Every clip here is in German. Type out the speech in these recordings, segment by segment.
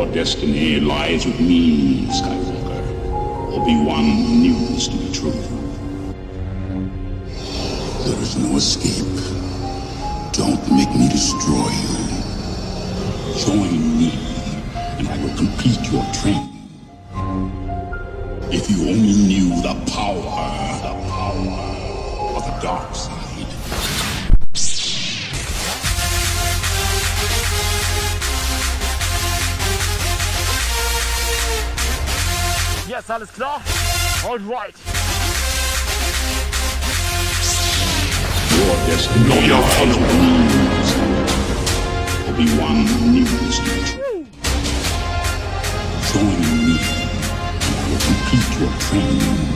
destiny lies with me, Skywalker. Obi-Wan knew this to be true. There is no escape. Don't make me destroy you. Join me, and I will complete your training. If you only knew the power of the dark side. Yes, alles klar? All right. Your destiny lies with me. Obi-Wan knew this to be true. Join me, and I will complete your training.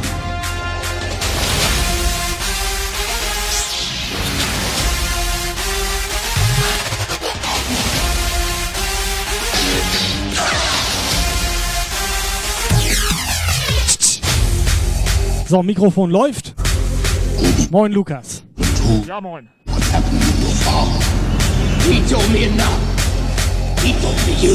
So, Mikrofon läuft. Moin, Lukas. Ja, moin. He told me enough. He told me you.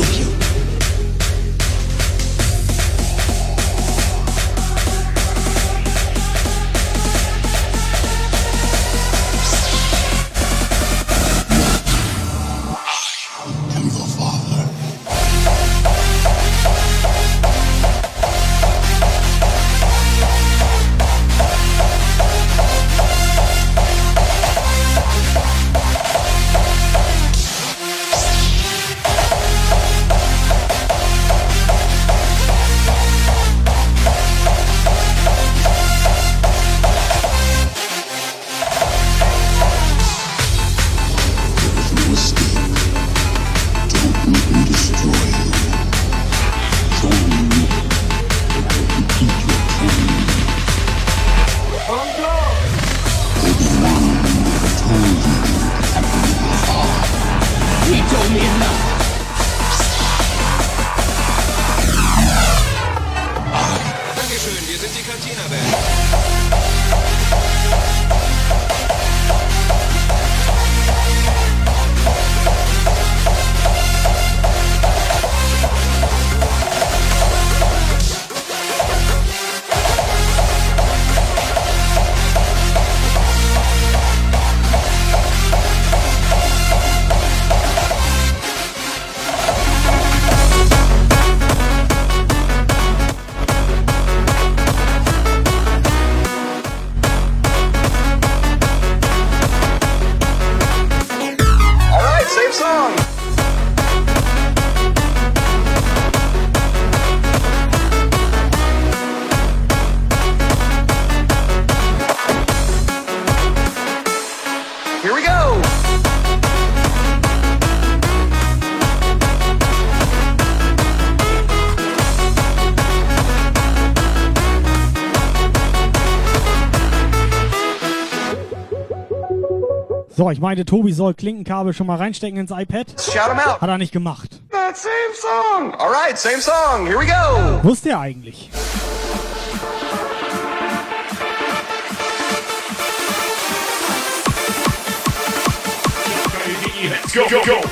So, ich meinte, Tobi soll Klinkenkabel schon mal reinstecken ins iPad. Shout him out. Hat er nicht gemacht. That same song. All right, same song. Here we go. Wusste er eigentlich? Let's go, go, go.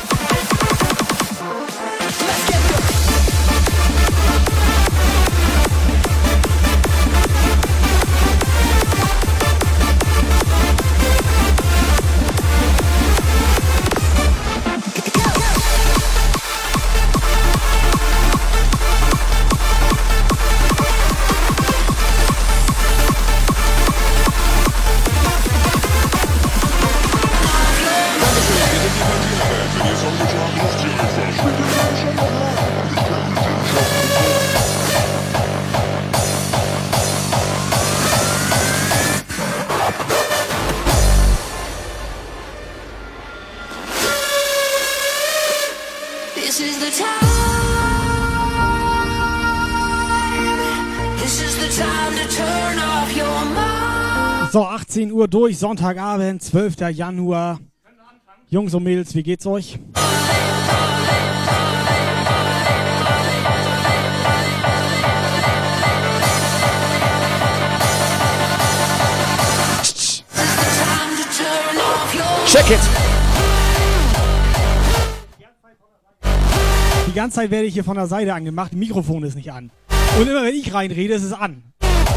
So, 18 Uhr durch, Sonntagabend, 12. Januar. Jungs und Mädels, wie geht's euch? Check it! Die ganze Zeit werde ich hier von der Seite angemacht, Mikrofon ist nicht an. Und immer wenn ich reinrede, ist es an.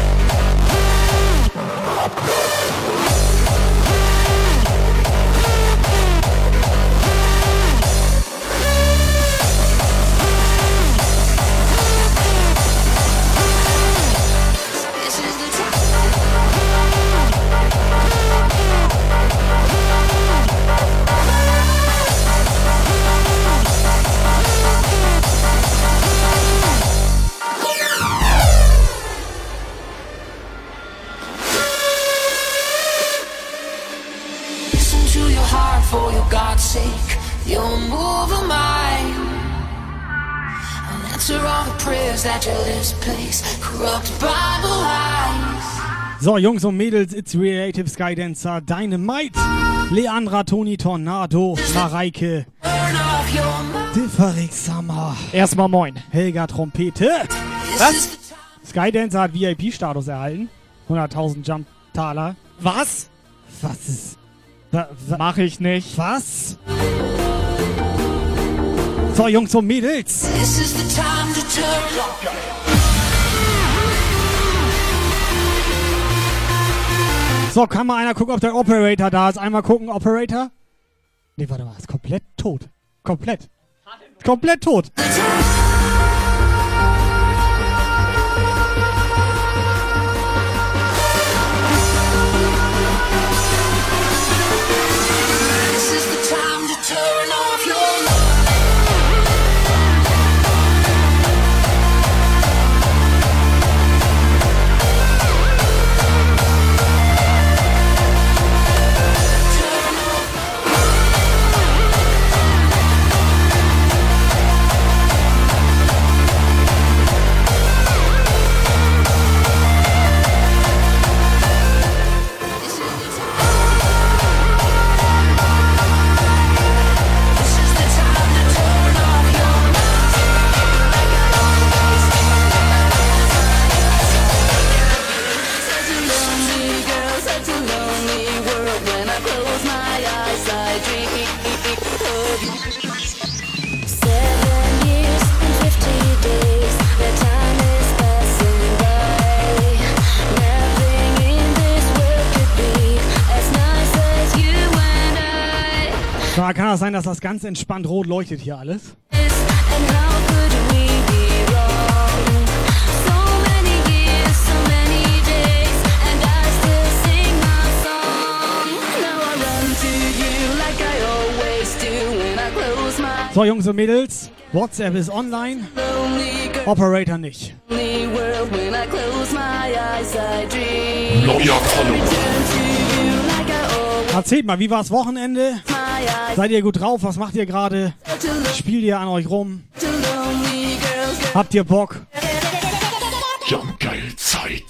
For your God's sake, you'll move a mind and answer all the prayers that your lips place, corrupt Bible eyes. So, Jungs und Mädels, it's Creative Skydancer, Dynamite, Leandra, Toni, Tornado, Mareike, Differix Summer, Erstmal moin. Helga, Trompete. Was? Skydancer hat VIP-Status erhalten. 100.000 Jump-Taler. Was? Was ist... Mach ich nicht. Was? So, Jungs und Mädels. This is the time to turn. So, kann mal einer gucken, ob der Operator da ist. Einmal gucken, Operator. Nee, warte mal, ist komplett tot. Komplett. Komplett tot. This is the time to turn off your Da kann das sein, dass das ganz entspannt rot leuchtet hier alles. So, Jungs und Mädels, WhatsApp ist online, Operator nicht. Neuer Follower. Erzählt mal, wie war's Wochenende? Seid ihr gut drauf? Was macht ihr gerade? Spielt ihr an euch rum? Habt ihr Bock? Jumpgeil Zeit.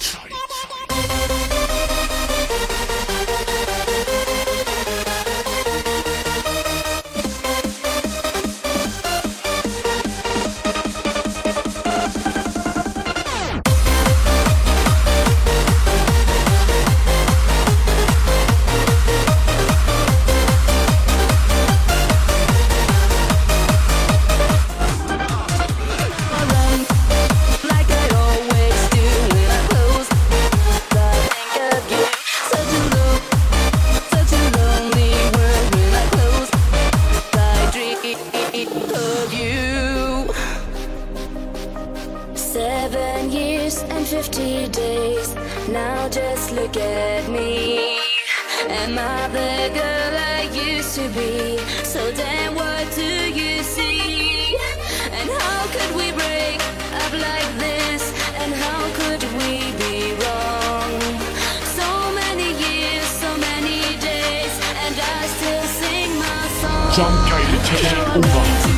Jumpgeil Take Over.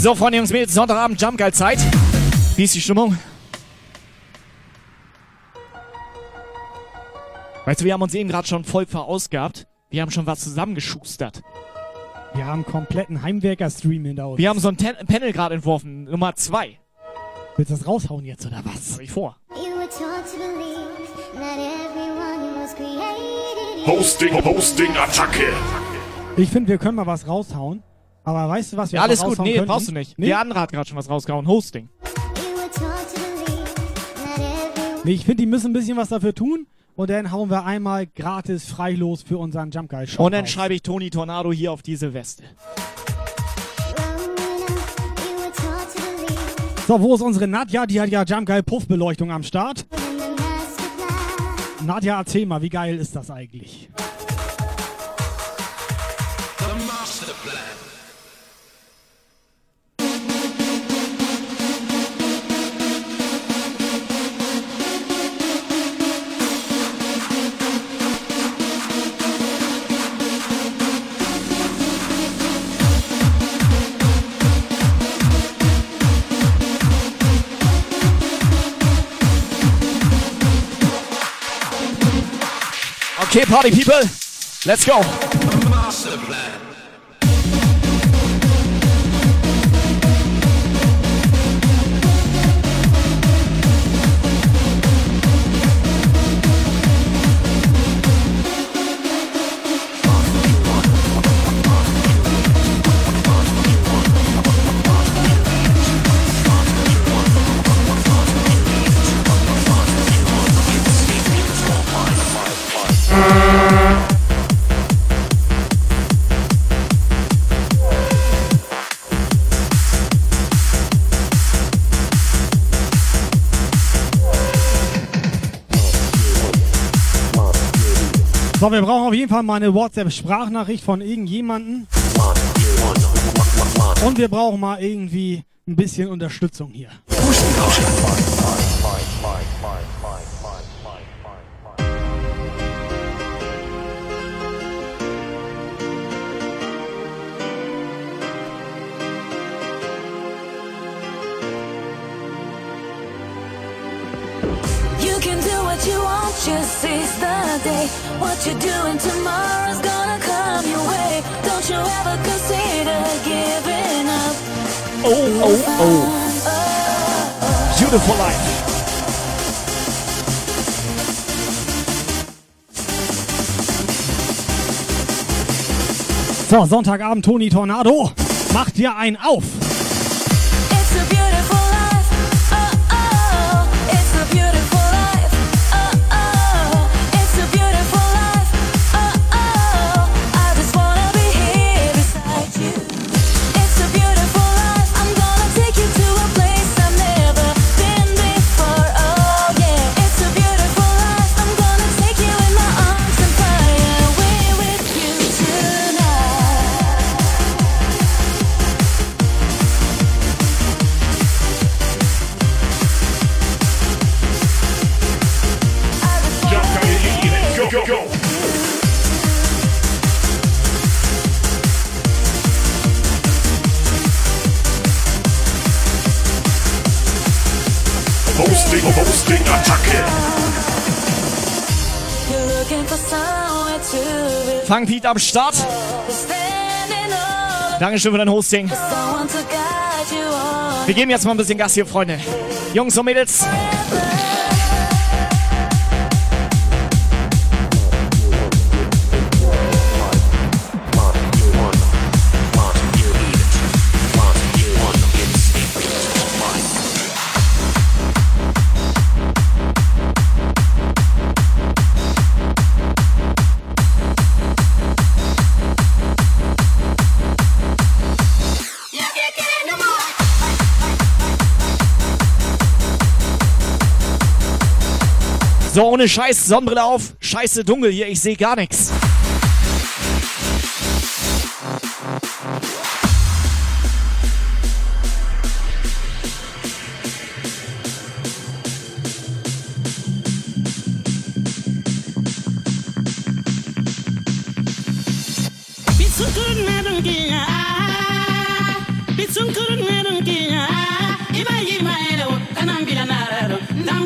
So, Freunde, Jungs, Mädels, Sonntagabend, Jumpgeil-Zeit. Wie ist die Stimmung? Weißt du, wir haben uns eben gerade schon voll verausgabt. Wir haben schon was zusammengeschustert. Wir haben einen kompletten Heimwerker-Stream hinter uns. Wir haben so ein Panel gerade entworfen, Nummer 2. Willst du das raushauen jetzt, oder was? Hab ich vor. Hosting-Attacke. Ich finde, wir können mal was raushauen. Aber weißt du, was wir Alles einfach gut, raushauen nee, könnten? brauchst du nicht. Nee? Der andere hat gerade schon was rausgehauen. Hosting. Nee, ich finde, die müssen ein bisschen was dafür tun. Und dann hauen wir einmal gratis freilos für unseren Jumpgeil-Shop Und dann raus. schreibe ich Toni Tornado hier auf diese Weste. So, wo ist unsere Nadja? Die hat ja Jumpgeil-Puffbeleuchtung am Start. Nadja, erzähl mal, wie geil ist das eigentlich? Okay, Party People, let's go. So, wir brauchen auf jeden Fall mal eine WhatsApp-Sprachnachricht von irgendjemandem. Und wir brauchen mal irgendwie ein bisschen Unterstützung hier. You can do what you want, just seize the day. What you're doing tomorrow's gonna come your way. Don't you ever consider giving up. Beautiful life. So, Sonntagabend, Toni Tornado. Macht dir einen auf. It's a beautiful life. Oh, oh. It's a beautiful life. Oh, oh. It's a beautiful life. Oh, oh. I just wanna be here beside you. It's a beautiful life. I'm gonna take you to a place I've never been before. Oh, yeah. It's a beautiful life. I'm gonna take you in my arms and fly away with you tonight. Go, go. Hosting-Attacke. You're looking for somewhere to be. Fang Pete am Start. Standing all Dankeschön für dein Hosting. someone to guide you on. Wir geben jetzt mal ein bisschen Gas hier, Freunde. Jungs und Mädels. So, ohne Scheiß, Sonnenbrille auf. Scheiße dunkel hier, ich sehe gar nichts. Bitsun kurun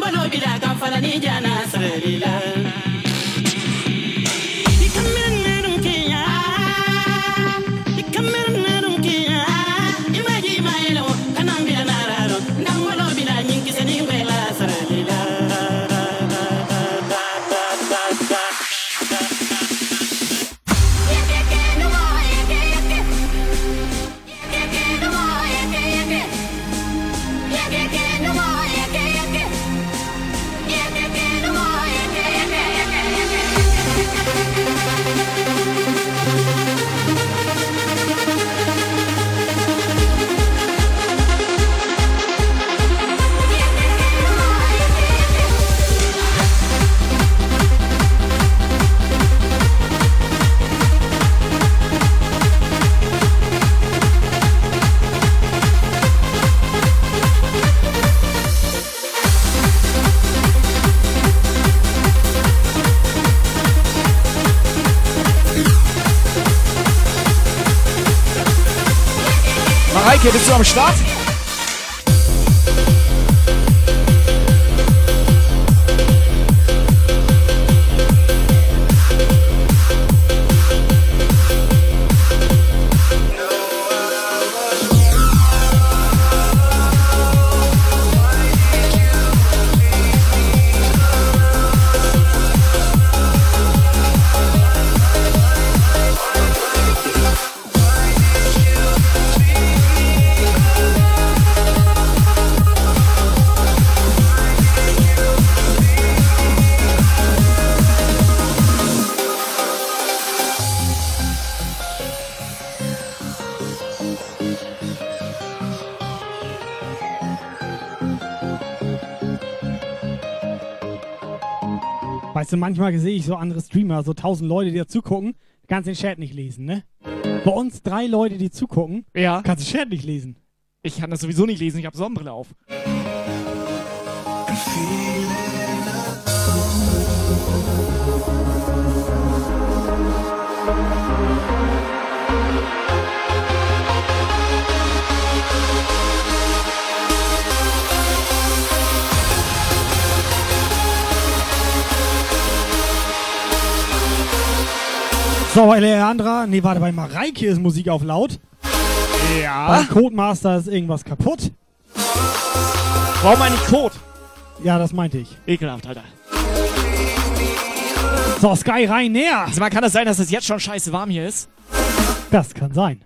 Mareike, bist du am Start? Weißt du, manchmal sehe ich so andere Streamer, so 1000 Leute, die da zugucken, kannst den Chat nicht lesen, ne? Bei uns 3 Leute, die zugucken, Ja. kannst den Chat nicht lesen. Ich kann das sowieso nicht lesen, ich habe Sonnenbrille auf. So, bei Leandra, nee, warte, bei Mareike ist Musik auf laut. Ja. Bei Codemaster ist irgendwas kaputt. Warum eigentlich Code? Ja, das meinte ich. Ekelhaft, Alter. So, Sky rein, näher. Also man kann das sein, dass es jetzt schon scheiße warm hier ist? Das kann sein.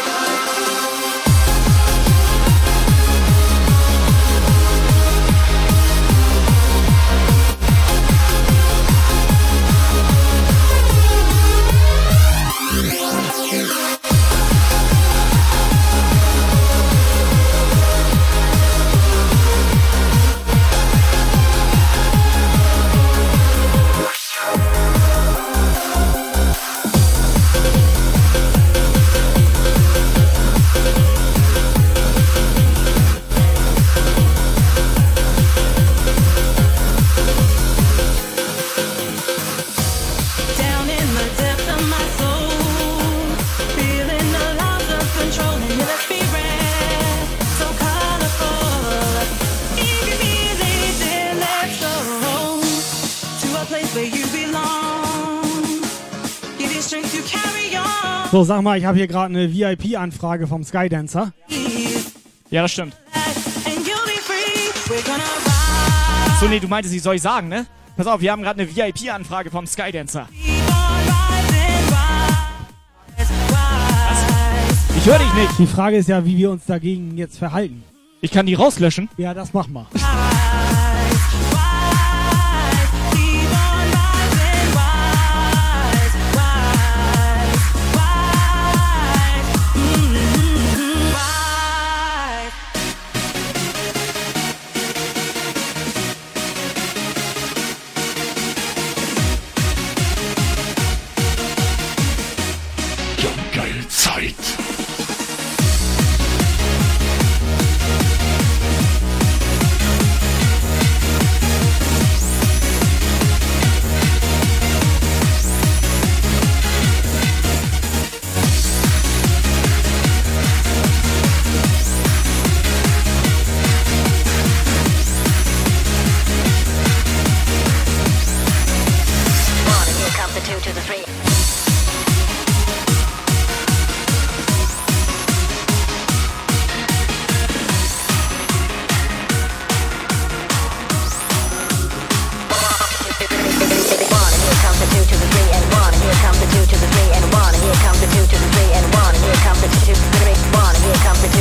Down in the depths of my soul, feeling the loss of control and your spirit, so colorful. Easy, let's go to a place where you belong. Give you strength to carry on. So, sag mal, ich habe hier gerade eine VIP-Anfrage vom Skydancer. Ja, das stimmt. And you'll be free. We're gonna ride. So, nee, du meintest, ich soll ich sagen, ne? Pass auf, wir haben gerade eine VIP-Anfrage vom Skydancer. Keep on rising, rise, rise. Ich höre dich nicht. Die Frage ist ja, wie wir uns dagegen jetzt verhalten. Ich kann die rauslöschen. Ja, das mach mal. Keep on rising, rise, rise, rise, rise. Ja, geil Zeit.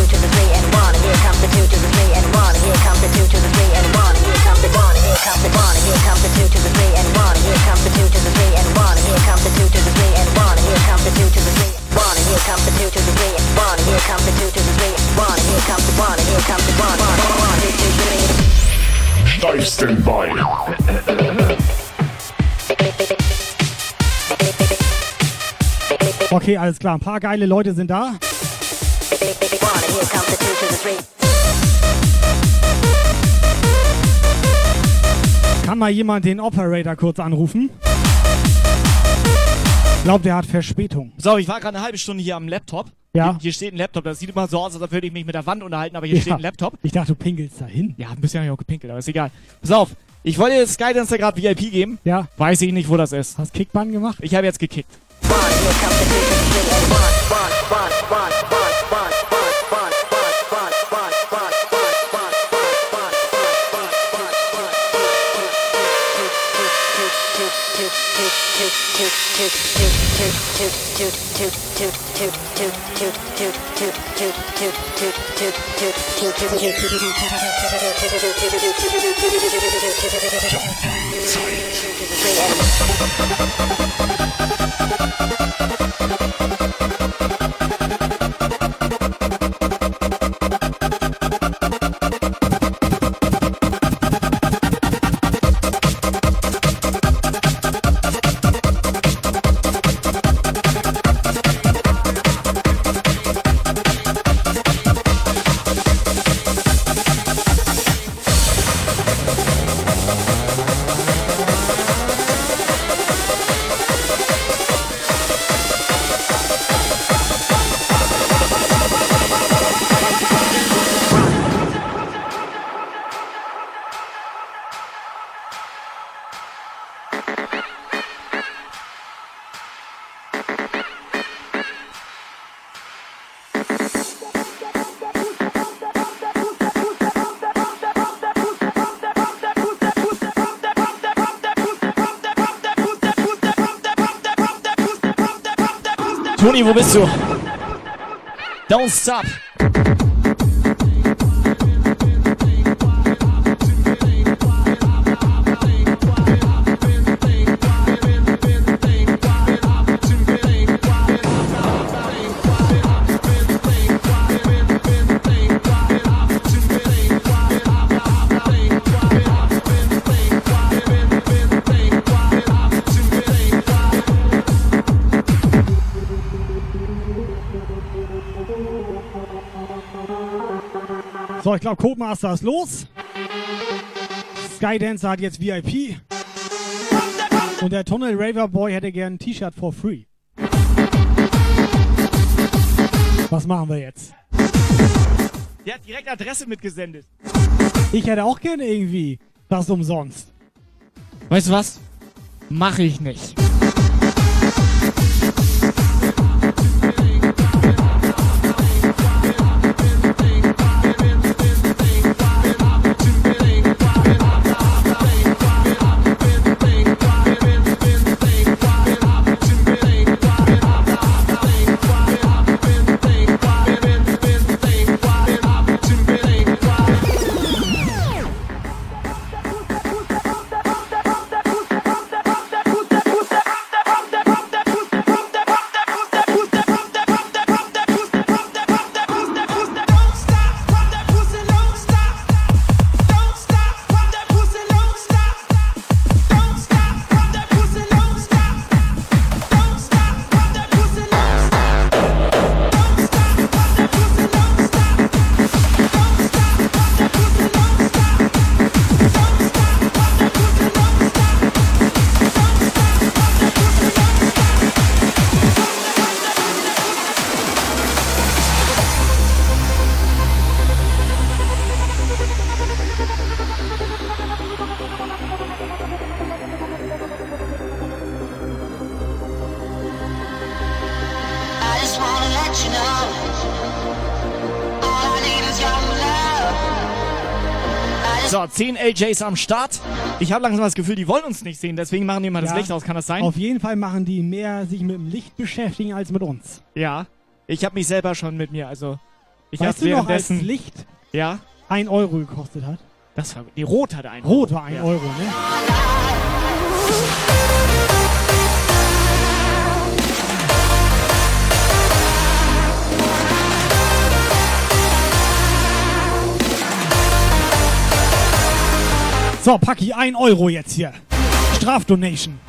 to the 3 and 1. Here comes the 2 to the 3 and 1. Here comes the 2 to the 3 and 1. Here comes the 1. Here comes the 1. Here comes the 2 to the 3 and 1. Here comes the 2 to the 3 and 1. Here comes the 2 to the 3 and 1. Here comes the 2 to the 3 and 1. Here comes the 2 to the 3 and 1. Here comes the 2 to the 3 and 1. Here comes the 1. Here comes the 1. 1, 2, 2, 3. Steif Standby. Okay, alles klar. Ein paar geile Leute sind da. Kann mal jemand den Operator kurz anrufen? Ich glaube, der hat Verspätung. So, ich war gerade eine halbe Stunde hier am Laptop. Ja. Hier steht ein Laptop. Das sieht immer so aus, als würde ich mich mit der Wand unterhalten, aber hier steht ein Laptop. Ich dachte, du pinkelst da hin. Ja, ein bisschen habe ich auch gepinkelt, aber ist egal. Pass auf, ich wollte jetzt Skydance gerade VIP geben. Ja. Weiß ich nicht, wo das ist. Hast Kickbahn gemacht? Ich habe jetzt gekickt. Toni, wo bist du? Don't stop. So, ich glaube, Codemaster ist los. Skydancer hat jetzt VIP. Und der Tunnel Raver Boy hätte gern ein T-Shirt for free. Was machen wir jetzt? Der hat direkt Adresse mitgesendet. Ich hätte auch gerne irgendwie das umsonst. Weißt du was? Mach ich nicht. So, 10 LJs am Start. Ich habe langsam das Gefühl, die wollen uns nicht sehen, deswegen machen die mal das Licht aus. Kann das sein? Auf jeden Fall machen die mehr sich mit dem Licht beschäftigen als mit uns. Ja, ich habe mich selber schon mit mir, also Ich Weißt hab's du noch, als währenddessen. Licht Ja, 1 Euro gekostet hat? das war. Die Rot hatte einen. Rot war 1 Ja. Euro, ne? So, Paki, 1 Euro jetzt hier. Strafdonation.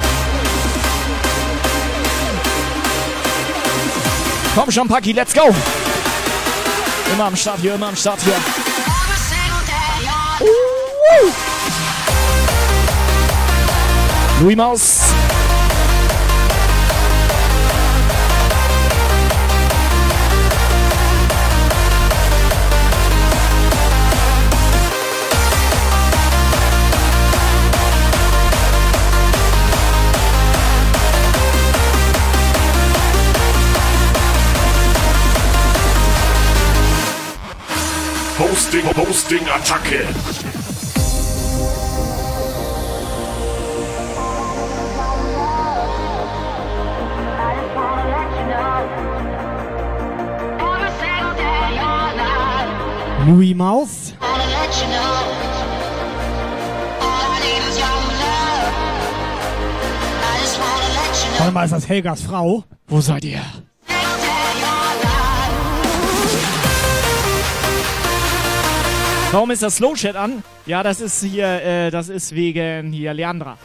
Komm schon, Paki, let's go! Immer am Start hier, immer am Start hier. Louis Maus. Hosting-Attacke. Louis Maus. Warte mal, ist das Helgas Frau? Wo seid ihr? Warum ist das Slow Chat an? Ja, das ist hier, das ist wegen hier Leandra.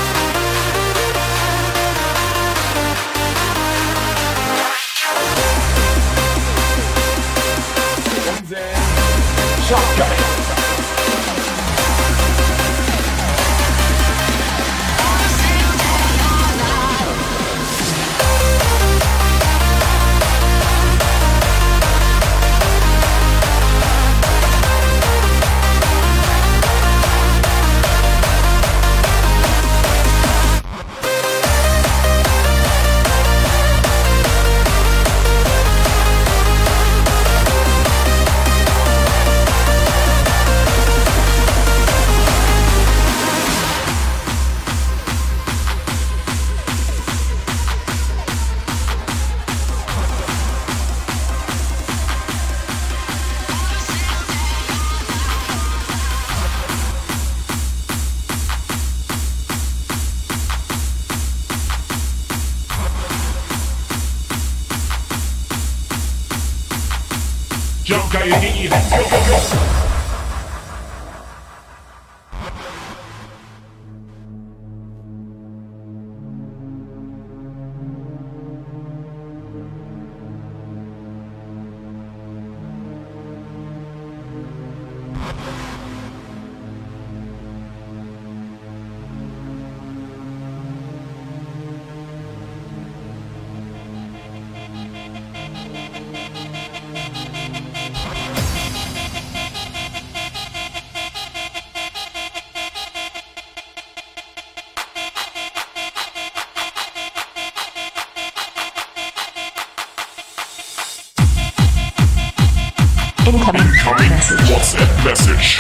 WhatsApp Message.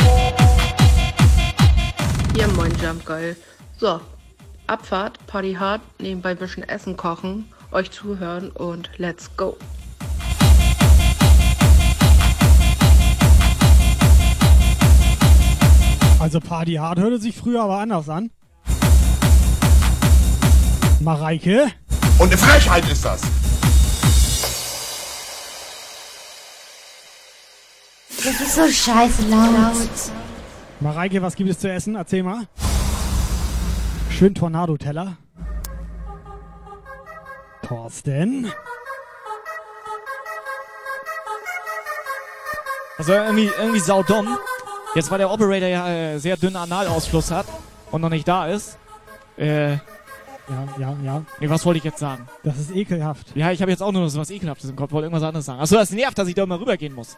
Hier, moin Jump, geil. So, Abfahrt, Party hard, nebenbei ein bisschen Essen kochen, euch zuhören und let's go. Also Party hard hörte sich früher aber anders an. Mareike. Und eine Frechheit ist das. Das ist so scheiße laut. Mareike, was gibt es zu essen? Erzähl mal. Schön Tornado-Teller. Thorsten. Also irgendwie saudumm. Jetzt, weil der Operator ja sehr dünnen Analausfluss hat und noch nicht da ist. Ja. Nee, was wollte ich jetzt sagen? Das ist ekelhaft. Ja, ich habe jetzt auch nur noch so was Ekelhaftes im Kopf, wollte irgendwas anderes sagen. Achso, das nervt, dass ich da immer rübergehen muss.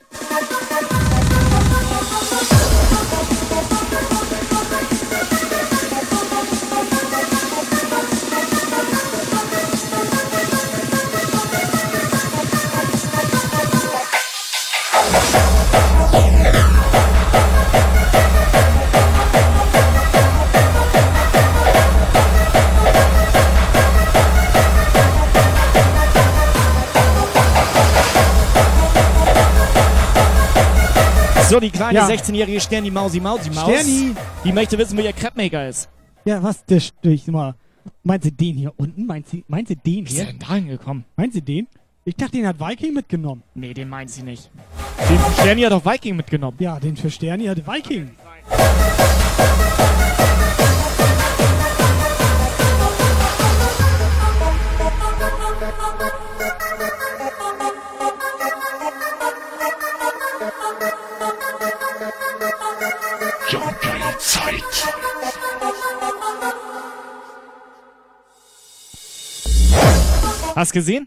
So, die kleine 16-jährige Sterni Mausi Maus. Sterni. Die möchte wissen, wo ihr Crepe-Maker ist. Ja, was? Meint sie den hier unten? Meint sie den hier? Wie ist der denn da hingekommen? Meint sie den? Ich dachte, den hat Viking mitgenommen. Nee, den meint sie nicht. Den für Sterni hat doch Viking mitgenommen. Ja, den für Sterni hat Viking. Zeit. Hast gesehen?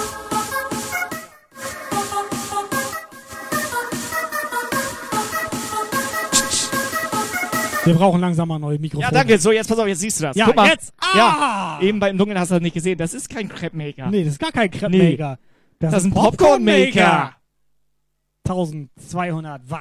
Wir brauchen langsam mal neue Mikrofone. Ja, danke. So, jetzt pass auf, jetzt siehst du das. Ja, Guck mal. jetzt. Ja, eben beim Dunkeln hast du das nicht gesehen. Das ist kein Crepe-Maker. Nee, das ist gar kein Crepe-Maker. Das ist ein Popcorn-Maker. 1200 Watt.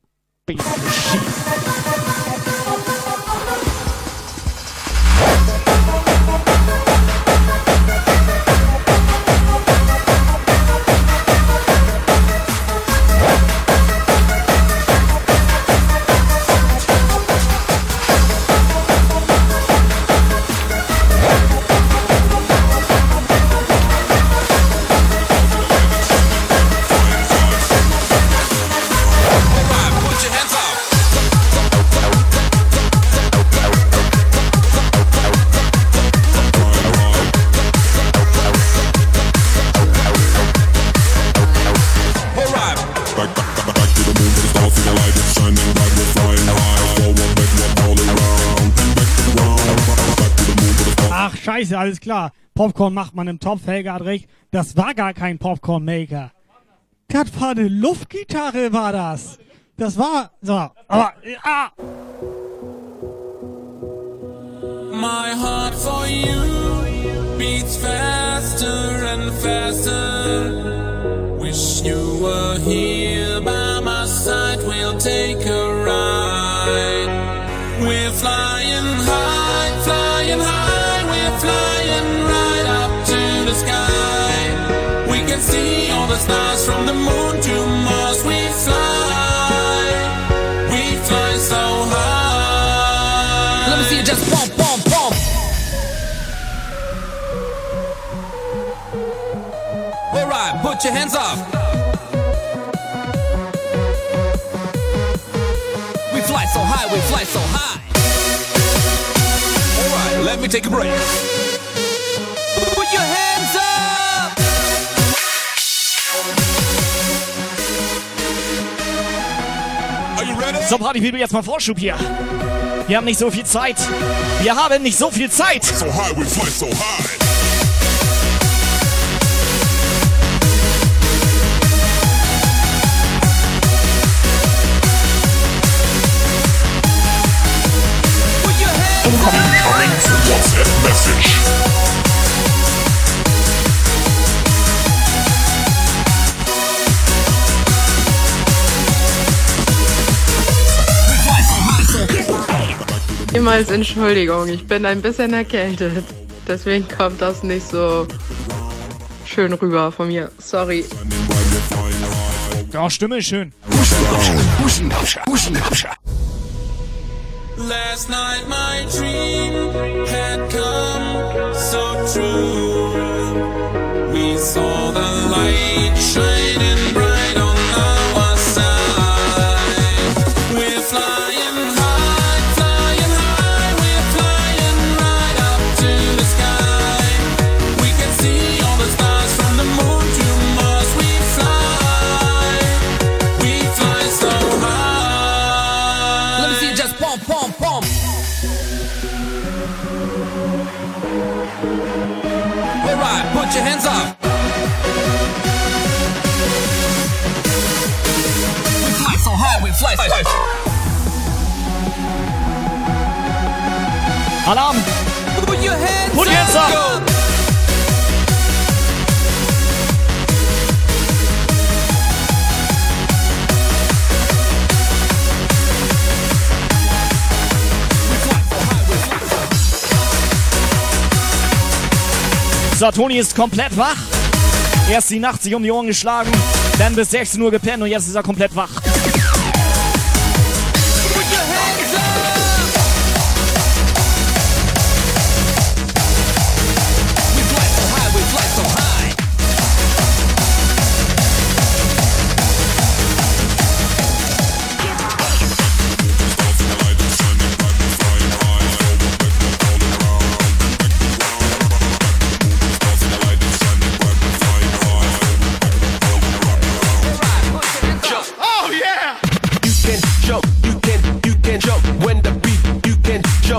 Ach, scheiße, alles klar. Popcorn macht man im Topf, Helga hat recht. Das war gar kein Popcorn-Maker. Das war eine Luftgitarre, war das. Das war... So, aber... My heart for you beats faster and faster. Wish you were here by my side. We'll take a ride. We're flying high, flying high. We're flying right up to the sky. We can see all the stars from the moon to Mars. We fly so high. Let me see you just pump, pump, pump. Alright, put your hands up. We fly so high, we fly so high. Alright, let me take a break. Put your hands up. Are you ready? So, Partypeople, jetzt mal Vorschub hier. Wir haben nicht so viel Zeit. Wir haben nicht so viel Zeit. So high, we fly so high. Incoming WhatsApp message. Niemals Entschuldigung, ich bin ein bisschen erkältet. Deswegen kommt das nicht so schön rüber von mir. Sorry. Ja, Stimme ist schön. Last night my dream had come so true. We saw the light shining bright on our side. We're flying high, we're flying right up to the sky. We can see all the stars from the moon to Mars. We fly so high. Let me see you just pump, pump, pump. Alright, put your hands up. We fly so high, we fly so high. Alarm! Put your hands Put your hands up. up. So, Toni ist komplett wach. Erst die Nacht sich um die Ohren geschlagen, dann bis 16 Uhr gepennt und jetzt ist er komplett wach.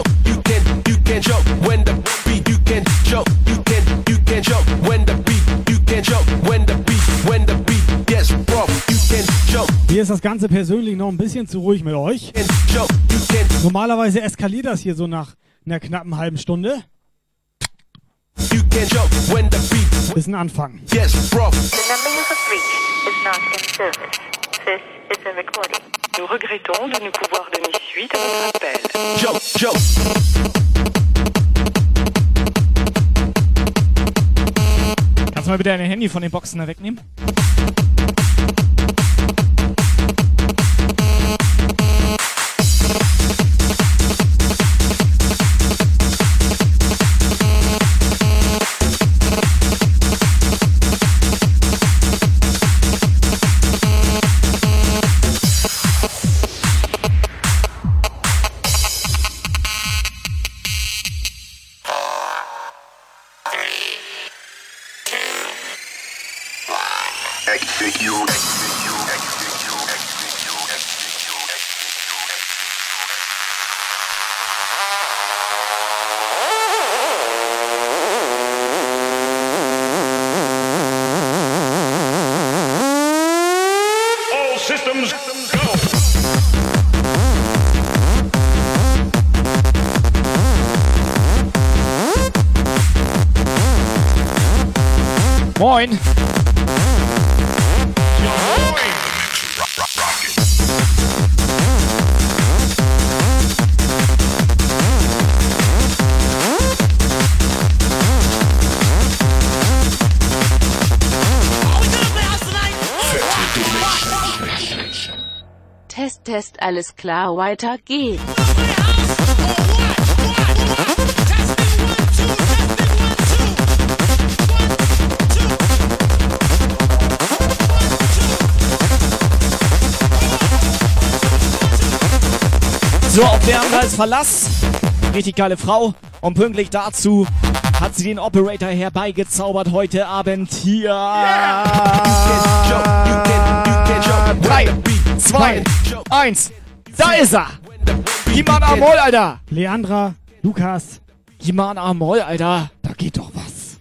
you can jump when the beat, you can jump, you can jump when the beat, you can jump when the beat gets rough, you can jump. Hier ist das Ganze persönlich noch ein bisschen zu ruhig mit euch. Normalerweise eskaliert das hier so nach einer knappen halben Stunde. You can jump when the beat ist ein Anfang. Yes, rough. The number you have reached is not in service. This is a recording. Nous regrettons de ne pouvoir donner suite à votre appel. Jump, jump. Kannst du mal bitte dein Handy von den Boxen da wegnehmen? Moin! Test, alles klar, weiter geht's. So, auf Leandra ist Verlass. Richtig geile Frau. Und pünktlich dazu hat sie den Operator herbeigezaubert heute Abend hier. 3, 2, 1. Da ist er. Jiman Amol, Alter. Leandra, Lukas. Jiman Amol, Alter. Da geht doch was.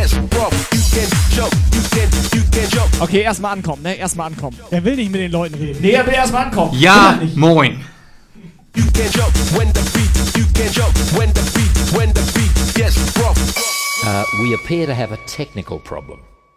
Okay, erstmal ankommen, ne? Erstmal ankommen. Er will nicht mit den Leuten reden. Nee, er will erstmal ankommen. Ja, moin. You can jump when the beat, you can jump when the beat gets rough. We appear to have a technical problem.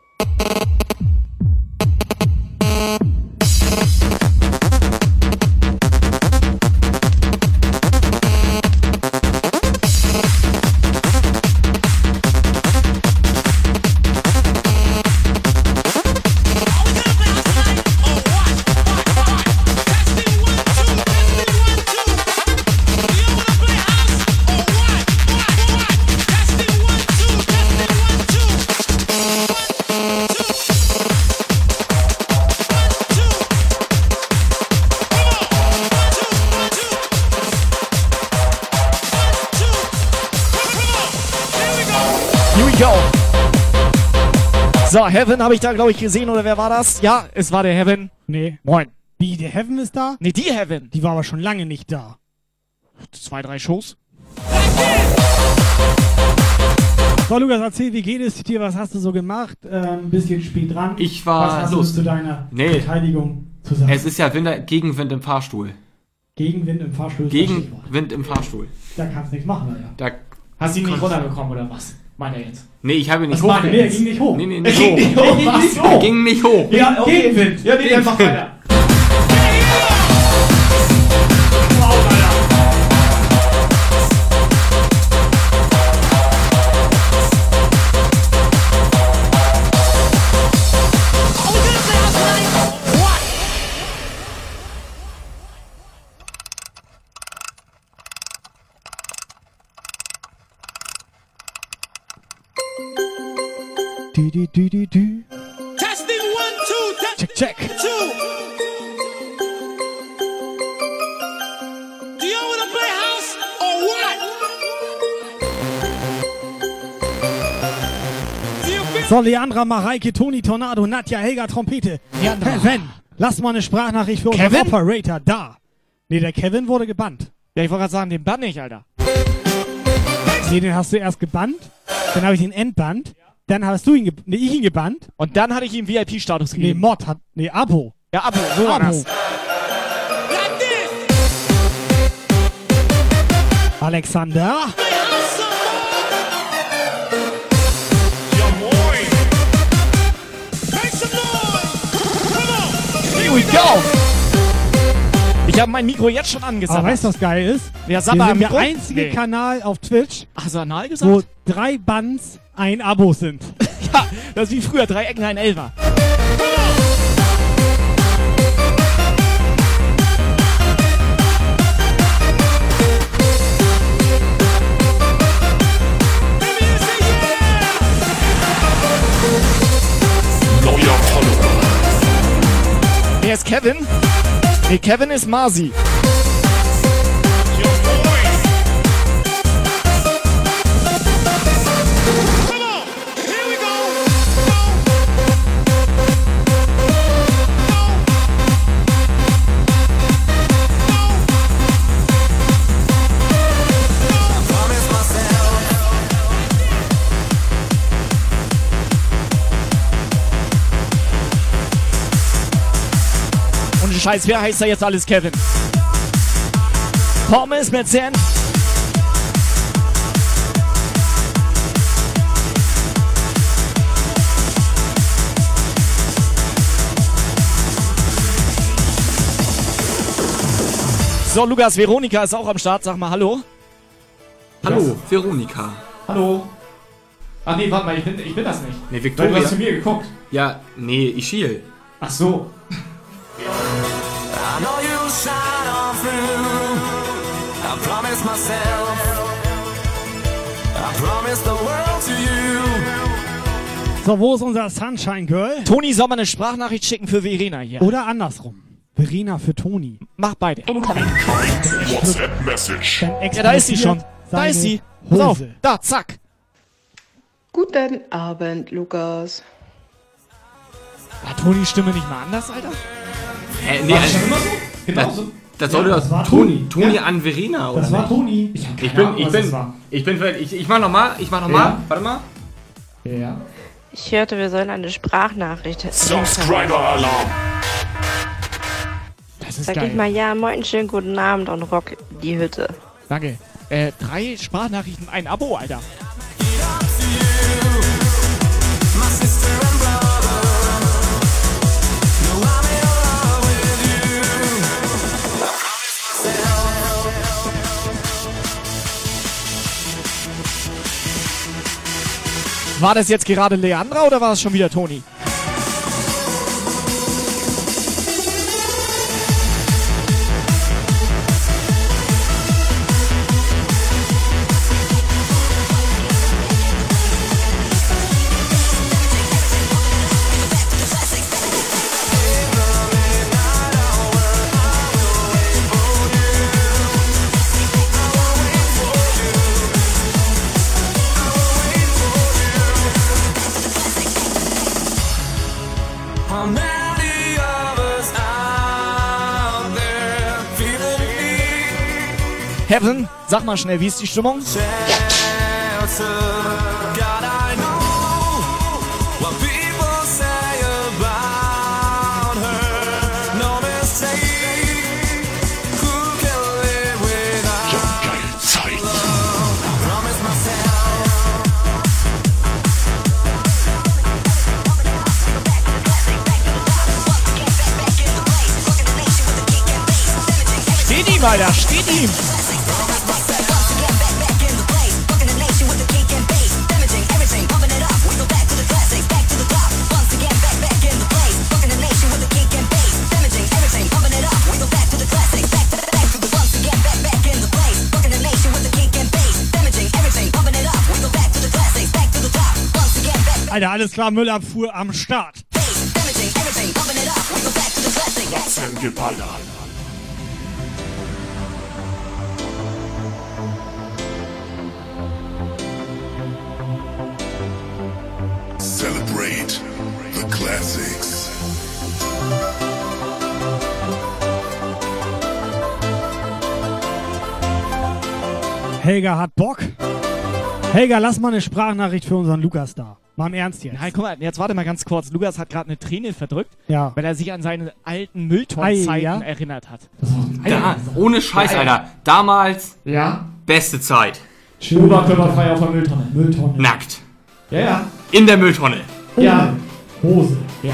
So, Heaven habe ich da, glaube ich, gesehen, oder wer war das? Ja, es war der Heaven. Nee. Moin. Wie, der Heaven ist da? Nee, die Heaven. Die war aber schon lange nicht da. 2, 3 Shows. So, Lukas, erzähl, wie geht es dir? Was hast du so gemacht? Ein bisschen spät dran. Ich war... Was hast du zu deiner Verteidigung zu sagen? Es ist ja Gegenwind im Fahrstuhl. Gegenwind im Fahrstuhl? Gegenwind im Fahrstuhl. Da kannst du nichts machen, Alter. Hast du ihn nicht runterbekommen, oder was? Meint er jetzt? Nee, ich habe ihn nicht hochgekriegt. Nee, er ging nicht hoch. Nee, nicht hoch. Er ging nicht hoch. Ja, okay. Gegenwind. Ja, nee, einfach weiter. Testing 1, 2, check. 2. Do you wanna play house or what? So, Leandra, Mareike, Toni, Tornado, Nadja, Helga, Trompete. Kevin, lass mal eine Sprachnachricht für unseren Operator da. Nee, der Kevin wurde gebannt. Ja, ich wollte gerade sagen, den bann ich, Alter. Nee, den hast du erst gebannt, dann habe ich ihn entbannt, dann hast du ihn, ich ihn gebannt. Und dann hatte ich ihm VIP-Status gegeben. Abo. Ja, Abo, so war das. Alexander. Here we go! Ich habe mein Mikro jetzt schon angesagt. Aber weißt du, was geil ist? Wer Wir sind der einzige Kanal auf Twitch, Hast du Anal gesagt? wo 3 Bands ein Abo sind. Ja, das ist wie früher, 3 Ecken, ein Elfer. Neuer Follower. Wer ist Kevin? Nee, Kevin ist Marzi. Scheiß, wer heißt da jetzt alles Kevin? Pommes mit Senf. So, Lukas, Veronika ist auch am Start. Sag mal Hallo. Hallo, Veronika. Hallo. Ach nee, warte mal, ich bin das nicht. Nee, Victoria. Du hast zu mir geguckt. Ja, nee, ich schiel. Ach so. I know you'll shine on through. I promise myself. I promise the world to you. So, wo ist unser Sunshine Girl? Toni soll mal eine Sprachnachricht schicken für Verena hier. Oder andersrum. Verena für Toni. Mach beide. WhatsApp-Message. Ja, da ist sie schon. Da ist sie. Pass auf. Da, zack. Guten Abend, Lukas. War Tonis Stimme nicht mal anders, Alter? Nee, war das schon immer so? Genau so. Das sollte das war Toni ja. an Verena, oder? Das war nicht? Toni. Ich mach nochmal. Ja. Warte mal. Ja. Ich hörte, wir sollen eine Sprachnachricht. Subscriber-Alarm. Das ist Sag geil. ich mal, ja, moin, schönen guten Abend und rock die Hütte. Danke. 3 Sprachnachrichten, ein Abo, Alter. War das jetzt gerade Leandra oder war es schon wieder Toni? Heaven, sag mal schnell, wie ist die Stimmung? Steht ihm, Alter, steht ihm! Alter, alles klar, Müllabfuhr am Start. Geballert. Celebrate the classics. Helga hat Bock. Helga, lass mal eine Sprachnachricht für unseren Lukas da. Mal im Ernst jetzt. Nein, guck mal, jetzt warte mal ganz kurz. Lukas hat gerade eine Träne verdrückt, Ja. weil er sich an seine alten Mülltonnenzeiten Ja. erinnert hat. Da, ohne Scheiß, Alter. Damals, beste Zeit. Oberkörperfrei auf der Mülltonne. Nackt. Ja. In der Mülltonne. Ja. Hose. Ja.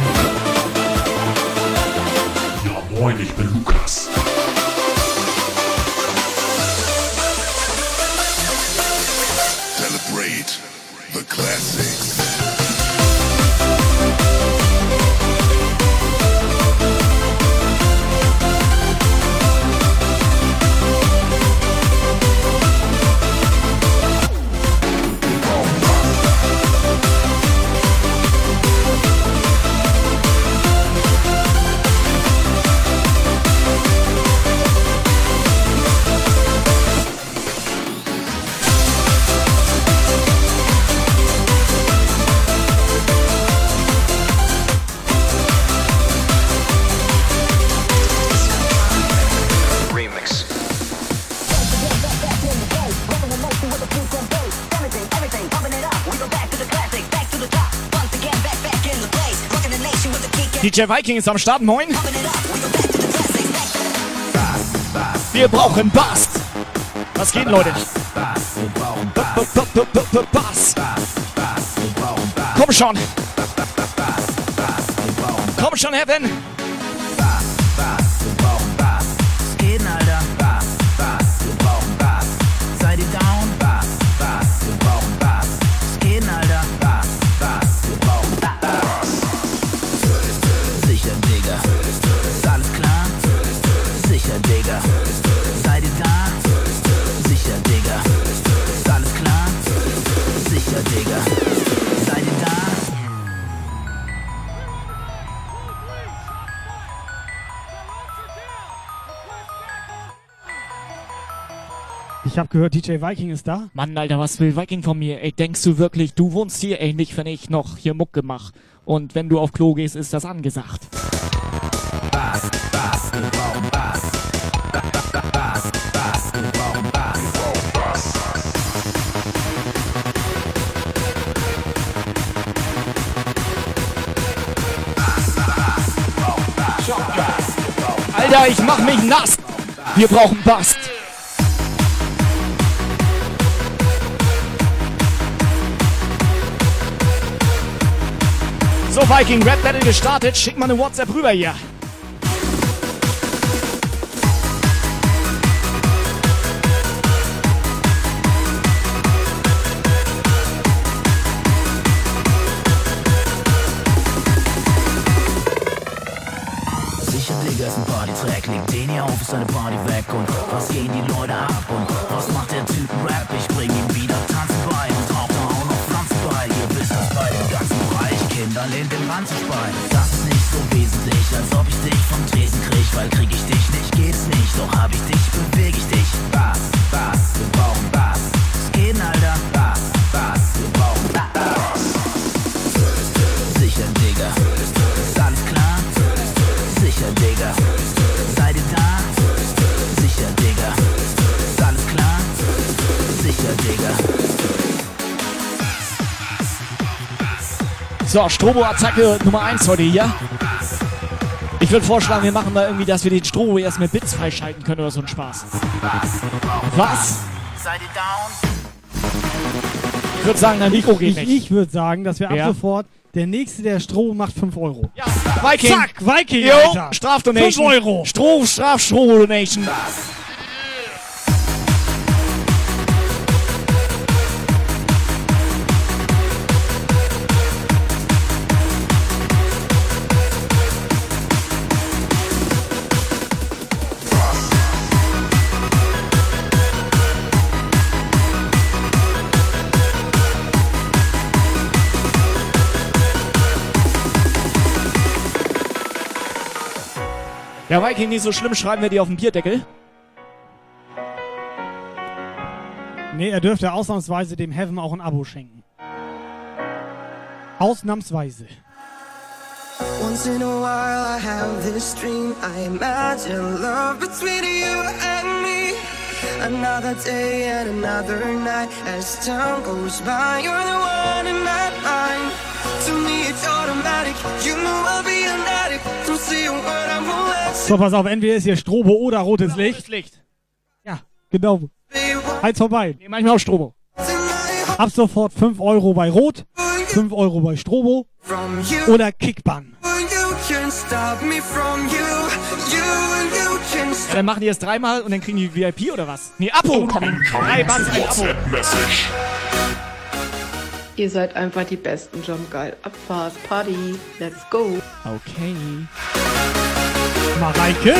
Ja, moin, ich bin Lukas. Celebrate the classics. Remix. DJ Viking ist am Start, moin. Wir brauchen Bass. Was geht, Leute? Bass. Komm schon. Komm schon, Heaven. Was geht denn, Alter? Wir brauchen Bass. Seid ihr down? Wir brauchen Bass. Was geht denn, Alter? Wir brauchen Bass. Sicher, Digga. Ist alles klar? Sicher, Digga. Seid ihr da? Sicher, Digga. Ist alles klar? Sicher, Digga. Seid ihr da? Ich hab gehört, DJ Viking ist da. Mann, Alter, was will Viking von mir? Ey, denkst du wirklich, du wohnst hier ähnlich, wenn ich noch hier Mucke mach? Und wenn du auf Klo gehst, ist das angesagt. Bass, wir brauchen Bass. Bass, wir brauchen Bass. Alter, ich mach mich nass. Wir brauchen Bass. So, Viking, Rap Battle gestartet. Schick mal eine WhatsApp rüber hier. Sicher, Digga, ist ein Party-Track. Leg den hier auf, ist eine Party weg. Und was gehen die Leute ab? Und was macht der Typ Rap? Ich bring ihm wieder Tanzen bei und rauch da auch noch Pflanzen bei. Ihr wisst das bei dem ganzen Bereich. Kindern in den Rand zu speien. Das ist nicht so wesentlich, als ob ich dich vom Tresen krieg. Weil krieg ich dich nicht, geht's nicht. Doch hab ich dich, beweg ich dich. Bass, wir brauchen Bass. Was geht denn, Alter? Bass, wir brauchen Bass. Sicher, Digga. Ist alles klar? Sicher, Digga. Seid ihr da? Sicher, Digga. Ist alles klar? Sicher, Digga. So, Strobo-Attacke Nummer 1 heute hier. Ich würde vorschlagen, wir machen da irgendwie, dass wir den Strobo erst mit Bits freischalten können oder so ein Spaß. Was? Seid ihr down? Ich würde sagen, dein Mikro geht nicht. Ich würde sagen, dass wir ab Ja. sofort, der nächste, der Strobo macht 5 Euro. Ja, Viking. Zack, Viking, Jo, Alter. Strafdonation. 5 Euro. Straf-Strobo-Donation. Ja, Viking, nicht so schlimm, schreiben wir dir auf den Bierdeckel. Nee, er dürfte ausnahmsweise dem Heaven auch ein Abo schenken. Ausnahmsweise. Once in a while I have this dream. I imagine love between you and me. Another day and another night. As time goes by, you're the one in my mind. To me it's automatic. You know I'll be an addict. To see what I'm holding. So, pass auf, entweder ist hier Strobo oder rotes Licht. Rotes Licht. Ja, genau. Eins vorbei. Nee, manchmal auch Strobo. Ab sofort 5 Euro bei Rot, 5 Euro bei Strobo oder Kickbann. Ja, dann machen die das 3-mal und dann kriegen die VIP oder was? Nee, Abo! 3 Bands, ein Abo. Ihr seid einfach die Besten, Jump geil. Abfahrt, Party, let's go. Okay. Mareike!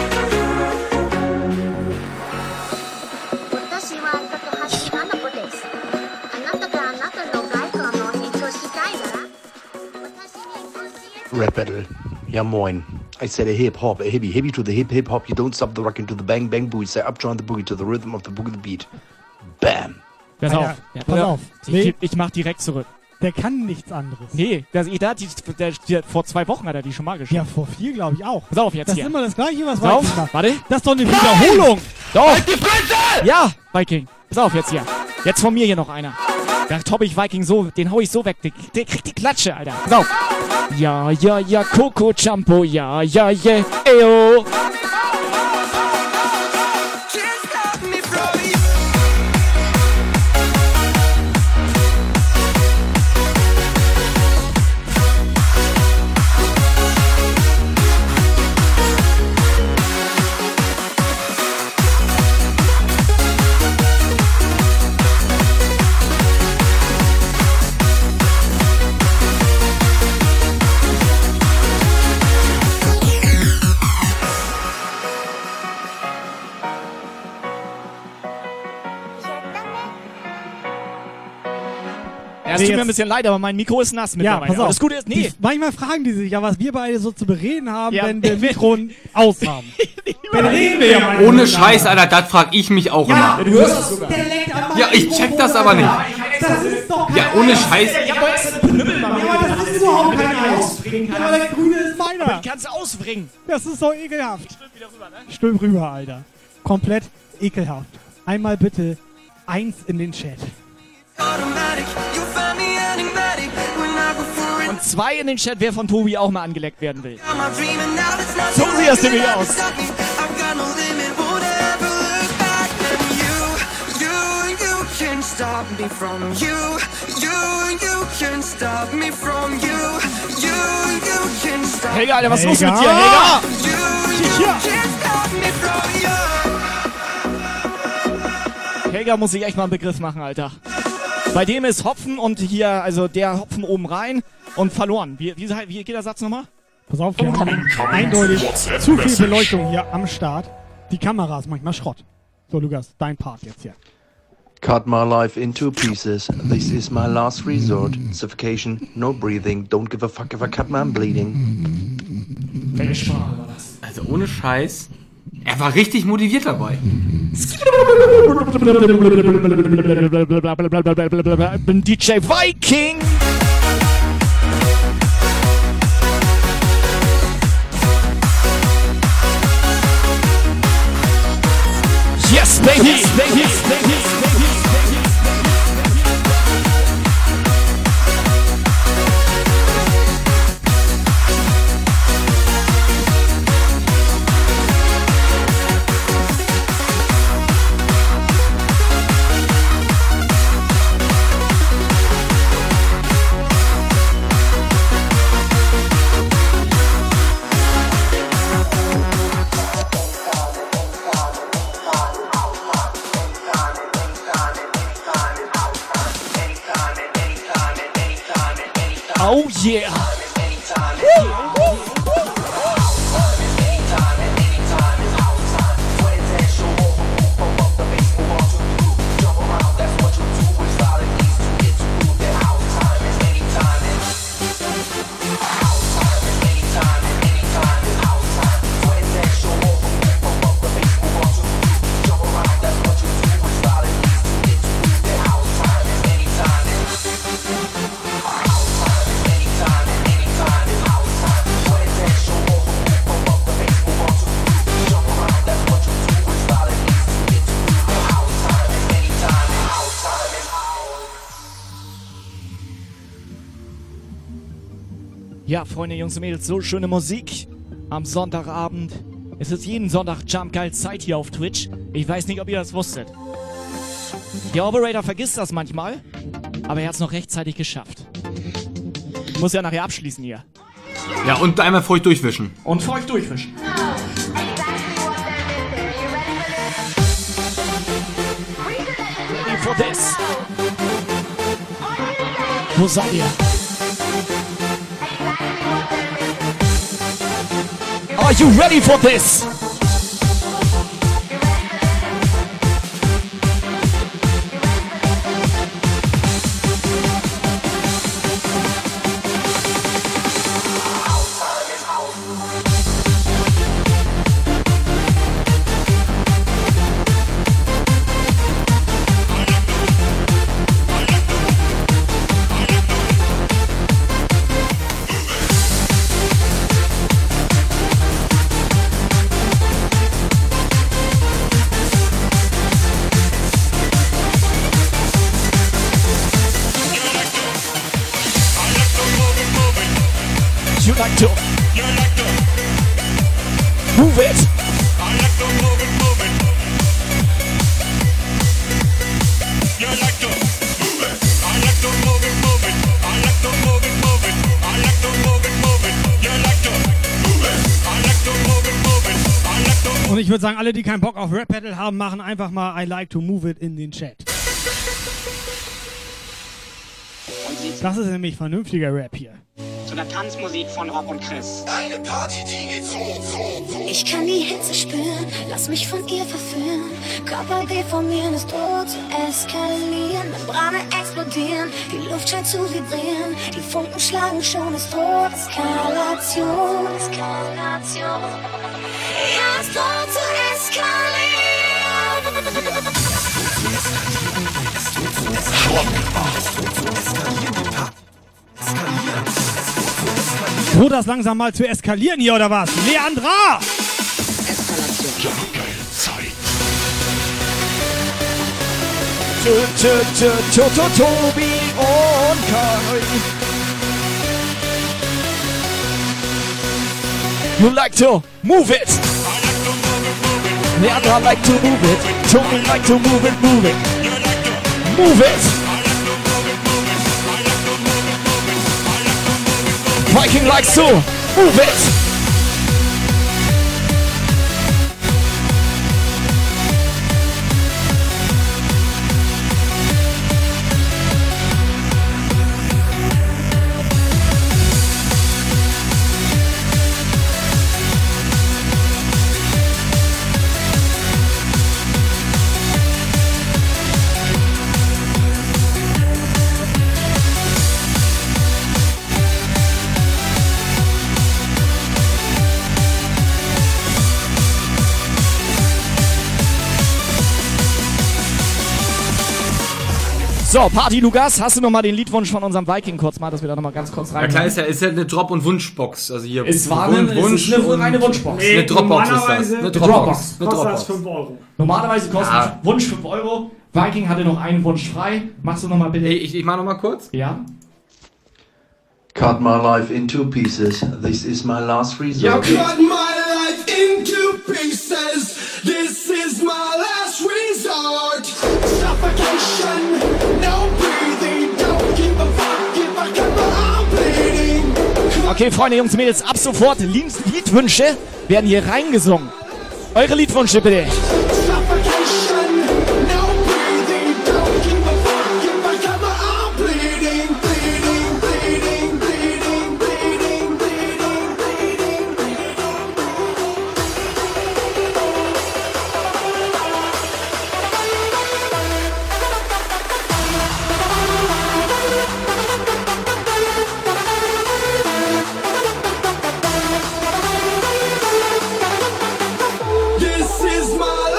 Rap battle. Ja moin. I said a hip hop, a hippie, hippie to the hip hip hop. You don't stop the rockin' to the bang bang boogie. Say up join the boogie to the rhythm of the boogie the beat. Bam. Pass auf. Ja, pass auf. Ich mach direkt zurück. Der kann nichts anderes. Nee, vor 2 Wochen hat er die schon mal geschrieben. Ja, vor 4 glaube ich auch. Pass auf jetzt das hier. Das ist immer das Gleiche, was Pass Viking auf. macht. Warte. Das ist doch eine Wiederholung. Doch. Halt die Fresse! Ja, Viking. Pass auf jetzt hier. Jetzt von mir hier noch einer. Da topp ich Viking so, den hau ich so weg. Der kriegt die Klatsche, Alter. Pass auf. Ja, ja, ja, Coco Champo, ja, ja, yeah, eyo. Es tut mir ein bisschen leid, aber mein Mikro ist nass mittlerweile. Ja, pass auf. Das Gute ist, nee. Manchmal fragen die sich ja, was wir beide so zu bereden haben, wenn wir Mikro aus haben. Reden wir ja Ohne Scheiß, Alter, das frag ich mich auch immer. Du hörst das sogar. Ja, ich check das aber nicht. Das ist doch kein Ja, ohne Scheiß. Ja, aber das ist überhaupt kein Eis. Ja, aber der grüne ist meiner. Aber die kannst du ausbringen. Das ist so ekelhaft. Stülp wieder rüber, ne? Stülp rüber, Alter. Komplett ekelhaft. Einmal bitte 1 in den Chat. Und 2 in den Chat, wer von Tobi auch mal angeleckt werden will. So sieht das nämlich aus. Helga, Alter, was ist los mit dir, Helga? Helga muss sich echt mal einen Begriff machen, Alter. Bei dem ist Hopfen und hier, also der Hopfen oben rein und verloren. Wie geht der Satz nochmal? Pass auf, wir haben eindeutig zu viel Beleuchtung hier am Start. Die Kamera ist manchmal Schrott. So, Lukas, dein Part jetzt hier. Cut my life into pieces. This is my last resort. Suffocation, no breathing. Don't give a fuck if I cut my bleeding. Welche Sprache war das? Also ohne Scheiß. Er war richtig motiviert dabei. Ich bin DJ Viking. Yes, baby! Yes, baby! Yes, baby! Oh yeah! Ja, Freunde, Jungs und Mädels, so schöne Musik am Sonntagabend. Es ist jeden Sonntag Jumpgeil Zeit hier auf Twitch. Ich weiß nicht, ob ihr das wusstet. Der Operator vergisst das manchmal, aber er hat es noch rechtzeitig geschafft. Ich muss ja nachher abschließen hier. Ja, und einmal feucht durchwischen. Und feucht durchwischen. Ready for this. Wo seid ihr? Are you ready for this? You like to move it. I like to move it, move it. You like to move it. I like to move it, move it. I like to move it, move it. I like to move it, move it. You like to move it. I like to move it, move it. I like to. Und ich würde sagen, alle, die keinen Bock auf Rap Battle haben, machen einfach mal I like to move it in den Chat. Das ist nämlich vernünftiger Rap hier. Zu der Tanzmusik von Rob und Chris. Eine Party, die geht so. Ich kann die Hitze spüren, lass mich von ihr verführen. Körper deformieren, es droht zu eskalieren. Membrane explodieren, die Luft scheint zu vibrieren. Die Funken schlagen schon, es droht Eskalation. Eskalation. Ja, es droht zu Droht das langsam mal zu eskalieren hier, oder was? Leandra! Tobi und Kai. You like to move it. Leandra like to move it. Tobi like to move it, move it. Move it. Viking likes to move it. So, Party Lukas, hast du noch mal den Liedwunsch von unserem Viking kurz mal, dass wir da noch mal ganz kurz rein. Ja klar, ist ja eine Drop- und Wunschbox. Also hier es war eine reine Wunschbox. Eine Dropbox ist das. Eine Dropbox. Kostet das 5 €. Normalerweise kostet Wunsch 5 €. Viking hatte noch einen Wunsch frei. Machst du noch mal bitte? Ich mach noch mal kurz. Ja. Cut my life into pieces. This is my last resort. You cut my life into pieces. This is my last resort. Suffocation, no breathing. Don't give a fuck if I come, I'm bleeding. Okay, Freunde, Jungs, Mädels, ab sofort Liedwünsche werden hier reingesungen. Eure Liedwünsche bitte. Suffocation, no breathing. Don't give a fuck if I come, I'm bleeding, bleeding, bleeding, bleeding, bleeding, bleeding, bleeding, bleeding. This is my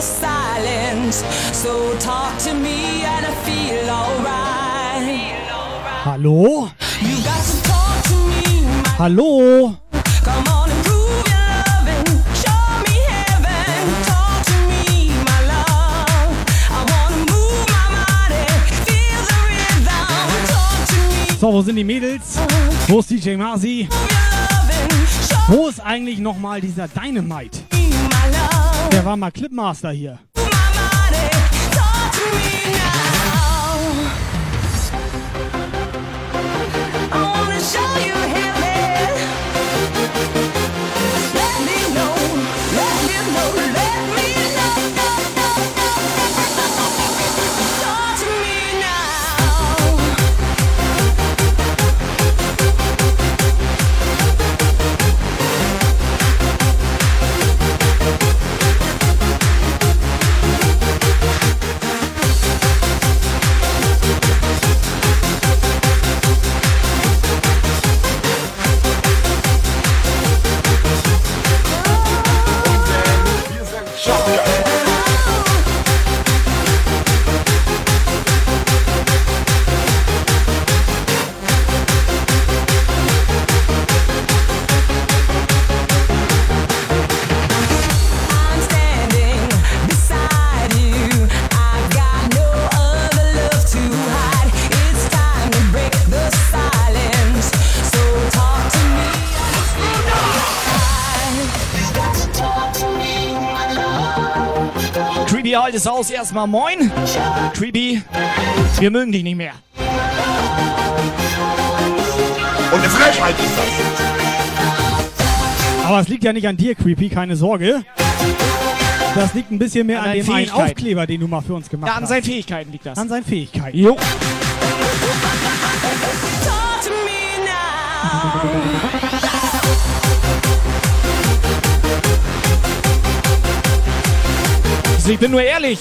silence. So talk to me and I feel alright. Hallo? You got to talk to me, my Hallo? come on and prove your loving. Show me heaven. Talk to me, my love. I wanna move my body, feel the rhythm. Talk to me. So, wo sind die Mädels? Wo ist DJ Marzi? Wo ist eigentlich nochmal dieser Dynamite? Der war mal Clipmaster hier. Creepy, altes Haus, erstmal moin. Creepy, wir mögen dich nicht mehr. Und eine Frechheit ist das. Aber es liegt ja nicht an dir, Creepy, keine Sorge. Das liegt ein bisschen mehr an dem einen Aufkleber, den du mal für uns gemacht hast. Ja, an seinen Fähigkeiten liegt das. An seinen Fähigkeiten. Jo. Ich bin nur ehrlich.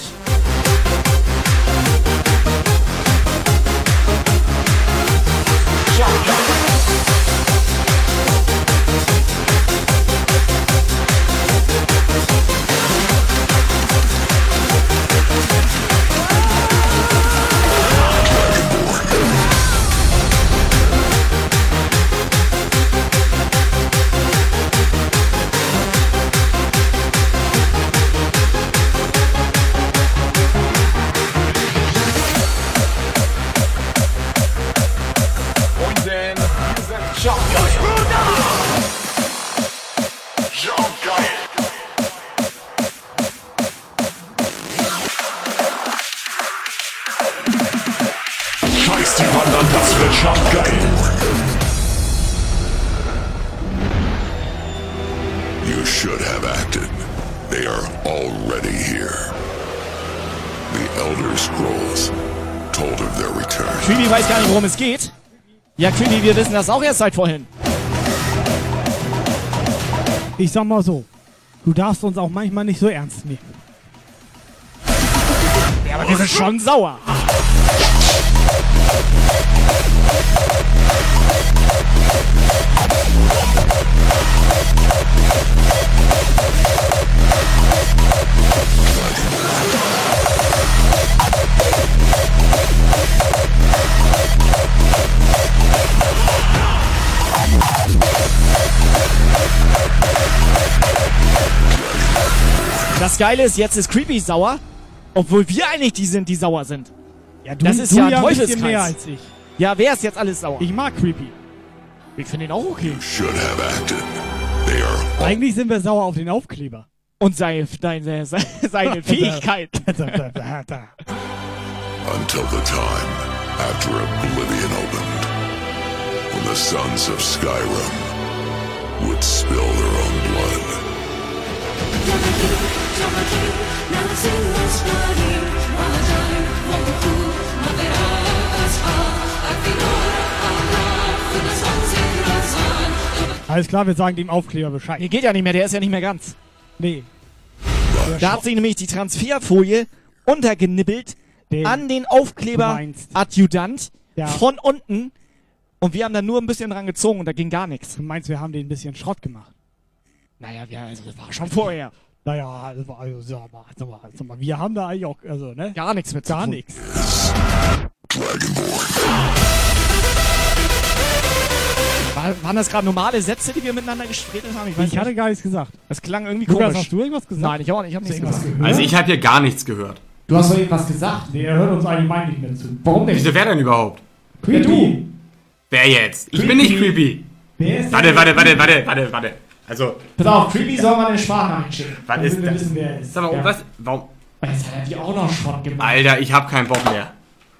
Scheiß die Wandern, das wird schon geil. You should have acted. They are already here. The Elder Scrolls told of their return. Creepy weiß gar nicht, worum es geht. Ja, Creepy, wir wissen das auch erst seit vorhin. Ich sag mal so, du darfst uns auch manchmal nicht so ernst nehmen. Ja, aber wir sind schon sauer. Das Geile ist, jetzt ist Creepy sauer, obwohl wir eigentlich die sind, die sauer sind. Ja, du, das ist du ja ein ein bisschen Teufelskreis. mehr als ich. Ja, wer ist jetzt alles sauer? Ich mag Creepy. Ich finde ihn auch okay. Should have acted. They are Eigentlich sind wir sauer auf den Aufkleber. Und seine Fähigkeit. until the time after Oblivion opened, when the sons of Skyrim would spill their own blood. Alles klar, wir sagen dem Aufkleber Bescheid. Nee, geht ja nicht mehr, der ist ja nicht mehr ganz. Nee. Da hat sich nämlich die Transferfolie untergenibbelt an den Aufkleber Adjutant von unten. Und wir haben dann nur ein bisschen dran gezogen und da ging gar nichts. Du meinst, wir haben den ein bisschen Schrott gemacht? Naja, also das war schon vorher. Naja, also sag mal, wir haben da eigentlich auch, also, ne? Gar nichts mit zu Gar tun. nichts. Waren das gerade normale Sätze, die wir miteinander geredet haben? Ich hatte gar nichts gesagt. Das klang irgendwie Lukas, komisch. hast du irgendwas gesagt? Nein, ich auch nicht. Ich habe nichts gesagt. Also ich habe hier gar nichts gehört. Du hast doch irgendwas gesagt. Nee, er hört uns allgemein nicht mehr zu. Warum nicht? Wieso wer denn überhaupt? Du! Wer jetzt? Ich bin nicht creepy. Wer ist Warte. Also, Pass auf, Creepy soll mal eine Sprachnachricht schicken. was ist das? wissen, wer er ist. Sag mal, Ja. was? Warum? Jetzt hat er die auch noch Schrott gemacht. Alter, ich hab keinen Bock mehr.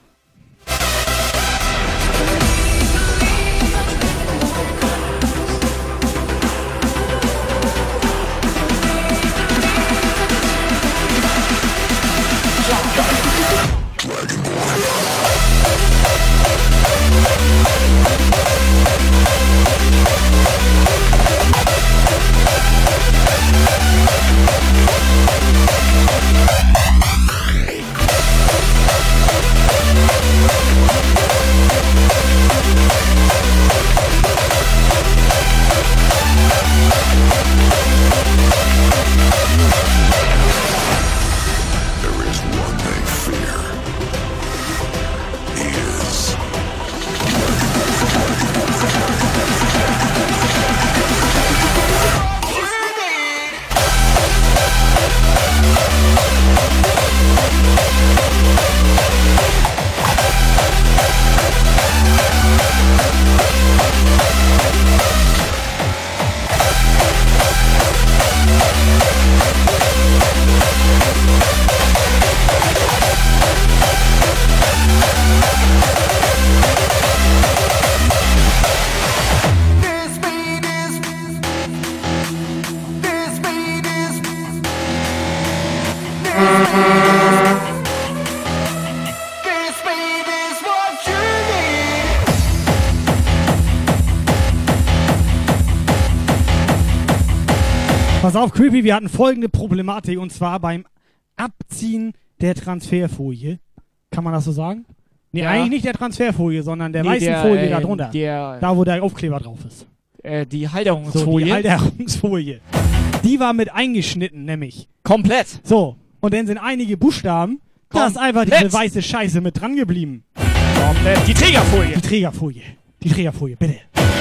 Pass auf, Creepy, wir hatten folgende Problematik und zwar beim Abziehen der Transferfolie. Kann man das so sagen? Nee, Ja. eigentlich nicht der Transferfolie, sondern der Nee, weißen der, Folie da drunter. der- Da, wo der Aufkleber drauf ist. Die So, Halterungsfolie. die Halterungsfolie. Die war mit eingeschnitten, nämlich. Komplett. So, und dann sind einige Buchstaben, da ist einfach Komplett. diese weiße Scheiße mit dran geblieben. Komplett. Die Trägerfolie. Die Trägerfolie. Die Trägerfolie, bitte.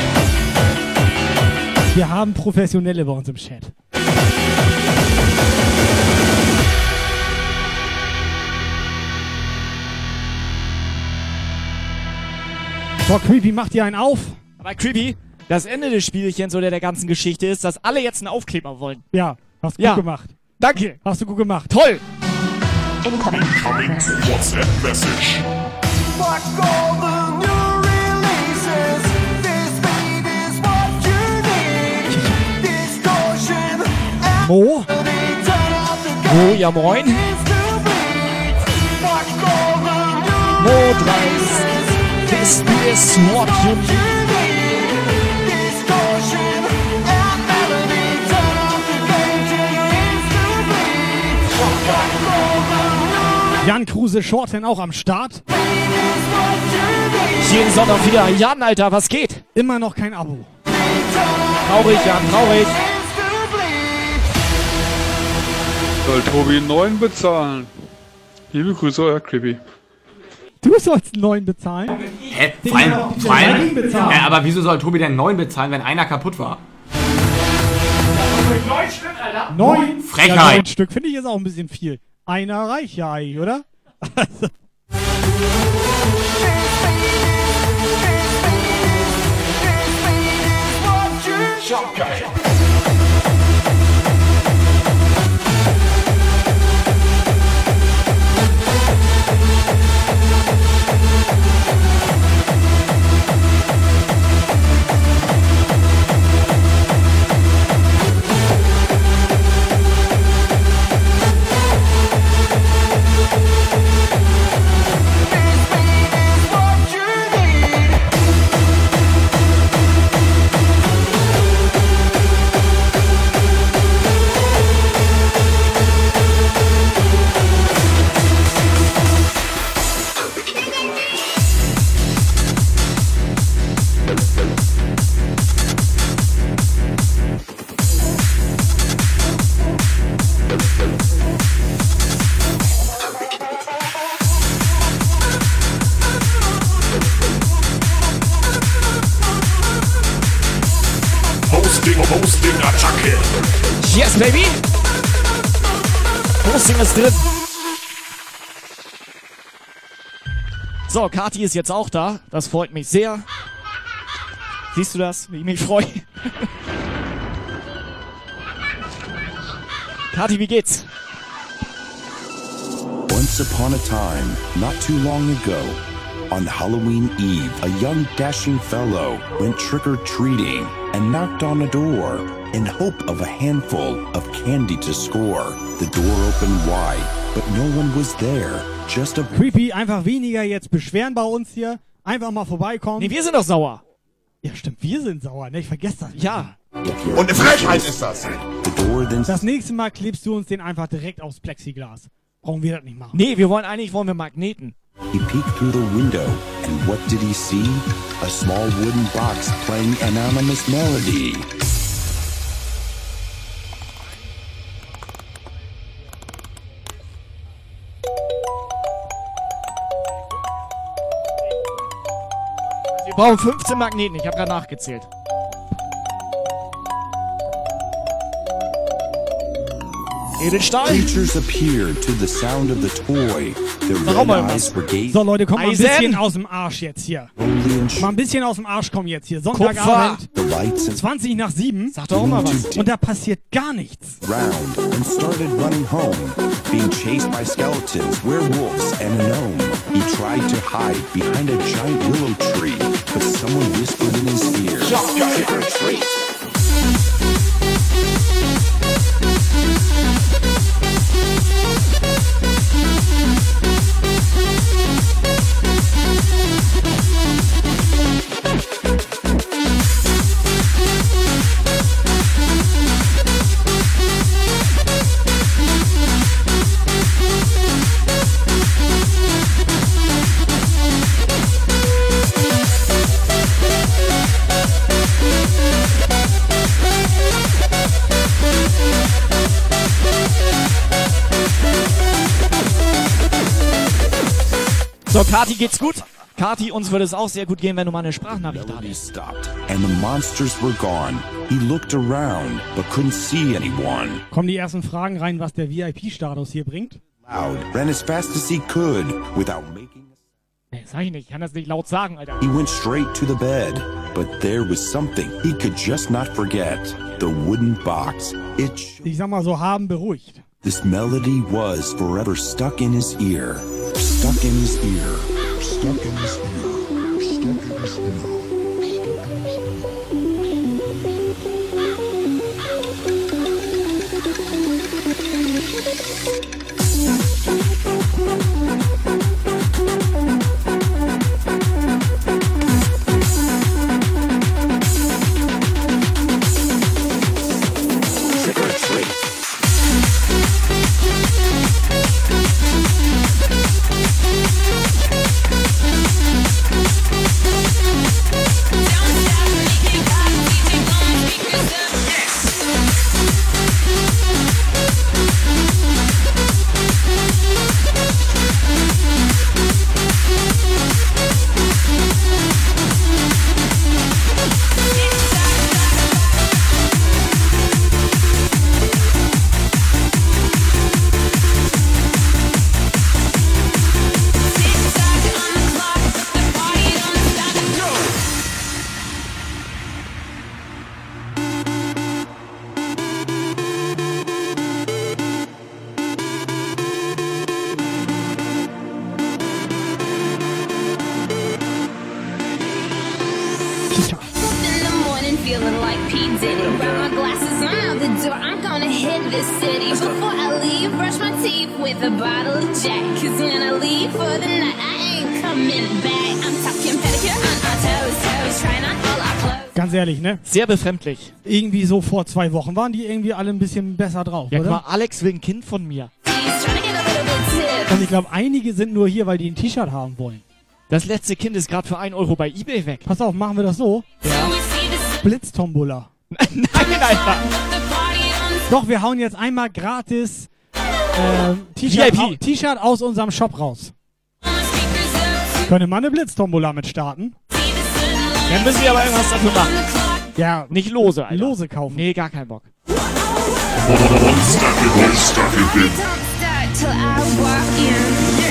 Wir haben Professionelle bei uns im Chat. So, Creepy, mach dir einen auf. Aber Creepy, das Ende des Spielchens oder der ganzen Geschichte ist, dass alle jetzt einen Aufkleber wollen. Ja, hast gut Ja. gemacht. Danke. Hast du gut gemacht. Toll. Incoming WhatsApp message. Watch all the new releases. This beat is what you need. Distortion and Mo? melody. Turn up the Oh, ja moin. gains to beat. Watch all the new Mo 3. This is what you need. distortion and melody. Turn up the gains to beat. Watch all the new Jan Kruse Shorten auch am Start. Jeden Sonntag wieder. Jan, Alter, was geht? Immer noch kein Abo. Traurig, Jan, traurig. Soll Tobi einen neuen bezahlen? Liebe Grüße, euer Creepy. Du sollst einen neuen bezahlen. Hä? Den Vor allem, noch vor allem den bezahlen. aber wieso soll Tobi denn einen neuen bezahlen, wenn einer kaputt war? 9 Stück, Alter. 9? Frechheit. Ja, 9 Stück finde ich jetzt auch ein bisschen viel. Einer reicht ja eigentlich, oder? Hosting, Attacke. Yes, baby! Hosting ist drin. So, Kati ist jetzt auch da. Das freut mich sehr. Siehst du das, wie ich mich freue? Kati, wie geht's? Once upon a time, not too long ago, on Halloween Eve, a young dashing fellow went trick-or-treating and knocked on a door in hope of a handful of candy to score. The door opened wide, but no one was there. Just a Creepy, einfach weniger jetzt beschweren bei uns hier. Einfach mal vorbeikommen. Nee, wir sind doch sauer. Ja, stimmt, wir sind sauer, ne? Ich vergesse das. Ja. Und eine Frechheit ist das. Das nächste Mal klebst du uns den einfach direkt aufs Plexiglas. Brauchen wir das nicht machen. Nee, wollen wir Magneten. He peeked through the window, and what did he see? A small wooden box playing an anonymous melody. Wir brauchen 15 Magneten, ich habe gerade nachgezählt. Edelstahl. Creatures appeared to the sound of the toy. Their red eyes were gazing. So, Leute, kommt mal ein Eisen. bisschen aus dem Arsch jetzt hier. Mal ein bisschen aus dem Arsch kommen jetzt hier. Sonntagabend, The lights and 20 nach 7. Sag doch auch mal was. Und da passiert gar nichts. round and started running home, being chased by skeletons, werewolves, and a gnome. He tried to hide behind a giant willow tree, but someone whispered in his ear, "Trick or treat." So, Kati, geht's gut? Kati, uns würde es auch sehr gut gehen, wenn du mal eine Sprachnachricht da Melody bist. stopped, and the monsters were gone. He looked around, but couldn't see anyone. Kommen die ersten Fragen rein, was der VIP-Status hier bringt? Loud, ran as fast as he could, without making a Nee, sag ich nicht, ich kann das nicht laut sagen, Alter. He went straight to the bed, but there was something he could just not forget. The wooden box. Ich sag mal so, haben beruhigt. This melody was forever stuck in his ear. Stuck in his ear. Stuck in his ear. Stuck in his ear. Trick or treat. In the morning, feeling like P. Diddy. Grab my glasses, I'm out the door. I'm gonna hit this city. Before I leave, brush my teeth with a bottle of Jack. Cause when I leave for the night, I ain't coming back. I'm talking pedicure on our toes, trying on all our clothes. Ganz ehrlich, ne? Sehr befremdlich. Irgendwie so vor 2 Wochen waren die irgendwie alle ein bisschen besser drauf, Ja, oder? guck mal, Alex will ein Kind von mir. Und ich glaube, einige sind nur hier, weil die ein T-Shirt haben wollen. Das letzte Kind ist gerade für 1 Euro bei eBay weg. Pass auf, machen wir das so? Ja. Blitztombola. Nein, Alter. Doch, wir hauen jetzt einmal gratis VIP. T-Shirt aus unserem Shop raus. Könnte mal eine Blitztombola mit starten? Dann müssen wir aber irgendwas dafür machen. Ja, Nicht lose, Alter. Lose kaufen. Nee, gar keinen Bock. Till I walk in.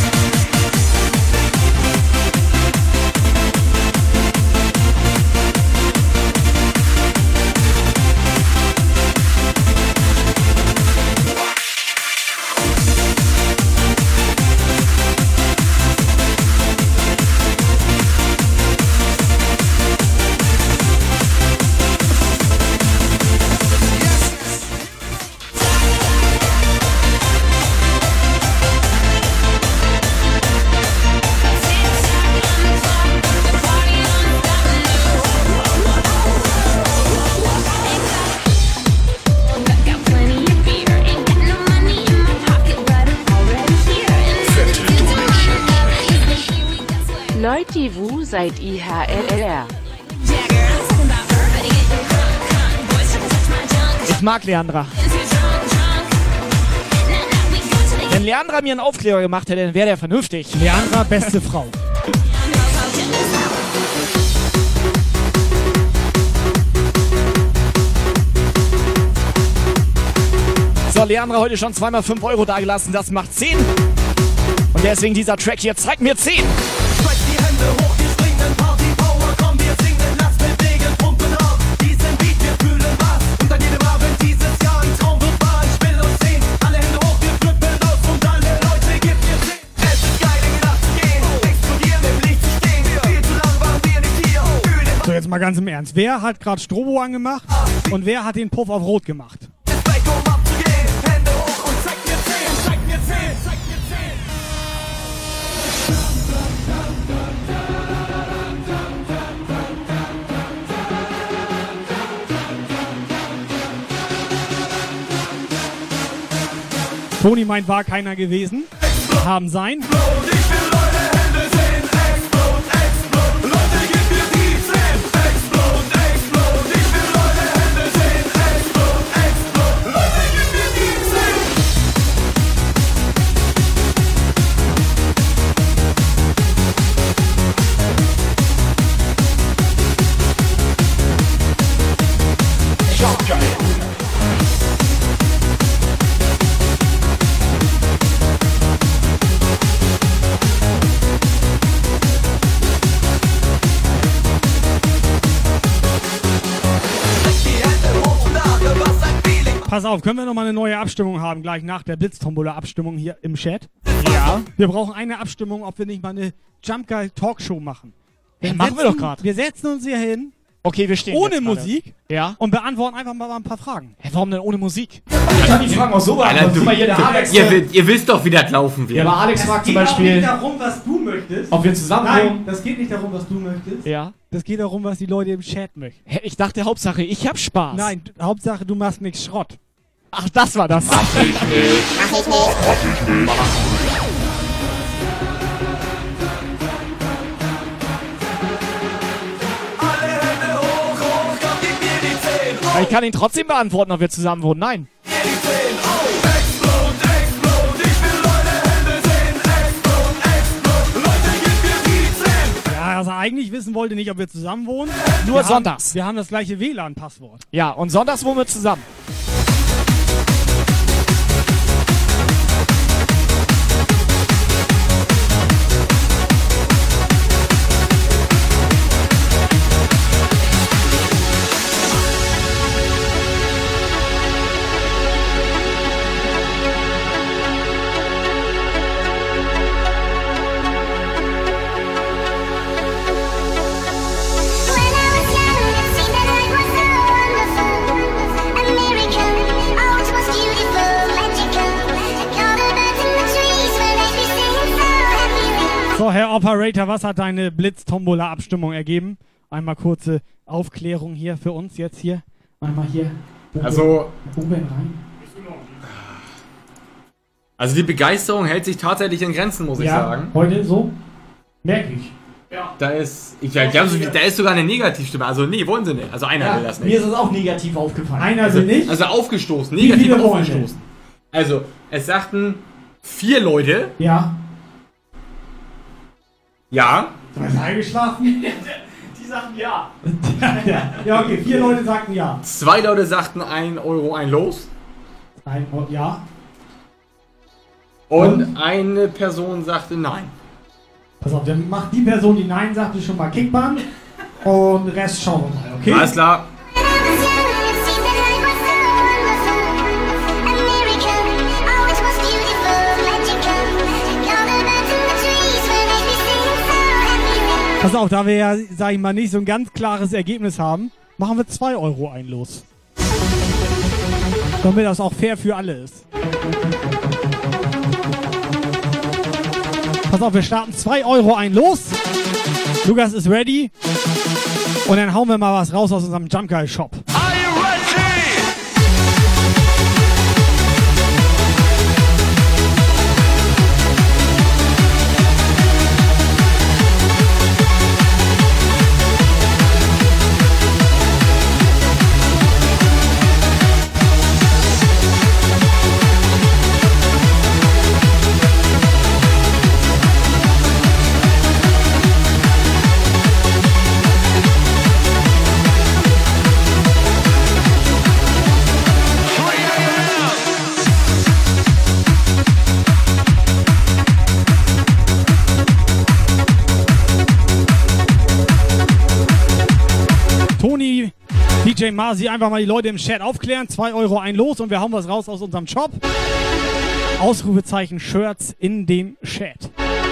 Leute, wo seid IHLLR? Ich mag Leandra. Wenn Leandra mir einen Aufkleber gemacht hätte, dann wäre der vernünftig. Leandra, beste Frau. So, Leandra heute schon zweimal 5 Euro dagelassen, das macht 10. Und deswegen dieser Track hier, zeig mir 10. So, jetzt mal ganz im Ernst. Wer hat gerade Strobo angemacht und wer hat den Puff auf Rot gemacht? Toni meint, war keiner gewesen. Haben sein. Pass auf, können wir noch mal eine neue Abstimmung haben, gleich nach der Blitztombola-Abstimmung hier im Chat? Ja. Wir brauchen eine Abstimmung, ob wir nicht mal eine Jump Guy Talkshow machen. Ja, machen wir doch gerade. Wir setzen uns hier hin. Okay, wir stehen ohne jetzt Musik. Ja. Und beantworten einfach mal ein paar Fragen. Hä, warum denn ohne Musik? Ich kann die Fragen auch so beantworten. Guck mal hier, der Alex. Ihr wisst doch, wie das laufen wird. Ja, aber Alex fragt zum Beispiel, Es geht nicht darum, was du möchtest. ob wir zusammen Nein, wohnen. das geht nicht darum, was du möchtest. Ja. Das geht darum, was die Leute im Chat möchten. Hä, ich dachte, Hauptsache, ich hab Spaß. Nein, Hauptsache, du machst nichts Schrott. Ach, das war das. Mach ich nicht. Mach ich nicht. Aber ich kann ihn trotzdem beantworten, ob wir zusammen wohnen. Nein. Ja, also eigentlich wissen wollte nicht, ob wir zusammen wohnen. Nur sonntags. Wir haben das gleiche WLAN-Passwort. Ja, und sonntags wohnen wir zusammen. So, Herr Operator, was hat deine Blitz-Tombola-Abstimmung ergeben? Einmal kurze Aufklärung hier für uns jetzt hier. Einmal hier. Also, rein. also die Begeisterung hält sich tatsächlich in Grenzen, muss ich sagen. Heute so? Merke ich. Ja. Da ist sogar eine Negativstimme. Also nee, wollen sie nicht. Also einer will das nicht. Mir ist es auch negativ aufgefallen. Einer will nicht? Also aufgestoßen, Wie negativ viele wollen aufgestoßen. Also, es sagten 4 Leute. Ja. Ja. Du hast eingeschlafen? Die sagten ja. Ja, okay, 4 Leute sagten ja. 2 Leute sagten 1 Euro ein Los. Ja. Und eine Person sagte nein. Pass auf, dann macht die Person, die Nein sagte, schon mal Kickbahn. Und den Rest schauen wir mal, okay? Alles klar. Pass auf, da wir ja, sag ich mal, nicht so ein ganz klares Ergebnis haben, machen wir 2 Euro ein Los. Damit das auch fair für alle ist. Pass auf, wir starten 2 Euro ein Los. Lukas ist ready. Und dann hauen wir mal was raus aus unserem Jump Guy Shop. Toni, DJ Masi, einfach mal die Leute im Chat aufklären. 2 Euro ein Los und wir hauen was raus aus unserem Shop. Ausrufezeichen Shirts in dem Chat.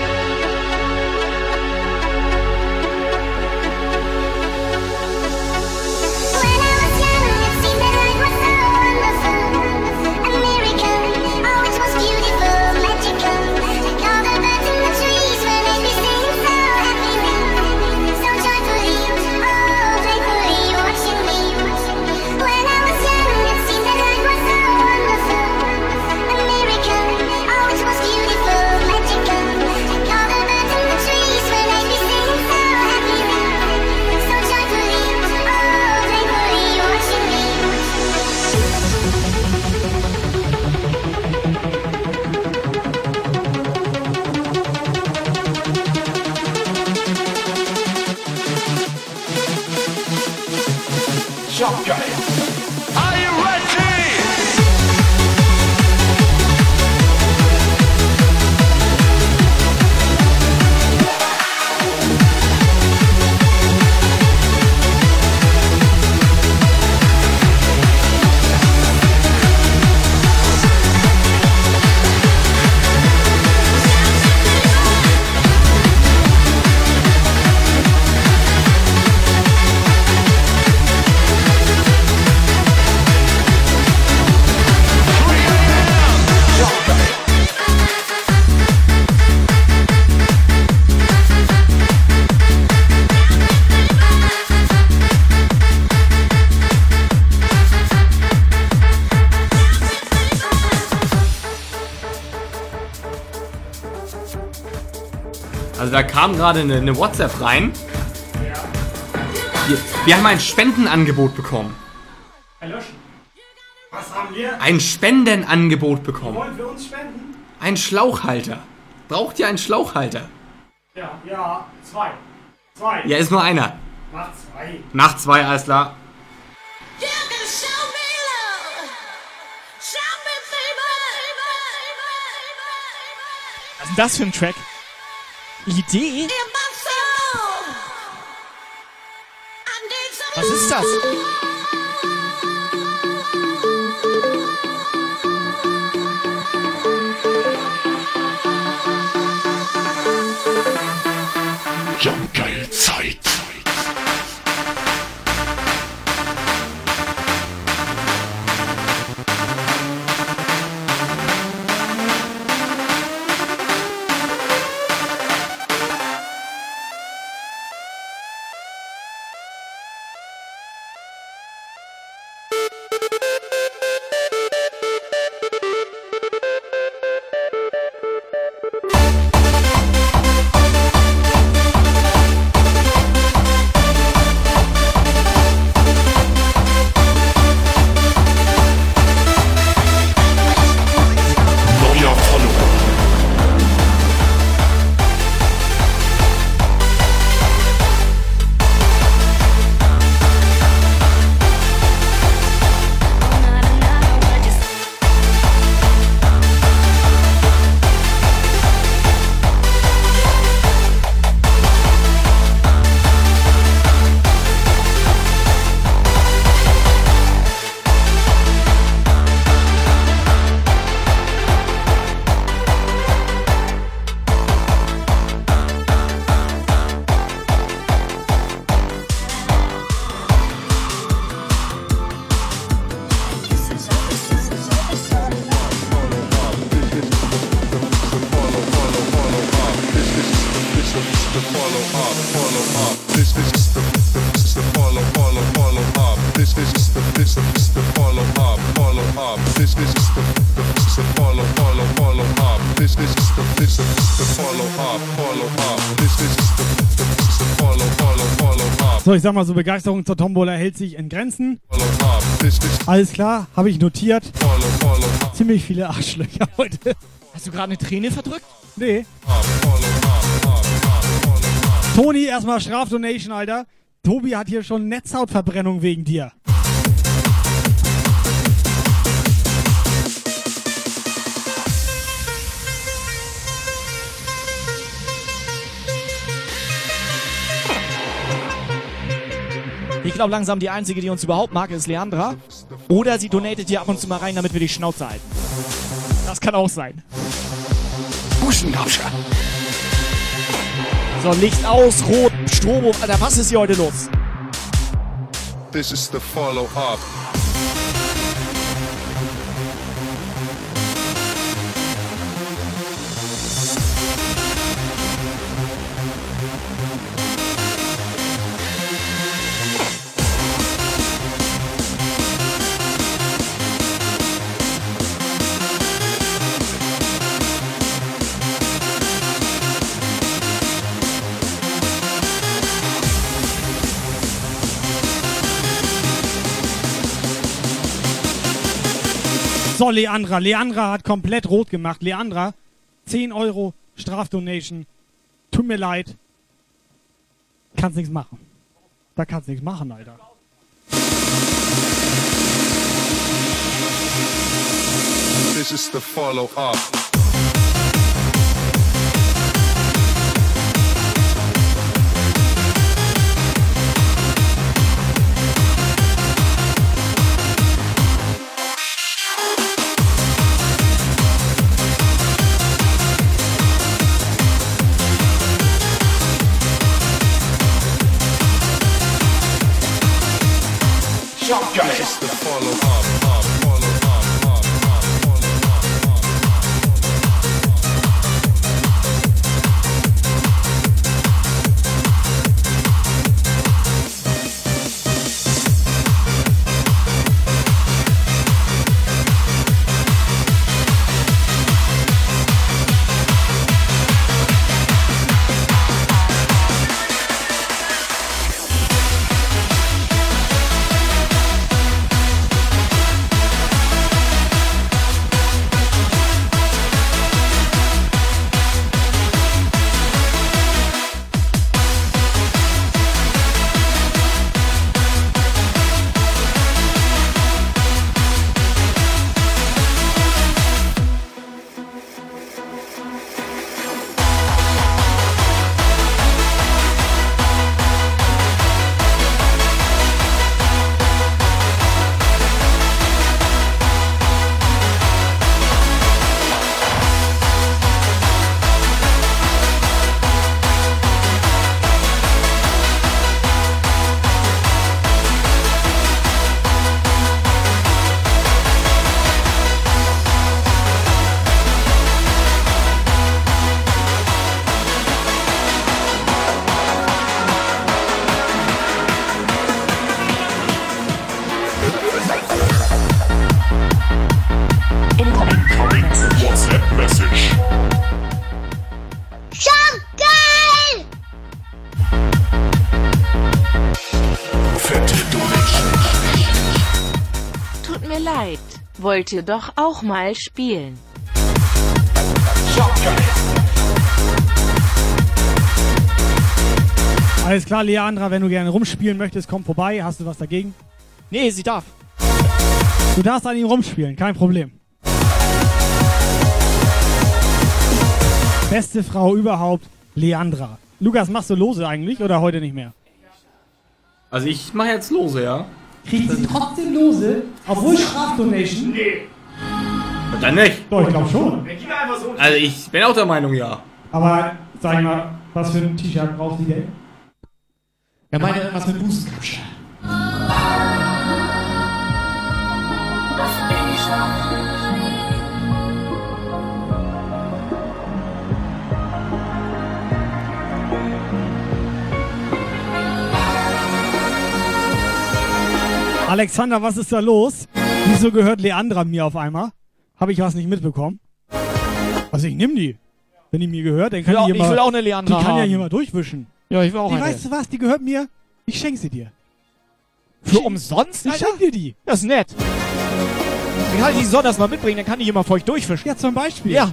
Jump Guy. Are you ready? Also da kam gerade eine WhatsApp rein. Wir haben ein Spendenangebot bekommen. Erlöschen. Was haben wir? Ein Spendenangebot bekommen. Die wollen für uns spenden? Ein Schlauchhalter. Braucht ihr einen Schlauchhalter? Ja, 2. 2. Ja, ist nur einer. Mach 2. Nach 2, alles klar. Was ist denn das für ein Track? Idee? Was ist das? Jump Guy Zeit. is the follow up. This is the follow up. This is the follow up. This is the follow up. So, ich sag mal so, Begeisterung zur Tombola hält sich in Grenzen. Alles klar, habe ich notiert. Ziemlich viele Arschlöcher heute. Hast du gerade eine Träne verdrückt? Nee. Toni, erstmal Strafdonation, Alter. Tobi hat hier schon Netzhautverbrennung wegen dir. Ich glaube langsam, die einzige, die uns überhaupt mag, ist Leandra. Oder sie donatet hier ab und zu mal rein, damit wir die Schnauze halten. Das kann auch sein. Buschengrabscher. So, Licht aus, Rot, Strom. Alter, was ist hier heute los? This is the follow up. So, Leandra. Leandra hat komplett rot gemacht. Leandra, 10 Euro Strafdonation. Tut mir leid. Kannst nichts machen. Da kannst nichts machen, Alter. This is the follow up. This is the follow up. Wollt ihr doch auch mal spielen? Alles klar, Leandra, wenn du gerne rumspielen möchtest, komm vorbei. Hast du was dagegen? Nee, sie darf. Du darfst an ihm rumspielen, kein Problem. Beste Frau überhaupt, Leandra. Lukas, machst du Lose eigentlich oder heute nicht mehr? Also ich mache jetzt Lose, ja. Kriegt sie trotzdem Lose, obwohl Strafdonation? Nee. Dann nicht. Doch, ich glaube schon. Also ich bin auch der Meinung, ja. Aber sag mal, was für ein T-Shirt braucht sie denn? Er meinte irgendwas mit Busengrabscher. Alexander, was ist da los? Wieso gehört Leandra mir auf einmal? Habe ich was nicht mitbekommen? Also ich nehme die. Wenn die mir gehört, dann kann die hier mal... Ich will auch eine Leandra Die kann ja haben. hier mal durchwischen. Ja, ich will auch Die, eine. weißt du was, die gehört mir. Ich schenke sie dir. Für umsonst, Ich Alter? schenke dir die. Das ist nett. Dann kann ich die sonntags mal mitbringen, dann kann die hier mal für euch durchfischen. Ja, zum Beispiel. Ja.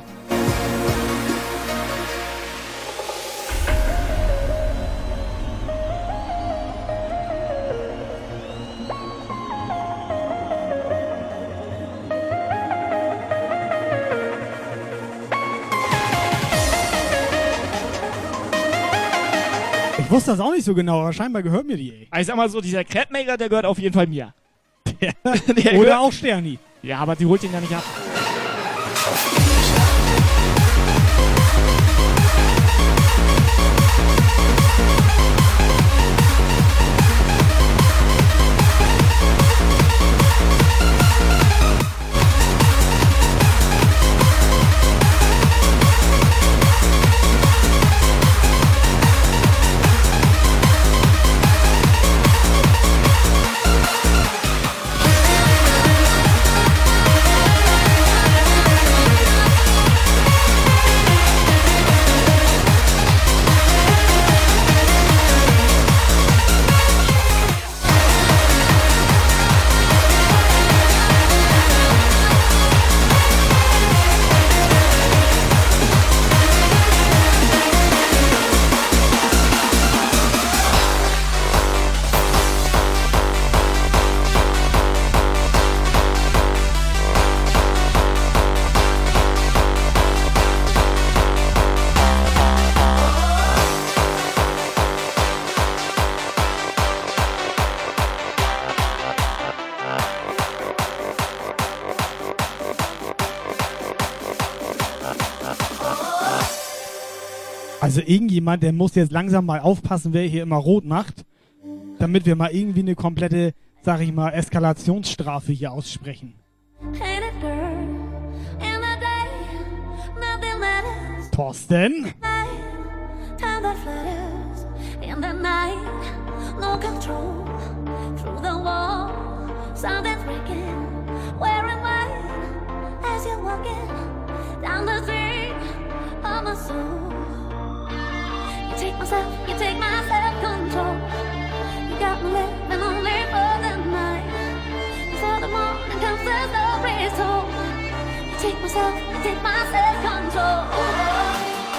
Ich wusste das auch nicht so genau, aber scheinbar gehört mir die, ey. Ich sag mal so, dieser Crabmaker, der gehört auf jeden Fall mir. Oder auch Sterni. Ja, aber die holt ihn ja nicht ab. Also irgendjemand, der muss jetzt langsam mal aufpassen, wer hier immer rot macht, damit wir mal irgendwie eine komplette, sag ich mal, Eskalationsstrafe hier aussprechen. Thorsten? Time that flutters in the night, no control through the wall. Something's breaking, wearing white as you're walking down the street of my soul. You take myself, you take my self-control. You got me living only for the night. Before the morning comes, the story's told. You take myself, you take my self-control.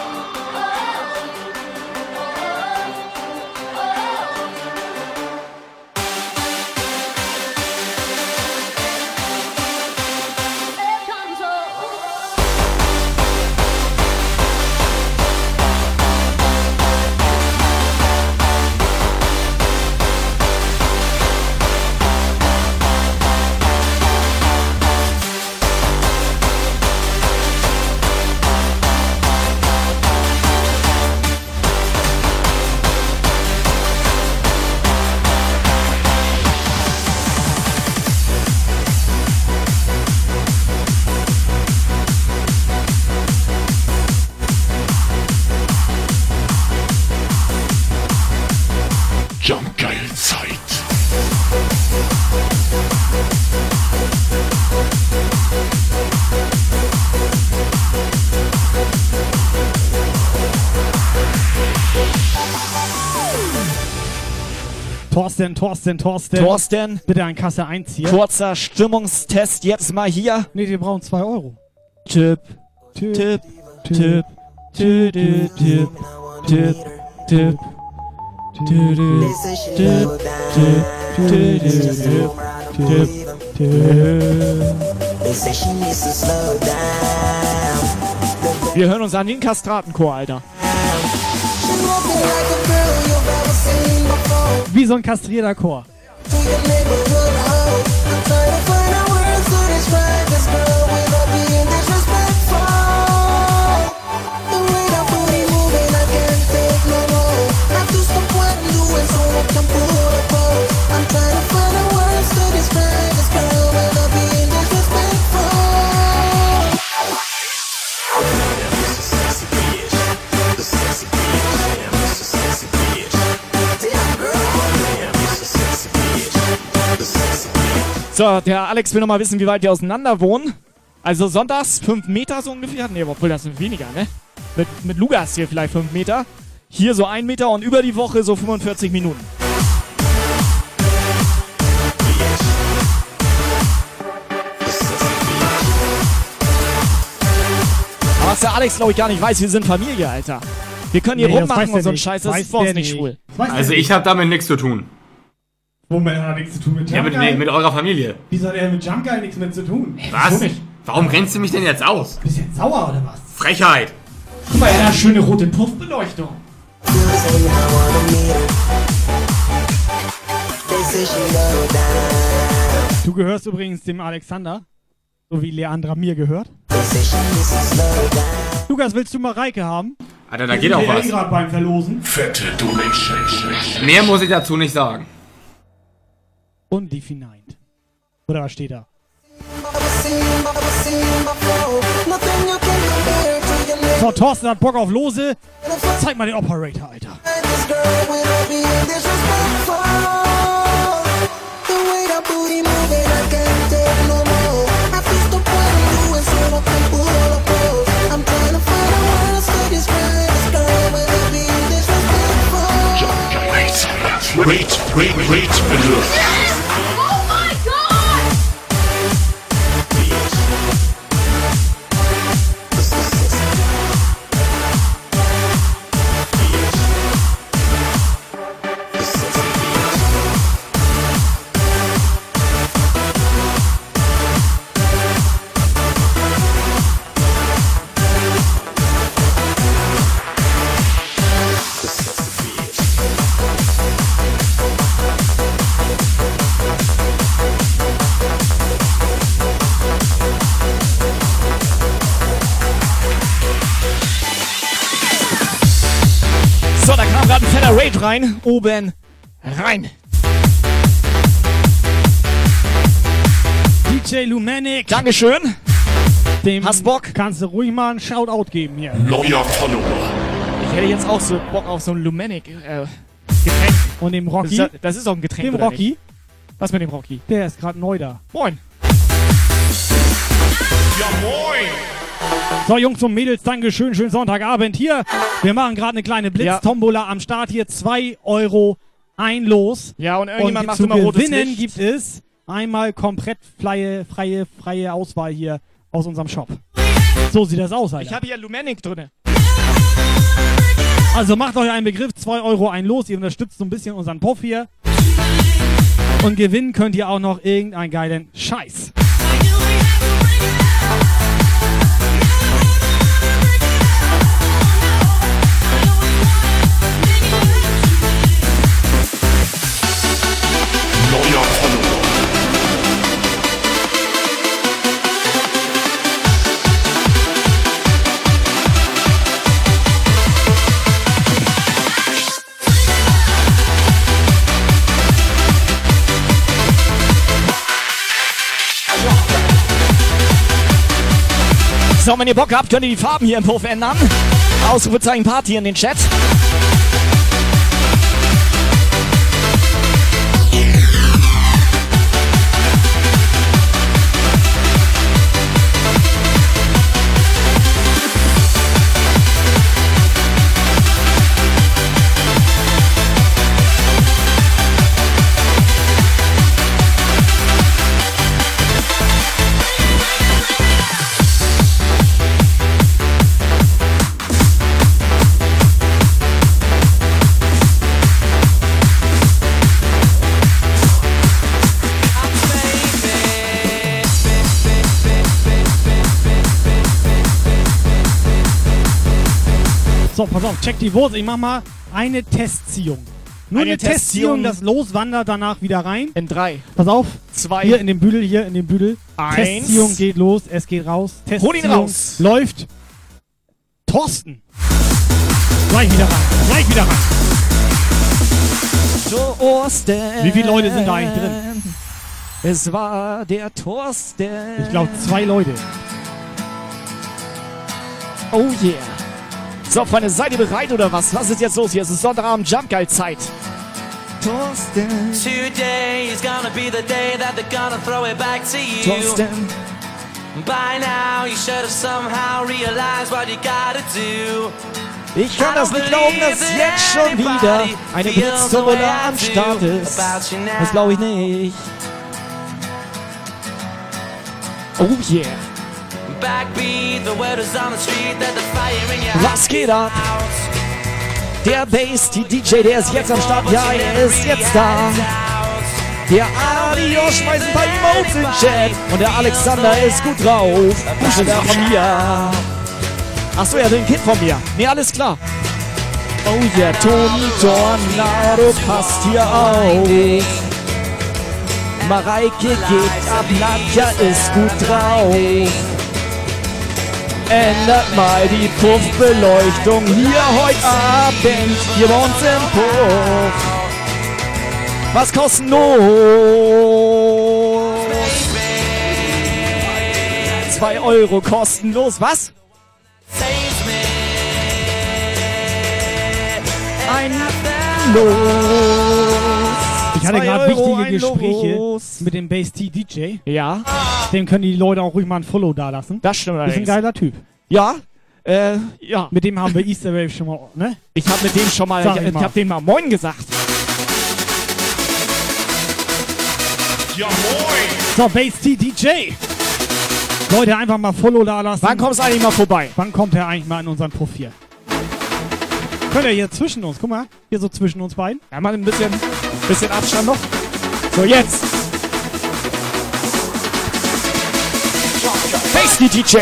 Jumpgeil-Zeit. Thorsten. Bitte an Kasse 1 hier. Kurzer Stimmungstest jetzt mal hier. Nee, wir brauchen 2 Euro. Tipp, Tipp, Tipp, Tipp, Tipp, Tipp, Tipp, Tipp. Wir hören uns an den Kastratenchor, Alter. Wie so ein kastrierter Chor. The sexy So, der Alex will noch mal wissen, wie weit die auseinander wohnen. Also sonntags 5 Meter so ungefähr. Nee, obwohl das sind weniger, ne? Mit Lugas hier vielleicht 5 Meter. Hier so 1 Meter und über die Woche so 45 Minuten. Aber was der Alex, glaube ich, gar nicht weiß, wir sind Familie, Alter. Wir können hier rummachen und so einen Scheiß, das ist für uns nicht schwul. Also ich habe damit nichts zu tun. Womit hat er nichts zu tun mit Ja, Jumpgeil? mit eurer Familie. Wieso hat er mit Jumpgeil nichts mit zu tun? Was? Warum rennst du mich denn jetzt aus? Bist du jetzt sauer oder was? Frechheit. Guck mal, er hat schöne rote Puffbeleuchtung. Du gehörst übrigens dem Alexander, so wie Leandra mir gehört. Lukas, willst du mal Reike haben? Alter, da geht auch was. Gerade beim Verlosen. Fette Donation. Mehr muss ich dazu nicht sagen. Undefined. Oder was steht da? So, Thorsten hat Bock auf Lose. Zeig mal den Operator, Alter. Great Beluft. So, da kam gerade ein fetter Raid rein. Oben rein. DJ Lumanic. Dankeschön. Dem Hast Bock? Kannst du ruhig mal einen Shoutout geben hier. Neuer Follower. Ich hätte jetzt auch so Bock auf so ein Lumanic Getränk. Und dem Rocky. Das ist doch ein Getränk, Dem oder Rocky. nicht? Was mit dem Rocky? Der ist gerade neu da. Moin. Ja, moin. So, Jungs und Mädels, Dankeschön. Schönen Sonntagabend hier. Wir machen gerade eine kleine Blitz-Tombola am Start hier. 2 Euro ein Los. Ja, und irgendjemand macht zu immer rotes gewinnen Licht. gibt es einmal komplett freie Auswahl hier aus unserem Shop. So sieht das aus, Alter. Ich habe hier Lumanic drinne. Also macht euch einen Begriff, 2 Euro ein Los. Ihr unterstützt so ein bisschen unseren Puff hier. Und gewinnen könnt ihr auch noch irgendeinen geilen Scheiß. Neuer Follower. So, wenn ihr Bock habt, könnt ihr die Farben hier im Puff ändern. Ausrufezeichen Party in den Chat. So, pass auf, check die Wurst. Ich mach mal eine Testziehung. Nur eine Testziehung, das Los wandert danach wieder rein. In 3. Pass auf. 2. Hier in dem Büdel, 1. Testziehung geht los, es geht raus. Hol ihn Testziehung raus. läuft. Thorsten. Gleich wieder rein. Thorsten. Wie viele Leute sind da eigentlich drin? Es war der Thorsten. Ich glaube 2 Leute. Oh yeah. So, Freunde, seid ihr bereit oder was? Was ist jetzt los hier? Es ist Sonntagabend Jumpgeil-Zeit. Thorsten. Today is gonna be the day that they're gonna throw it back to you. Thorsten. By now you should have somehow realized what you gotta do. Ich kann das nicht glauben, dass jetzt schon wieder eine Blitzrolle am Start ist. Das glaube ich nicht. Oh yeah. Backbeat, the word is on the street that the fire in your Was geht ab? Der Bass, die DJ, der ist jetzt am Start. Ja, er ist jetzt da. Der Adio schmeißt ein paar Emotes in den Chat. Und der Alexander ist gut drauf. Busche da von mir. Achso, er will ein Kind von mir. Nee, alles klar. Oh yeah, Toni Tornado passt hier auf. Mareike geht ab, Nadja ist gut drauf. Ändert mal die Puffbeleuchtung hier heute Abend, hier bei uns im Puff. Was kostenlos? 2 Euro kostenlos, was? Ein Los. Ich hatte gerade wichtige Gespräche Los. mit dem Bass T DJ. Ja. Dem können die Leute auch ruhig mal ein Follow da lassen. Das stimmt allerdings. Ist ein geiler Typ. Ja. Ja. Mit dem haben wir Easter Wave schon mal, ne? Ich habe mit dem schon mal, ich hab dem mal Moin gesagt. Ja, moin! So, Bass T DJ. Leute, einfach mal Follow da lassen. Wann kommst du eigentlich mal vorbei? Wann kommt er eigentlich mal in unseren Puff hier? Könnt ihr hier zwischen uns, guck mal, hier so zwischen uns beiden. Ja, mal ein bisschen Abstand noch. So, jetzt. Bass T DJ.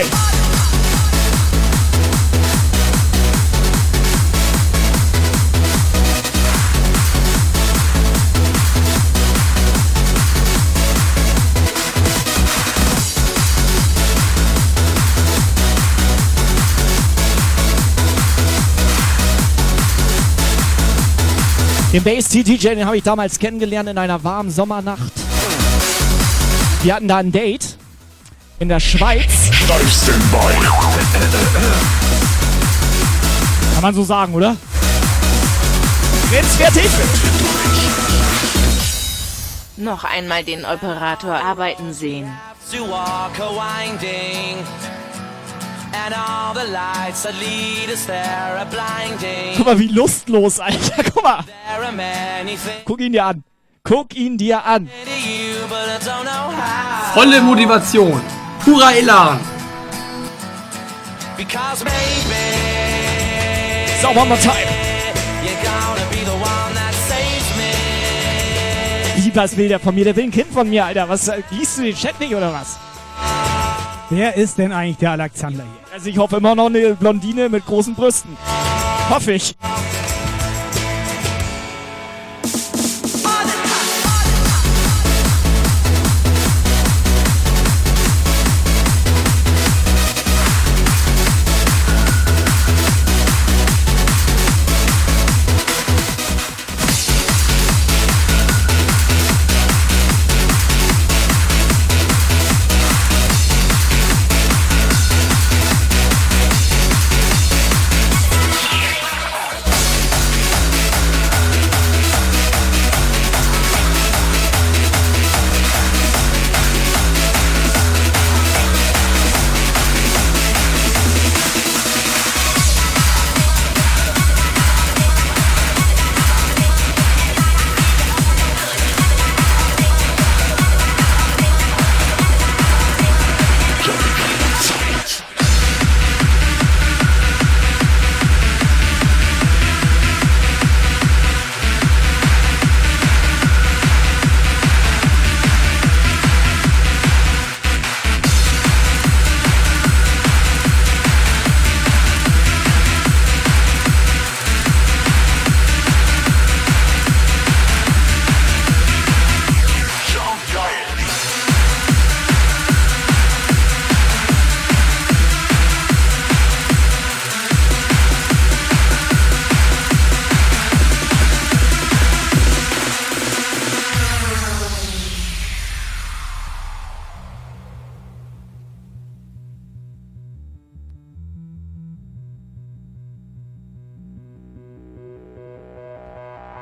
Den Bass T DJ, den habe ich damals kennengelernt in einer warmen Sommernacht. Wir hatten da ein Date in der Schweiz. Kann man so sagen, oder? Grenzwertig. Noch einmal den Operator arbeiten sehen. To walk a winding, and all the lights that lead us there are blinding. Guck mal, wie lustlos, Alter. Guck mal. There are many things Guck ihn dir an. Guck ihn dir an. to you, but I don't know how. Volle Motivation. Purer Elan. Because maybe So, one more time. you're gonna be the one that saves me. Wie, was will der von mir? Der will ein Kind von mir, Alter. Was, liest du den Chat nicht, oder was? Wer ist denn eigentlich der Alexander hier? Also ich hoffe immer noch eine Blondine mit großen Brüsten. Hoffe ich.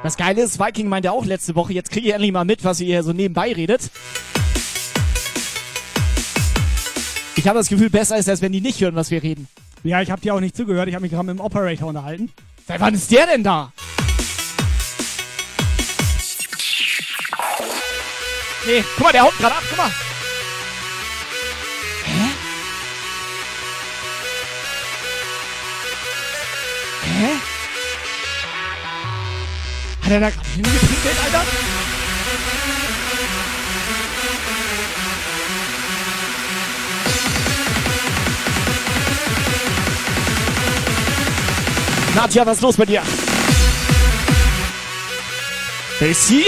Das Geile ist, Viking meinte auch letzte Woche, jetzt kriege ich endlich mal mit, was ihr hier so nebenbei redet. Ich habe das Gefühl, besser ist, als wenn die nicht hören, was wir reden. Ja, ich habe dir auch nicht zugehört. Ich habe mich gerade mit dem Operator unterhalten. Seit wann ist der denn da? Nee, guck mal, der haut gerade ab, guck mal. Hä? Hä? Hat er da gerade hingepinkelt, Alter? Nadja, was ist los bei dir? Bessie?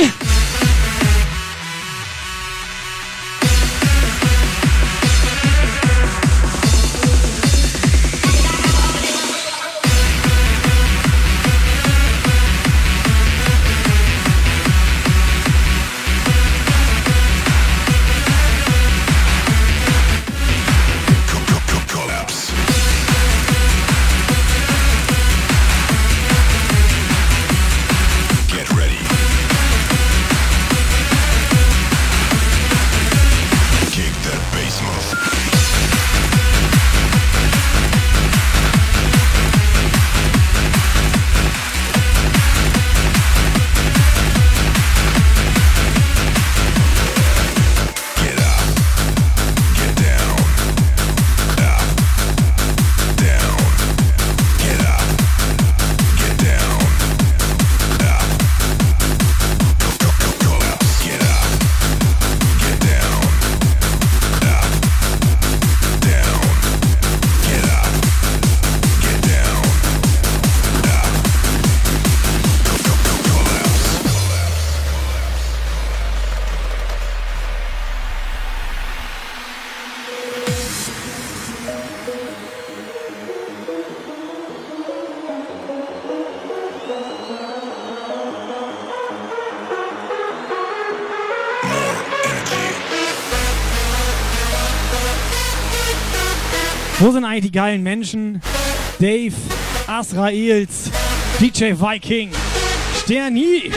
Wo sind eigentlich die geilen Menschen? Dave, Azraels, DJ Viking, Sterni.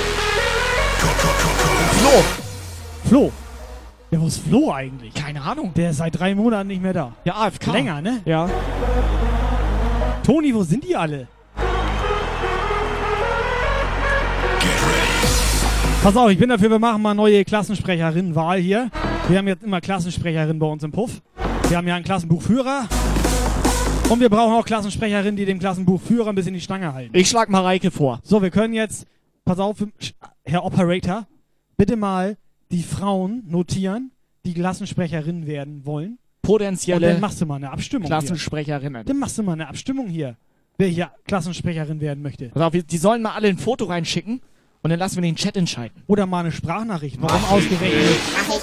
Flo. Ja, wo ist Flo eigentlich? Keine Ahnung. Der ist seit 3 Monaten nicht mehr da. Ja, AFK. Länger, ne? Ja. Toni, wo sind die alle? Pass auf, ich bin dafür, wir machen mal neue Klassensprecherinnenwahl hier. Wir haben jetzt immer Klassensprecherinnen bei uns im Puff. Wir haben ja einen Klassenbuchführer. Und wir brauchen auch Klassensprecherinnen, die dem Klassenbuchführer ein bisschen die Stange halten. Ich schlag Mareike vor. So, wir können jetzt, pass auf, Herr Operator, bitte mal die Frauen notieren, die Klassensprecherinnen werden wollen. Potenzielle Und dann machst du mal eine Abstimmung Klassensprecherinnen. hier. Dann machst du mal eine Abstimmung hier, wer hier Klassensprecherin werden möchte. Pass auf, die sollen mal alle ein Foto reinschicken und dann lassen wir den Chat entscheiden. Oder mal eine Sprachnachricht. Warum ausgerechnet?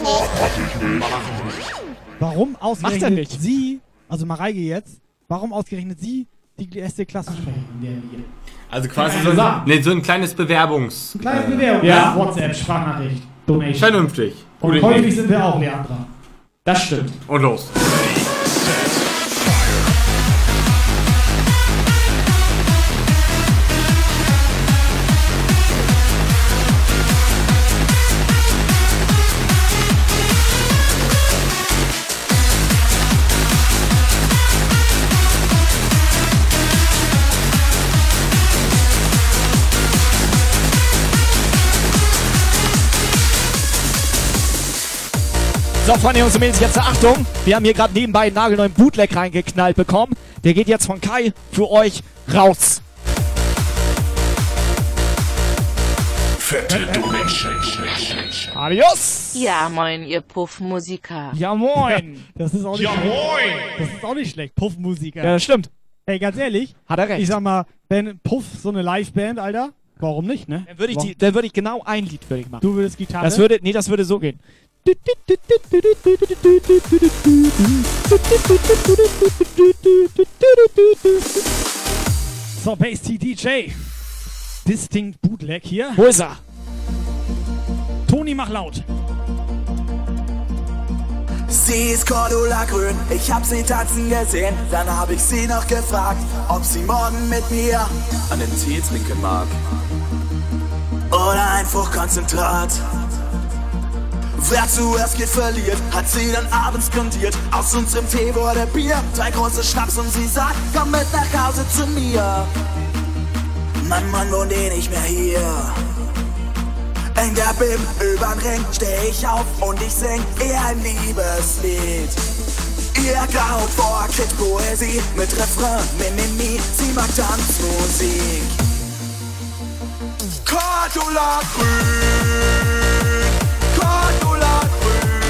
Warum ausgerechnet sie, also Mareike jetzt, warum ausgerechnet sie die erste Klassensprecherin werden hier? Also quasi so ein kleines Bewerbungs... Ein kleines Bewerbungs... Ja. WhatsApp, Sprachnachricht, Donation. Vernünftig. Und häufig sind wir auch Leandra. Das stimmt. Und los. So, Freunde, Jungs und Mädels, jetzt Achtung. Wir haben hier gerade nebenbei einen nagelneuen Bootleg reingeknallt bekommen. Der geht jetzt von Kai für euch raus. Fette Donation. Adios. Ja, moin, ihr Puffmusiker. Ja, moin. Das ist auch nicht schlecht. Das ist auch nicht schlecht, Puffmusiker. Ja, das stimmt. Ey, ganz ehrlich. Hat er recht. Ich sag mal, wenn Puff so eine Liveband, Alter, warum nicht, ne? Dann würde ich genau ein Lied machen. Du würdest Gitarre? Das würde so gehen. So, Bass T DJ. Distinct Bootleg hier. Wo ist er? Toni, mach laut. Sie ist Cordula Grün, ich hab sie tanzen gesehen. Dann hab ich sie noch gefragt, ob sie morgen mit mir an den Tee trinken mag. oder ein Fruchtkonzentrat. Wer zuerst geht, verliert, hat sie dann abends skandiert. Aus unserem Tee wurde Bier, 3 große Schnaps und sie sagt, komm mit nach Hause zu mir. Mein Mann wohnt eh nicht mehr hier. In der Bim übern Ring steh ich auf und ich sing ihr ein Liebeslied. Ihr graut vor Kid-Poesie mit Refrain, Mimimi, sie mag Tanzmusik. Cordula grün, Cordula grün,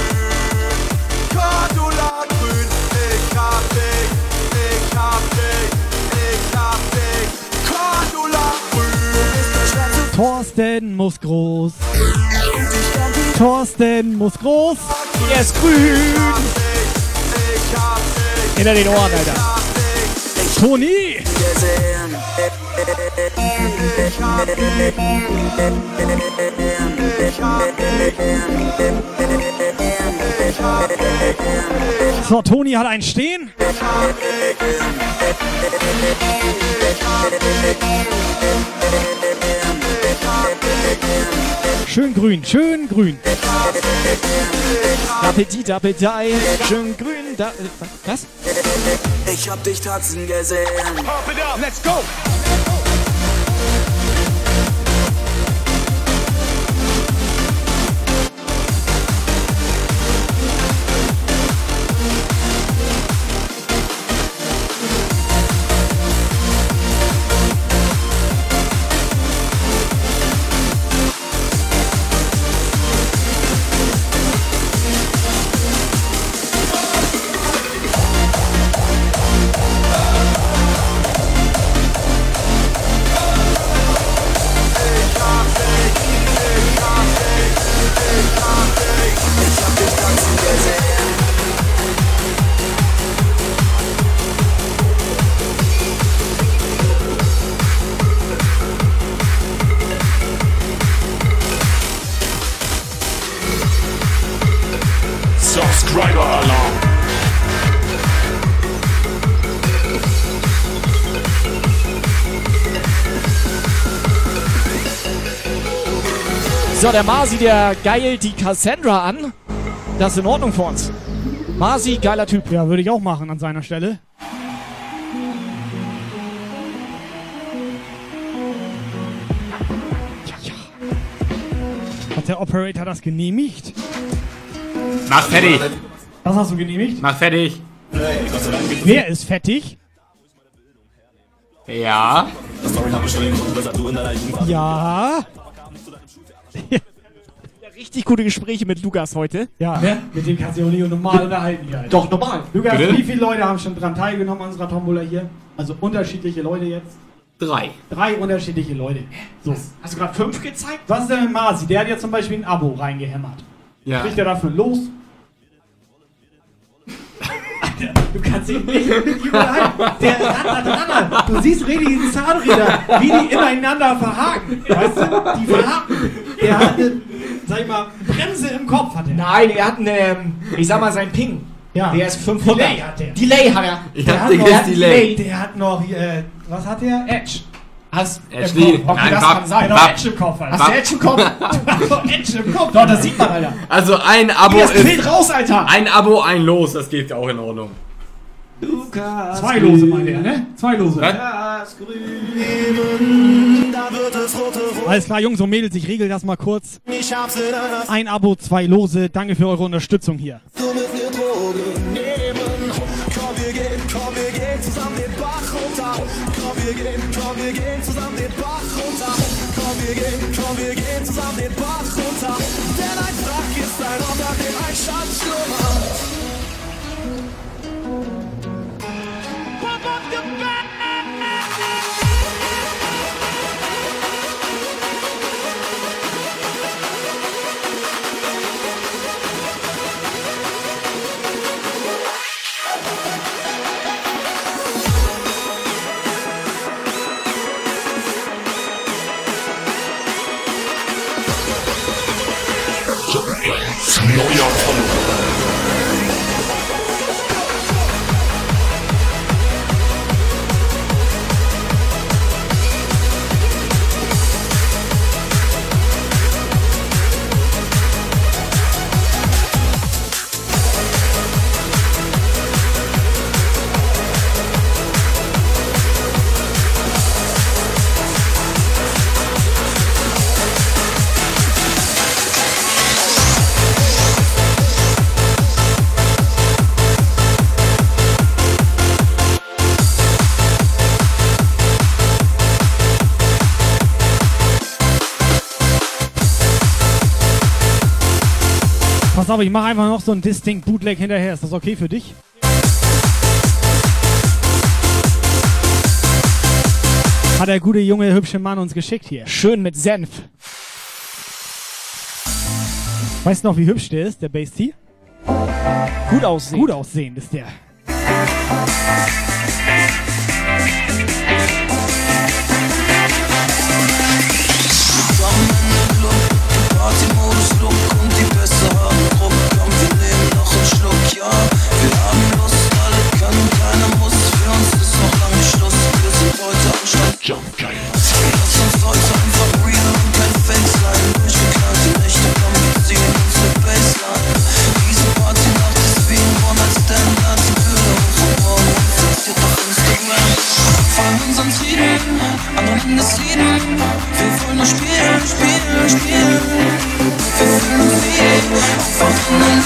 Cordula grün. Ich hab dich, ich hab dich, ich hab dich. Cordula grün. Thorsten muss groß. Thorsten muss groß. Er ist grün. Hinter den Ohren, Alter. Toni! So, Toni hat einen Stehen. Schön grün, schön grün. Appeti, Appetei, schön grün. Was? Ich hab dich tanzen gesehen. Pump it up, let's go! Subscriber Alarm. So, der Marzi, der geilt die Cassandra an. Das ist in Ordnung für uns. Marzi, geiler Typ. Ja, würde ich auch machen an seiner Stelle. Ja. Hat der Operator das genehmigt? Mach fertig. Was hast du genehmigt? Mach fertig. Wer ist fettig? Ja. Ja. Richtig gute Gespräche mit Lukas heute. Ja, ne? Mit dem kannst du auch nicht normal unterhalten hier. Doch, normal. Lukas, Bitte? wie viele Leute haben schon dran teilgenommen an unserer Tombola hier? Also unterschiedliche Leute jetzt? 3. 3 unterschiedliche Leute. So. Hast du gerade 5 gezeigt? Was ist denn mit Marzi? Der hat jetzt zum Beispiel ein Abo reingehämmert. Ja. Kriegt er dafür los? Du kannst ihn nicht überall. Der rattert. Du siehst richtig die Zahnräder, wie die ineinander verhaken. Weißt du? Die verhaken. Der hat eine, sag ich mal, Bremse im Kopf hat er. Nein, er hat eine, ich sag mal, sein Ping. Ja. Der ist 500. Delay hat der. Delay hat er. Ich Der hab den hat Delay. Der hat noch, was hat der? Edge. Hast Edge, okay, nein, das Bab, kann sein. Noch Edge im Kopf, Alter. Hast du Edge im Kopf? Edge im Kopf. Doch, das sieht man, Alter. Also ein Abo Das ist... quillt raus, Alter. Ein Abo, ein Los, das geht auch in Ordnung. Lukas. 2 Lose, meint er, ne? 2 Lose. Alles klar, Jungs und Mädels, ich regel das mal kurz. Ein Abo, 2 Lose. Danke für eure Unterstützung hier. Komm, wir gehen zusammen den Bach runter. Komm, wir gehen zusammen den Bach runter. Komm, wir gehen zusammen den Bach runter. Denn ein Frack ist ein Ort, an dem ein Schatz schlummert. Pump up the band. Neuer Follower. Pass auf, ich mache einfach noch so ein Distinct Bootleg hinterher. Ist das okay für dich? Hat der gute, junge, hübsche Mann uns geschickt hier. Schön mit Senf. Weißt du noch, wie hübsch der ist, der Bass-T? Gut aussehen. Gut aussehen ist der. Partymodus Look und die Bässe haben Druck. Komm, wir nehmen noch einen Schluck, ja. Wir haben Lust, alle können, keiner muss. Für uns ist noch lange Schluss. Wir sind heute am Start. Lass uns heute einfach real und kein Fake sein. Durchgeknallte Nächte, komm, wir ziehen unsere Bassline. Diese Partynacht ist wie ein One-Night-Stand. Die Bilder von morgen fixiert auf Instagram. Folgen uns ans Reden, anderen in das Lieden. Wir wollen nur spielen, spielen, spielen. Wir fühlen uns wie einfach in ein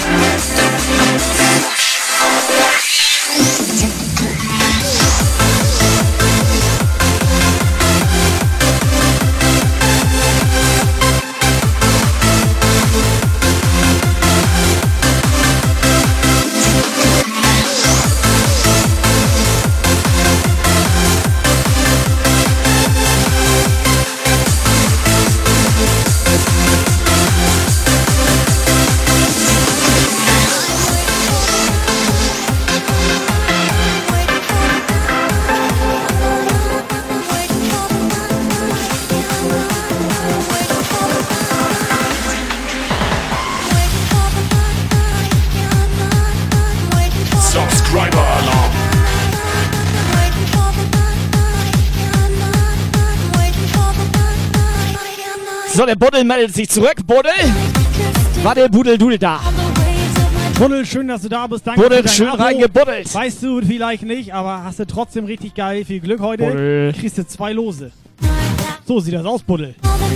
So, der Buddel meldet sich zurück. Buddel! War der Buddel-Dudel da? Buddel, schön, dass du da bist. Danke Buddel, für dein schön Abo. reingebuddelt. Weißt du vielleicht nicht, aber hast du trotzdem richtig geil. Viel Glück heute. Buddel. Kriegst du 2 Lose. So sieht das aus, Buddel.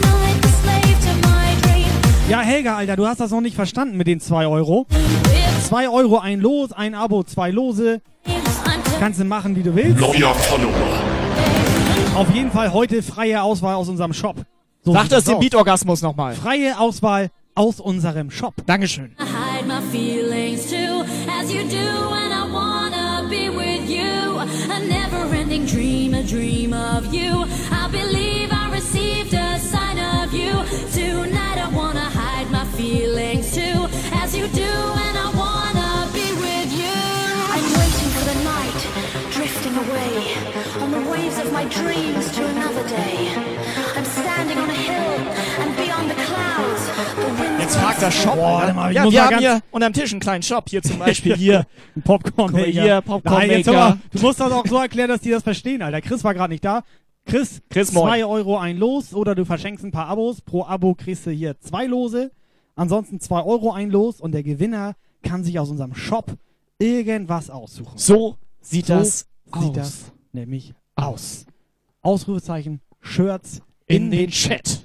Ja, Helga, Alter, du hast das noch nicht verstanden mit den 2 Euro. 2 Euro ein Los, ein Abo, 2 Lose. Kannst du machen, wie du willst. Neuer Follower. Auf jeden Fall heute freie Auswahl aus unserem Shop. So Sag sieht das dem aus. Beat-Orgasmus nochmal. Freie Auswahl aus unserem Shop. Dankeschön. Hide my feelings too, as you do, and I wanna be with you. A never-ending dream, a dream of you. I believe I received a sign of you. Tonight I wanna hide my feelings too, as you do, and I wanna be with you. I'm waiting for the night, drifting away on the waves of my dreams to another day. I'm standing on a hill and beyond the clouds. The wind Jetzt fragt der Shop. Boah, warte mal, ich ja, muss wir mal haben ganz- hier unterm Tisch einen kleinen Shop. Hier zum Beispiel. Hier, ein Popcorn-Maker. Hier, Popcorn-Maker. Nein, jetzt hör mal, du musst das auch so erklären, dass die das verstehen, Alter. Chris war gerade nicht da. Chris, moin. 2 Euro ein Los oder du verschenkst ein paar Abos. Pro Abo kriegst du hier 2 Lose. Ansonsten 2 Euro ein Los und der Gewinner kann sich aus unserem Shop irgendwas aussuchen. So sieht So das sieht aus. das nämlich aus. Ausrufezeichen, Shirts In den Chat.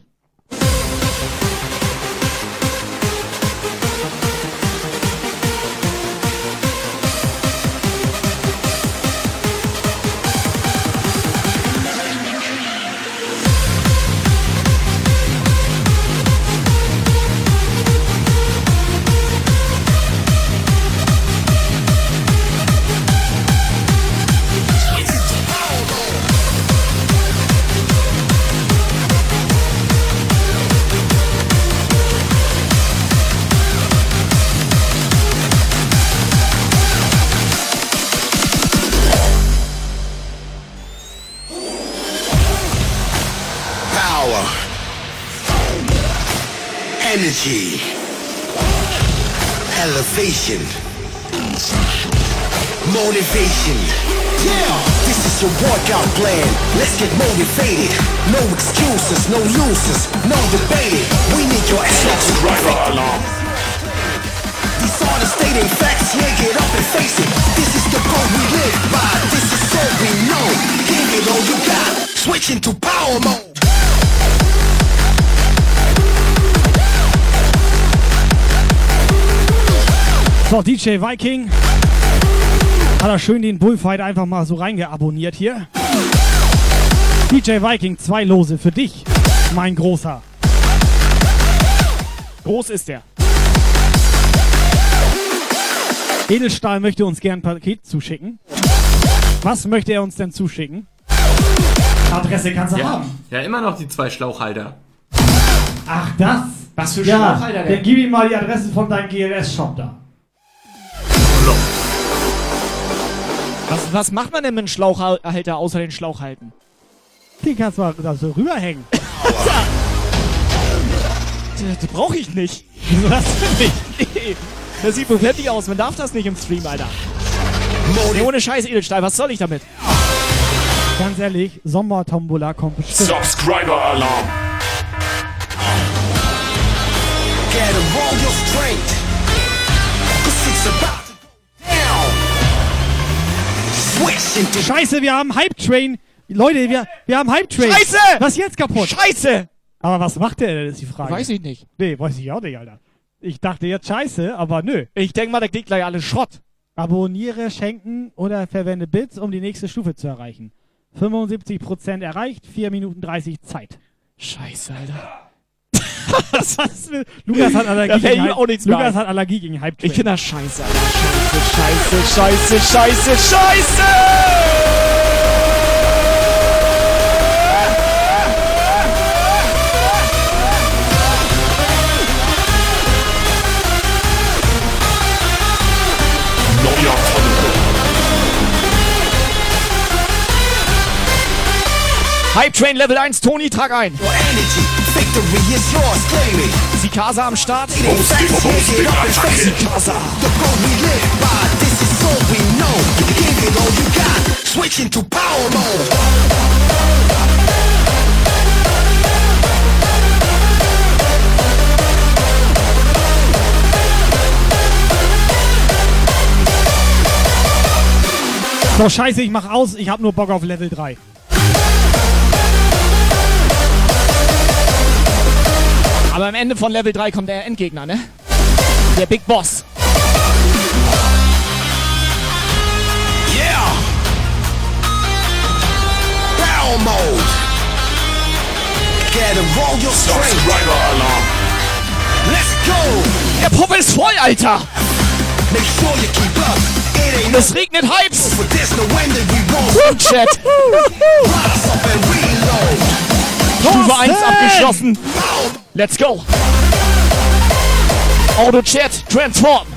Power. Energy. Elevation. Motivation. Yeah, this is your workout plan. Let's get motivated. No excuses, no losers, no debating. We need your ass. Driver alarm. These are the stating facts. Yeah, get up and face it. This is the code we live by. This is all we know. Give it all you got. Switch into power mode. So, DJ Viking hat er schön den Bullfight einfach mal so reingeabonniert hier. DJ Viking, 2 Lose für dich, mein Großer. Groß ist der. Edelstahl möchte uns gern ein Paket zuschicken. Was möchte er uns denn zuschicken? Adresse kannst du haben. Ja, immer noch die 2 Schlauchhalter. Ach, das? Was für Ja, Schlauchhalter dann denn? gib ihm mal die Adresse von deinem GLS-Shop da. Was macht man denn mit einem Schlauchhalter außer den Schlauchhalten? Den kannst du mal da so rüberhängen. Die brauche ich nicht. Wieso hast du nicht? Nee. Das sieht fertig aus. Man darf das nicht im Stream, Alter. Nee, ohne Scheiß, Edelstahl. Was soll ich damit? Ganz ehrlich, Sommer-Tombola kommt bestimmt. Subscriber-Alarm. Get a roll your strength. 'Cause it's about to down. Switch into Scheiße, wir haben Hype-Train. Leute, wir haben Hype-Train. Scheiße! Was ist jetzt kaputt? Scheiße! Aber was macht der denn, ist die Frage. Weiß ich nicht. Nee, weiß ich auch nicht, Alter. Ich dachte jetzt Scheiße, aber nö. Ich denke mal, der kriegt gleich alles Schrott. Abonniere, schenken oder verwende Bits, um die nächste Stufe zu erreichen. 75% erreicht, 4 Minuten 30 Zeit. Scheiße, Alter. Was Lukas hat Allergie Da fällt gegen ihm auch nichts mehr Lukas ein. hat Allergie gegen Hype-Train. Ich finde das scheiße, Alter. Scheiße. Hype Train Level 1, Toni, trag ein. your energy. Victory is yours, claim it. Sikasa am Start. It ain't facts, take it up and face it. Sikasa. The road we live by, this is all we know. Give it all you got, switch into power mode. So, scheiße, ich mach aus, ich hab nur Bock auf Level 3. Aber am Ende von Level 3 kommt der Endgegner, ne? Der Big Boss. Yeah! Power mode. Get a roll your strength. Subscriber-Alarm. Let's go. Der Puppe ist voll, Alter. Make sure you keep up. It ain't Es regnet Hypes. but there's no end that we won't. Chat. Rise up and reload. Stufe 1 abgeschlossen. Let's go. Auto-Chat, transform.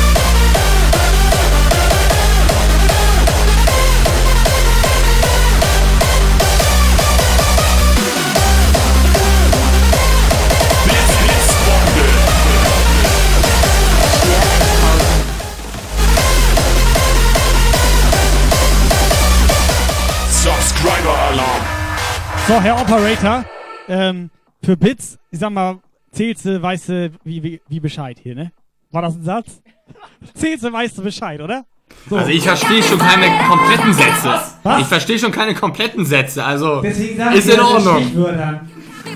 Subscriber-Alarm. So, Herr Operator, für Bits, ich sag mal, zählst du, weißt du, wie Bescheid hier, ne? War das ein Satz? Zählst du, weißt du Bescheid, oder? So. Also ich verstehe schon keine kompletten Sätze. Was? Ich verstehe schon keine kompletten Sätze, also Deswegen sag ist ich in dir, Ordnung. Stichwörtern.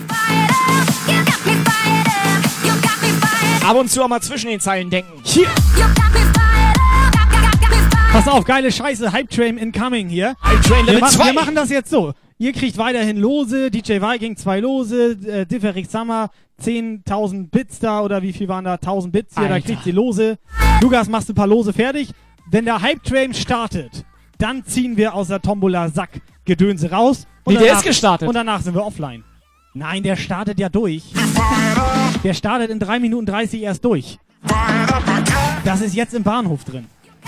Ab und zu auch mal zwischen den Zeilen denken. Hier. Pass auf, geile Scheiße, Hype Train incoming hier. Hype Train Level 2. Wir machen das jetzt so. Ihr kriegt weiterhin Lose, DJ Viking 2 Lose, Differix Summer 10.000 Bits da, oder wie viel waren da? 1.000 Bits hier, da Alter. kriegt ihr Lose. Lukas, machst du ein paar Lose fertig. Wenn der Hype Train startet, dann ziehen wir aus der Tombola Sack-Gedönse raus. Und Nee, der danach- ist gestartet. Und danach sind wir offline. Nein, der startet ja durch. Der startet in 3 Minuten 30 erst durch. Das ist jetzt im Bahnhof drin.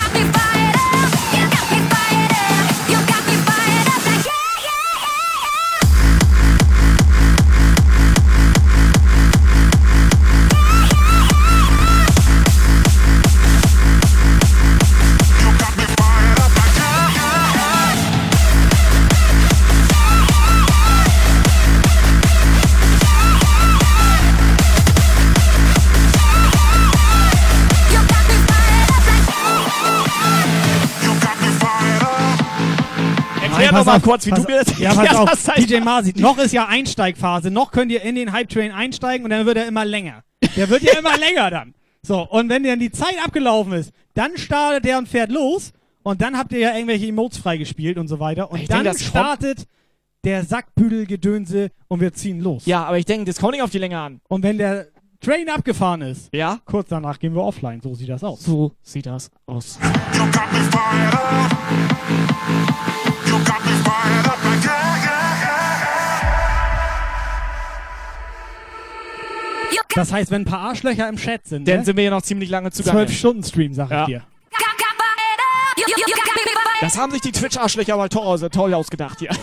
Erklär doch mal kurz, wie du mir das Ja, pass erklärt auf, hast, Alter. DJ Marzi, noch ist ja Einsteigphase, noch könnt ihr in den Hype Train einsteigen und dann wird er immer länger. Der wird ja immer länger dann. So, und wenn dann die Zeit abgelaufen ist, dann startet der und fährt los und dann habt ihr ja irgendwelche Emotes freigespielt und so weiter und Ich dann denk, das startet der Sackbüdelgedönse und wir ziehen los. Ja, aber ich denke, das kommt nicht auf die Länge an. Und wenn der Train abgefahren ist. Ja. Kurz danach gehen wir offline. So sieht das aus. So sieht das aus. Das heißt, wenn ein paar Arschlöcher im Chat sind, Dann ne? sind wir ja noch ziemlich lange zugange. 12-Stunden-Stream, sag ich dir. Das haben sich die Twitch-Arschlöcher mal toll ausgedacht hier.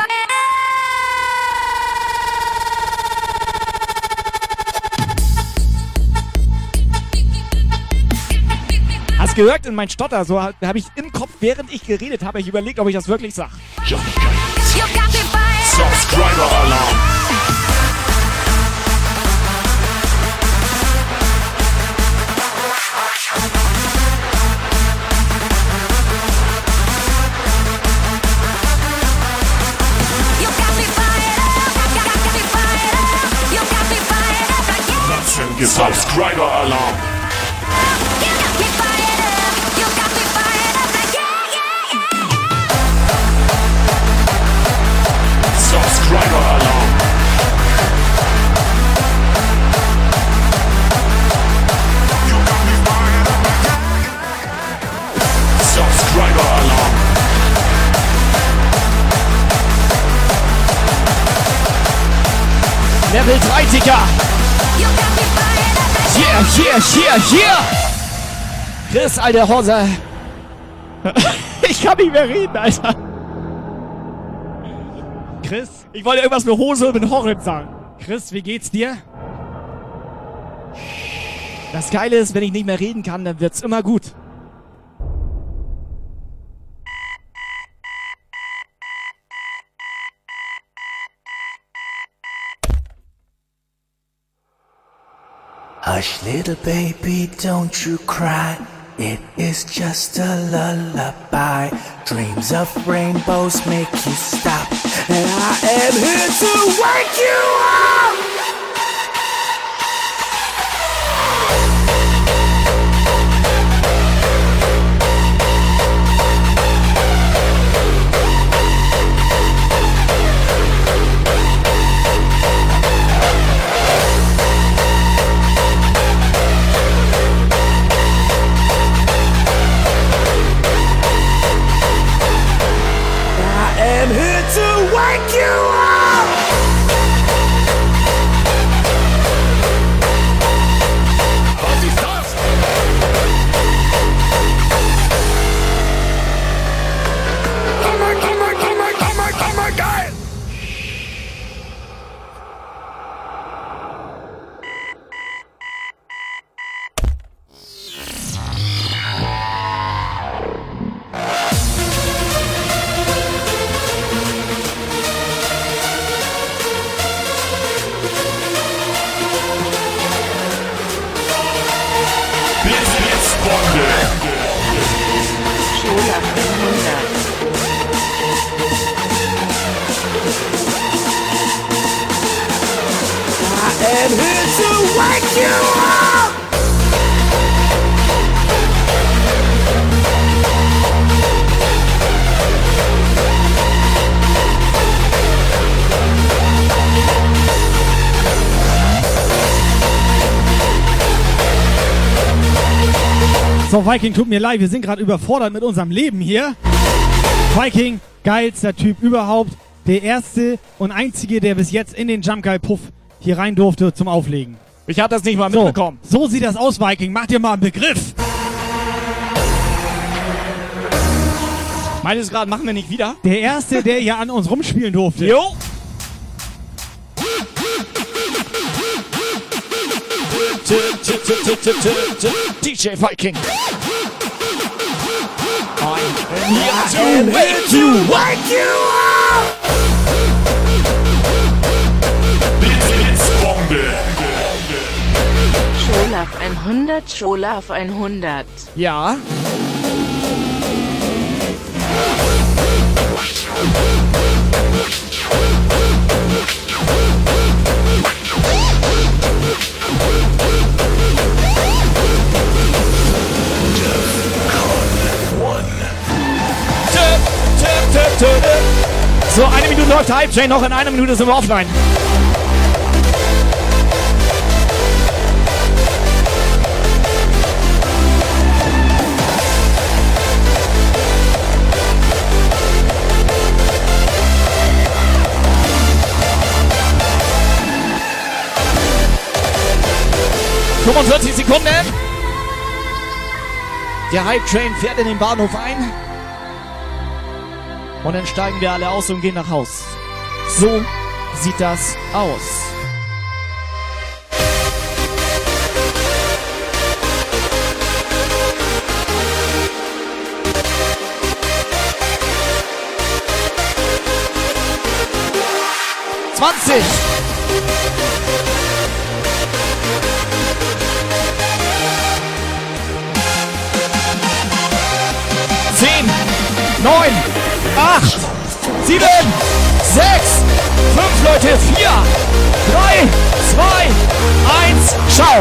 Hast gehört in mein Stotter, so habe ich im Kopf, während ich geredet habe, ich überlegt, ob ich das wirklich sag. Subscriber Alarm. Subscriber Alarm. Subscriber Alarm. Subscriber Alarm. Level 3, Digga. Yeah. Chris, alter Hose. Ich kann nicht mehr reden, Alter. Chris? Ich wollte irgendwas mit Hose mit Horror sagen. Chris, wie geht's dir? Das Geile ist, wenn ich nicht mehr reden kann, dann wird's immer gut. Hush, little baby, don't you cry. It is just a lullaby. Dreams of rainbows make you stop. And I am here to wake you up. I'm here to wake you up. Was ist das? Hammer, geil! Schola 500. I am here to wake you up. So, Viking, tut mir leid, wir sind gerade überfordert mit unserem Leben hier. Viking, geilster Typ überhaupt. Der erste und einzige, der bis jetzt in den Jump Guy Puff hier rein durfte zum Auflegen. Ich hab das nicht mal mitbekommen. So sieht das aus, Viking. Mach dir mal einen Begriff. Meines gerade machen wir nicht wieder? Der erste, der hier an uns rumspielen durfte. Jo. DJ Viking. I'm here to wake you up. Scholaf 100, Scholaf 100. Ja. So, 1 Minute läuft Hype Train, noch in 1 Minute sind wir offline. 45 Sekunden. Der Hype Train fährt in den Bahnhof ein. Und dann steigen wir alle aus und gehen nach Haus. So sieht das aus. »20! 10, 9, 8, 7, 6, 5 Leute, 4, 3, 2, 1, schau!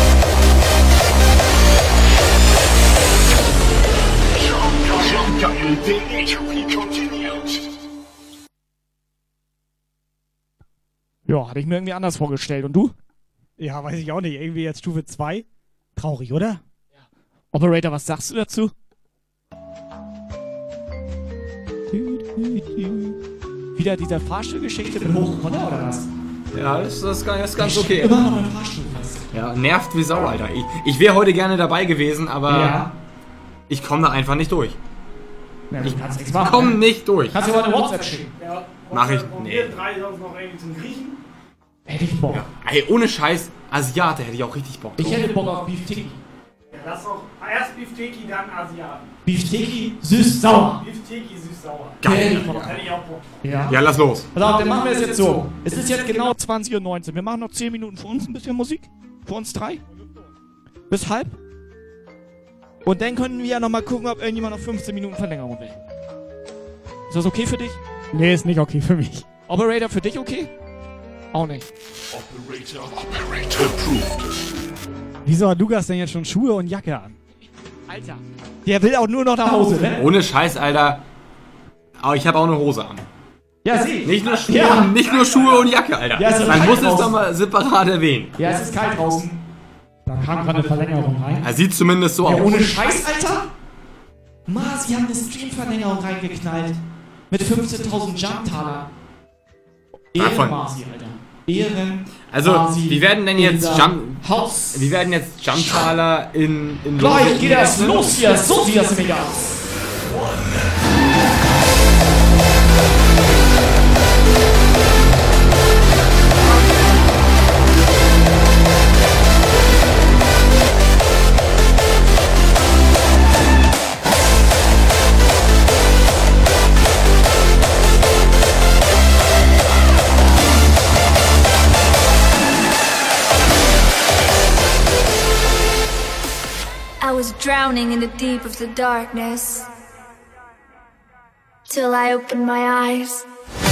Ja, hatte ich mir irgendwie anders vorgestellt. Und du? Ja, weiß ich auch nicht. Irgendwie jetzt Stufe 2. Traurig, oder? Ja. Operator, was sagst du dazu? Wieder dieser Fahrstuhlgeschichte mit hoch runter, oder was? Ja, das ist ganz okay. Immer noch im Fahrstuhl fast. Ja, nervt wie Sau, Alter. Ich wäre heute gerne dabei gewesen, aber Ja. ich komme da einfach nicht durch. Ja, Ich kannst nichts machen, komme ne? nicht durch. Kannst du mal eine WhatsApp schicken? Ja. Mach ich. Und Nee. wir drei sonst noch irgendwie zum Griechen. Hätte ich Bock. Ja. Ey, ohne Scheiß, Asiate hätte ich auch richtig Bock drauf. Ich hätte Bock auf Beef Tiki. Ja, lass doch erst Beefteki, dann Asiaten. Beef Tiki, süß-sauer. Beefteki, süß-sauer. Geil. Hätte ich auch Bock. Ja. Ja, lass los. Pass auf, dann machen wir es jetzt so. Es ist jetzt genau 20:19 Uhr. Wir machen noch 10 Minuten für uns ein bisschen Musik. Für uns drei. Bis halb. Und dann können wir ja nochmal gucken, ob irgendjemand noch 15 Minuten Verlängerung will. Ist das okay für dich? Nee, ist nicht okay für mich. Operator, für dich okay? Auch nicht. Operator approved. Wieso hat Lukas denn jetzt schon Schuhe und Jacke an? Alter. Der will auch nur noch nach Hause, ne? Ohne Scheiß, Alter. Aber ich habe auch eine Hose an. Ja, sieh. Nicht nur Schuhe, Ja. nicht nur Schuhe und Jacke, Alter. Ja, es ist Man kalt muss es draußen. doch mal separat erwähnen. Ja, es ist kalt draußen. Da kam gerade eine Verlängerung rein. Er sieht zumindest so Ja, aus. ohne Scheiß, Alter. Sie haben eine Streamverlängerung reingeknallt. Mit 15.000 Jump-Taler. Davon. Ehrenmasi, Alter. Ehren. Also, wie werden denn jetzt Haus? Wie werden jetzt Jumptaler in Gleich geht das los hier. So sieht das nämlich aus. I was drowning in the deep of the darkness till I opened my eyes.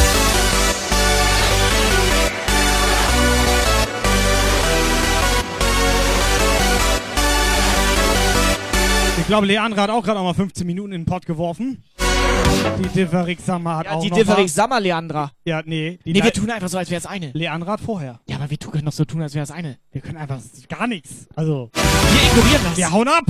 Ich glaube, Leandra hat auch gerade noch mal 15 Minuten in den Pott geworfen. Die Differik Sammer hat Ja, auch die noch Differik mal. Sammer, Leandra. Ja, nee. Nee, wir tun einfach so, als wäre es eine. Leandra hat vorher. Ja, aber wir können doch so tun, als wäre es eine. Wir können einfach gar nichts. Also. Wir ignorieren das. Wir hauen ab.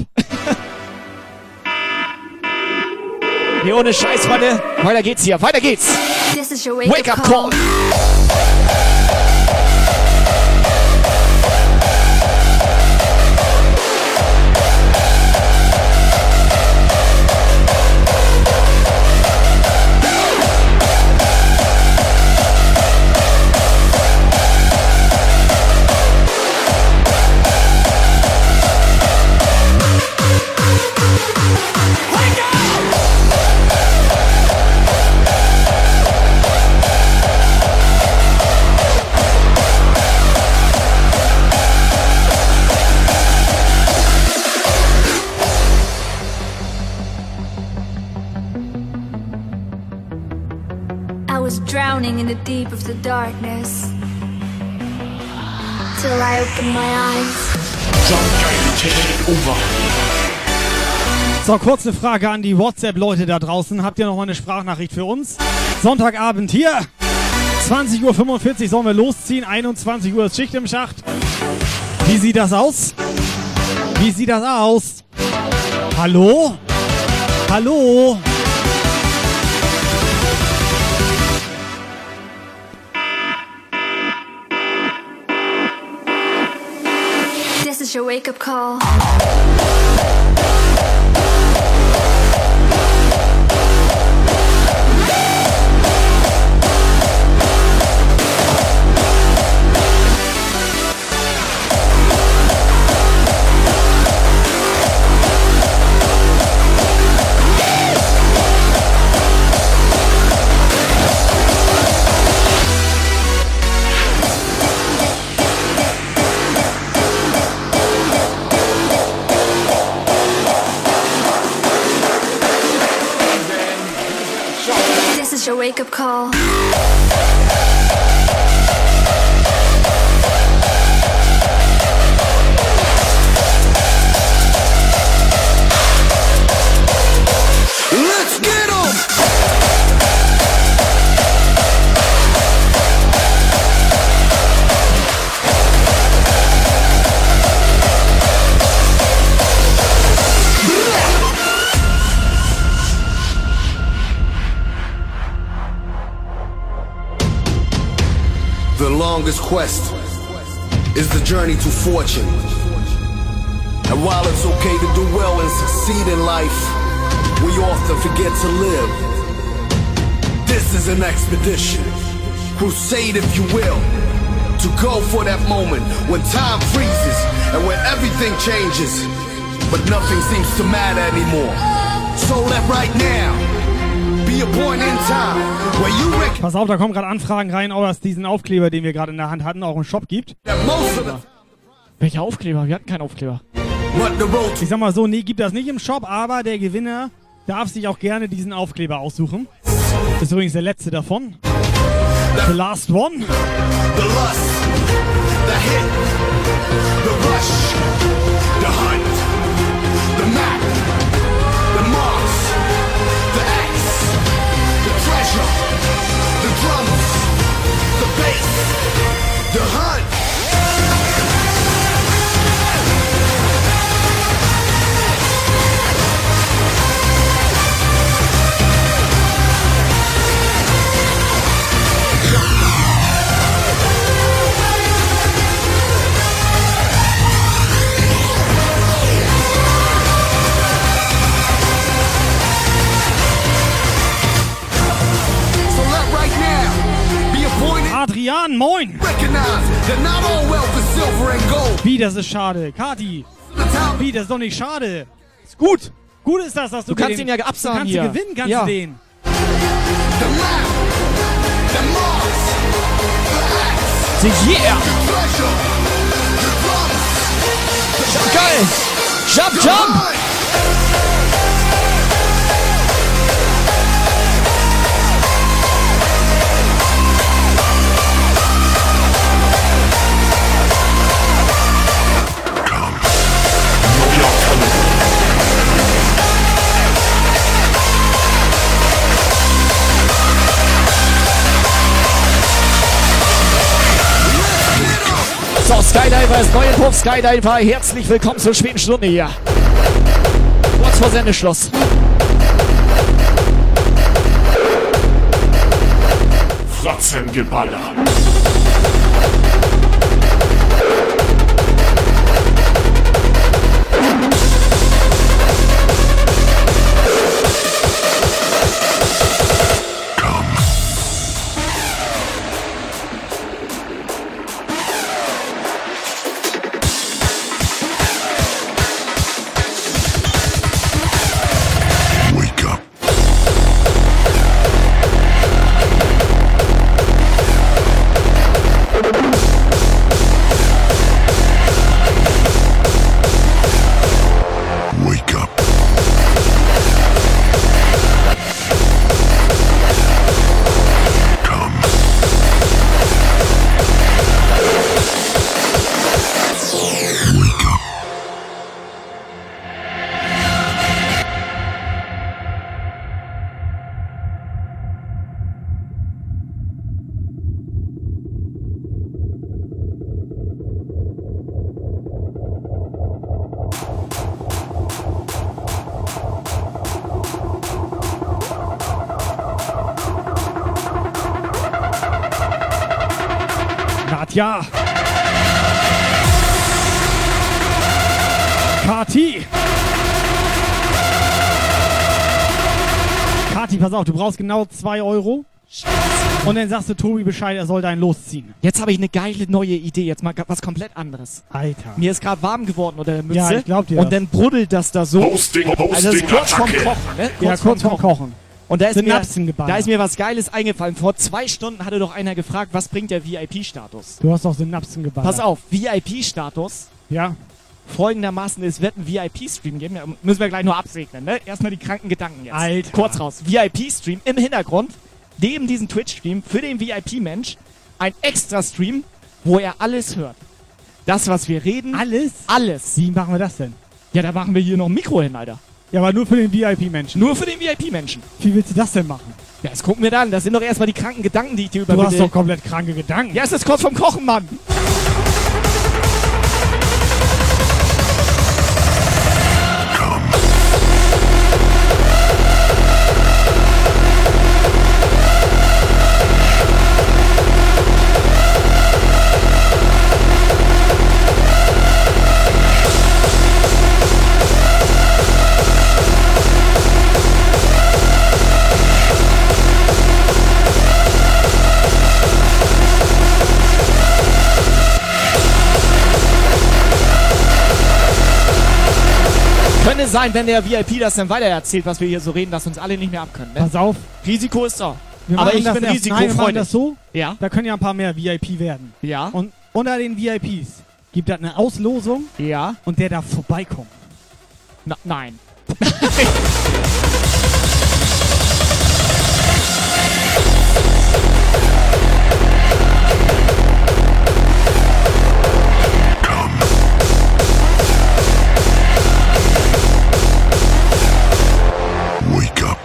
Nee, ohne Scheiß, Freunde. Weiter geht's hier. Weiter geht's. This is your Wake up call. I was drowning in the deep of the darkness till I opened my eyes. So, kurze Frage an die WhatsApp-Leute da draußen. Habt ihr noch mal eine Sprachnachricht für uns? Sonntagabend hier. 20:45 Uhr sollen wir losziehen. 21 Uhr ist Schicht im Schacht. Wie sieht das aus? Wie sieht das aus? Hallo? Hallo? This is your wake-up call. This is your wake-up call. Let's get 'em! The longest quest is the journey to fortune. And while it's okay to do well and succeed in life, we often forget to live. This is an expedition, crusade if you will, to go for that moment when time freezes and when everything changes, but nothing seems to matter anymore. So let right now be a point in time where you reckon. Pass auf, da kommen gerade Anfragen rein, ob es diesen Aufkleber, den wir gerade in der Hand hatten, auch im Shop gibt. Welcher Aufkleber? Wir hatten keinen Aufkleber. Ich sag mal so, nee, gibt das nicht im Shop, aber der Gewinner darf sich auch gerne diesen Aufkleber aussuchen. Das ist übrigens der letzte davon. The last one. The lust, the hit, the rush, the hunt, the map, the marks, the axe, the treasure, the drums, the bass, the hunt. Adrian, moin! Wie, das ist schade. Kati, wie, das ist doch nicht schade. Ist gut. Gut ist das, dass du kannst ihn ja absagen hier. Du kannst gewinnen, kannst ja. du den. Yeah! Geil! Jump, jump! So, Skydiver ist neue Puff Skydiver. Herzlich willkommen zur späten Stunde hier. Kurz vor Sendeschluss. Fratzengeballer. Ja. Kati! Kati, pass auf, du brauchst genau 2 Euro. Und dann sagst du Tobi Bescheid, er soll deinen losziehen. Jetzt habe ich eine geile neue Idee. Jetzt mal was komplett anderes. Alter. Mir ist gerade warm geworden unter der Mütze. Ja, ich glaub dir Und das. dann bruddelt das da so. Hosting, also das ist kurz vorm Attacke. Kochen, ne? Kurz vorm Kochen. Und da ist, Synapsen geballert. da ist mir was Geiles eingefallen. Vor 2 Stunden hatte doch einer gefragt, was bringt der VIP-Status? Du hast doch Synapsen geballert. Pass auf, VIP-Status. Ja. Folgendermaßen, es wird einen VIP-Stream geben. Ja, müssen wir gleich nur absegnen, ne? Erstmal die kranken Gedanken jetzt. Alter. Kurz raus. VIP-Stream im Hintergrund. Neben diesem Twitch-Stream für den VIP-Mensch ein Extra-Stream, wo er alles hört. Das, was wir reden. Alles? Alles. Wie machen wir das denn? Ja, da machen wir hier noch ein Mikro hin, Alter. Ja, aber nur für den VIP-Menschen. Nur für den VIP-Menschen. Wie willst du das denn machen? Ja, das gucken wir dann. Das sind doch erstmal die kranken Gedanken, die ich dir Du übermittle. hast doch komplett kranke Gedanken. Ja, es ist kurz vom Kochen, Mann. Könnte sein, wenn der VIP das dann weitererzählt, was wir hier so reden, dass uns alle nicht mehr abkönnen. Ne? Pass auf. Risiko ist da. Wir Aber machen ich das bin erst- risikofreudig. Nein, wir machen das so. Ja. Da können ja ein paar mehr VIP werden. Ja. Und unter den VIPs gibt es eine Auslosung. Ja. Und der darf vorbeikommen. Nein. Wake up.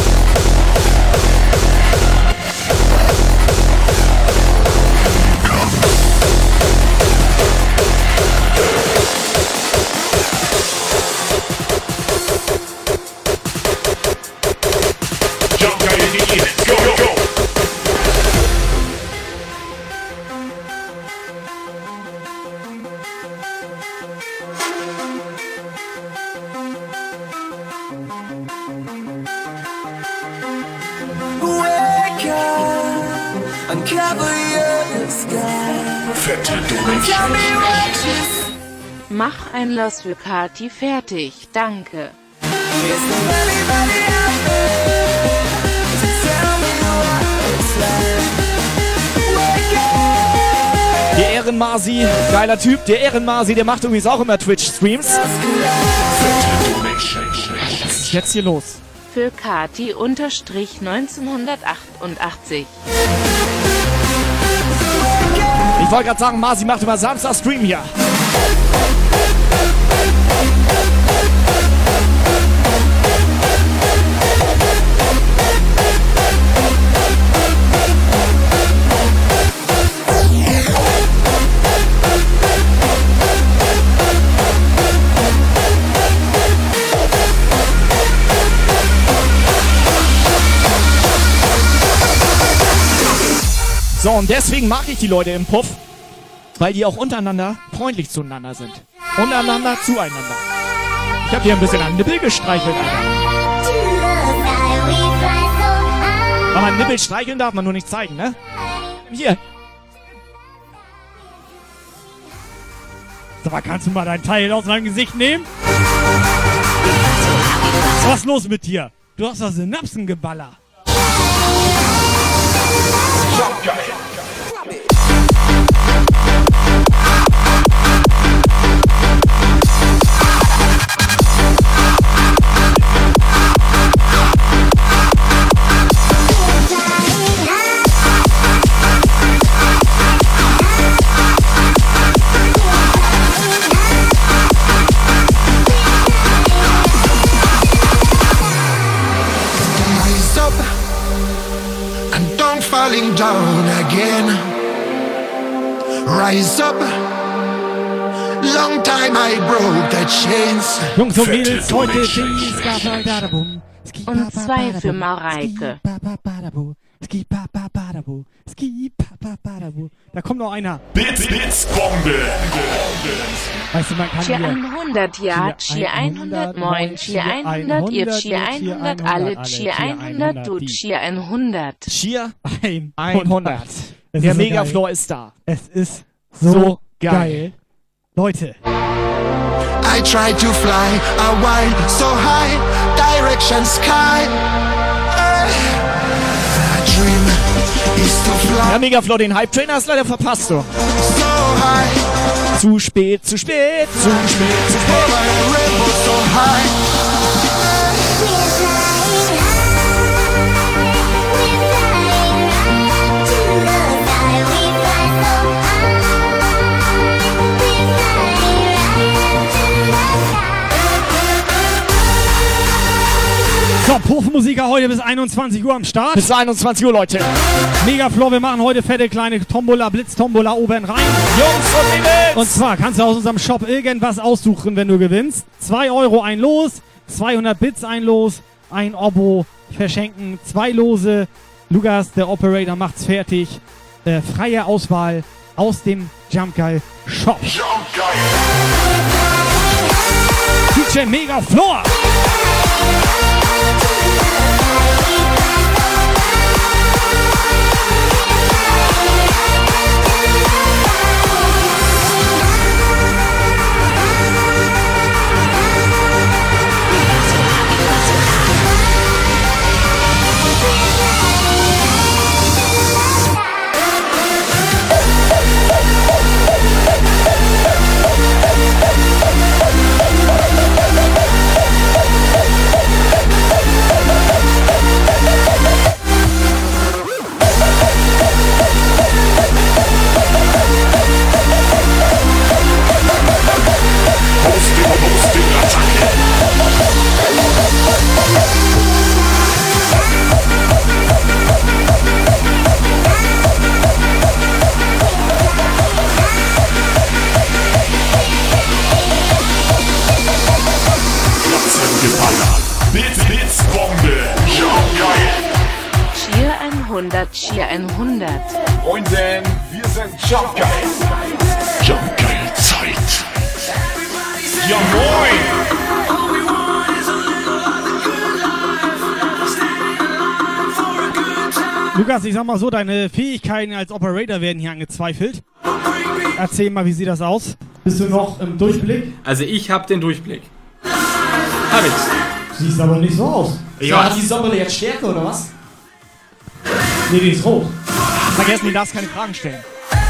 Jump right in the air. Go, go, go. Wake up, uncover your sky. Fette Tell me what you Mach ein Los für Kati fertig, danke. Is there anybody out there to tell me what it's like? Wake up. Der Ehrenmasi, geiler Typ. Der Ehrenmasi, der macht übrigens auch immer Twitch-Streams. Was ist jetzt hier los? Für Kati unterstrich 1988. Ich wollte gerade sagen, Masi macht immer Samstag-Stream hier. So, und deswegen mag ich die Leute im Puff, weil die auch untereinander freundlich zueinander sind. Untereinander, zueinander. Ich habe hier ein bisschen an Nippel gestreichelt, Alter. Aber ein Nippel streicheln darf man nur nicht zeigen, ne? Hier. Sag mal, kannst du mal dein Teil aus meinem Gesicht nehmen? Was ist los mit dir? Du hast doch Synapsen geballert. Rise up and don't falling down again. Rise up. Long time I broke the chains. Jungs und Mädels, heute ist die Und 2 für Mareike. Ski pa pa badabo. Ski pa pa badabo. Da kommt noch einer. Blitzbombe. Weißt du, man kann Cheer hier 100, ja. Cheer 100, moin. Cheer 100, ihr Cheer 100, alle. Cheer 100, du Cheer 100. Cheer 100. Es Der ist so Megafloor geil. ist da. Es ist so geil. Leute. I tried to fly a while so high, direction sky. Dream is to fly Ja, Megafloor, den Hype-Train hast du leider verpasst, du. so high, Zu spät, zu spät, zu spät, zu spät. over a rainbow so high. So, Puffmusiker heute bis 21 Uhr am Start. Bis 21 Uhr, Leute. Megafloor, wir machen heute fette kleine Tombola, Blitztombola oben rein. Jungs und Mädels. Und zwar kannst du aus unserem Shop irgendwas aussuchen, wenn du gewinnst. 2 Euro ein Los, 200 Bits ein Los, ein Obo verschenken, 2 Lose. Lukas, der Operator, macht's fertig. Freie Auswahl aus dem Jump Guy Shop. DJ Megafloor. Blitzbombe. Jump geil. Cheer 100, Cheer 100. Freunde, wir sind Jump geil. Jump geil Zeit. Ja moin. Lukas, ich sag mal so, deine Fähigkeiten als Operator werden hier angezweifelt. Erzähl mal, wie sieht das aus? Bist du noch im Durchblick? Also ich hab den Durchblick. Hab ich. Siehst aber nicht so aus. Ja, hat die Sonnenbrille jetzt Stärke oder was? Nee, die ist rot. Vergessen, du darfst keine Fragen stellen.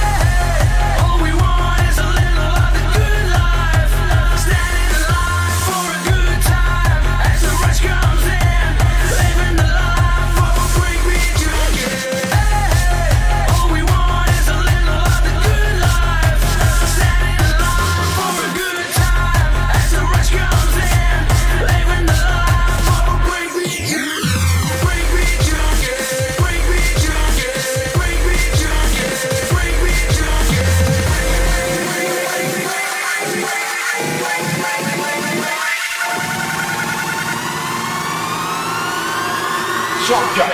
Jump geil.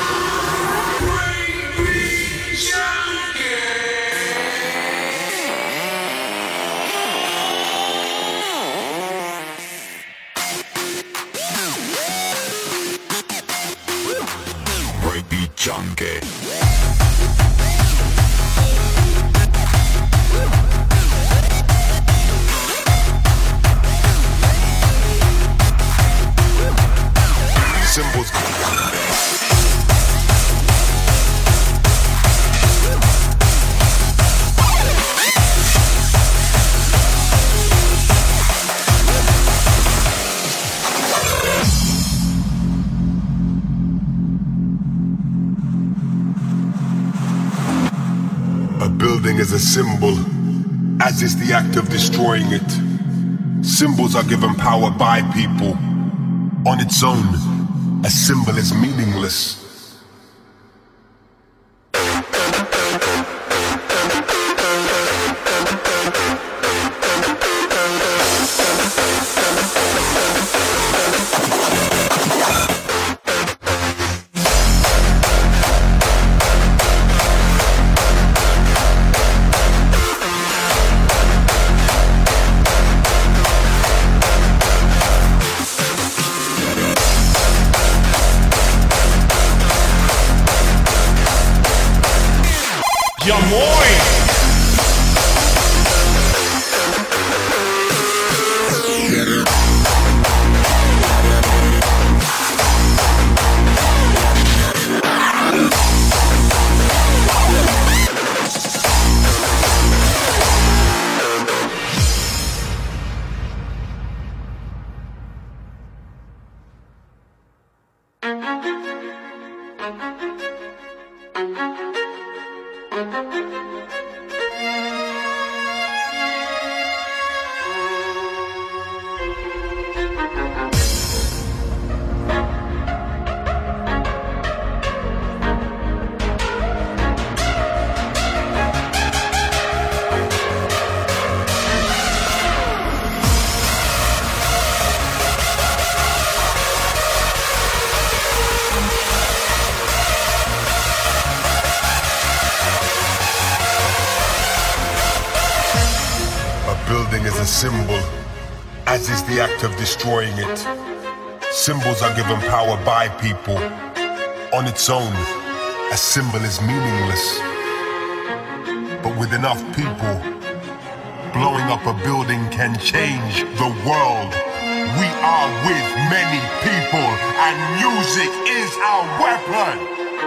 Breakbeat Junkie. Symbols. A building is a symbol, as is the act of destroying it. Symbols are given power by people. On its own, a symbol is meaningless. Ja moin! Symbol, as is the act of destroying it. Symbols are given power by people. On its own, a symbol is meaningless. But with enough people, blowing up a building can change the world. We are with many people, and music is our weapon.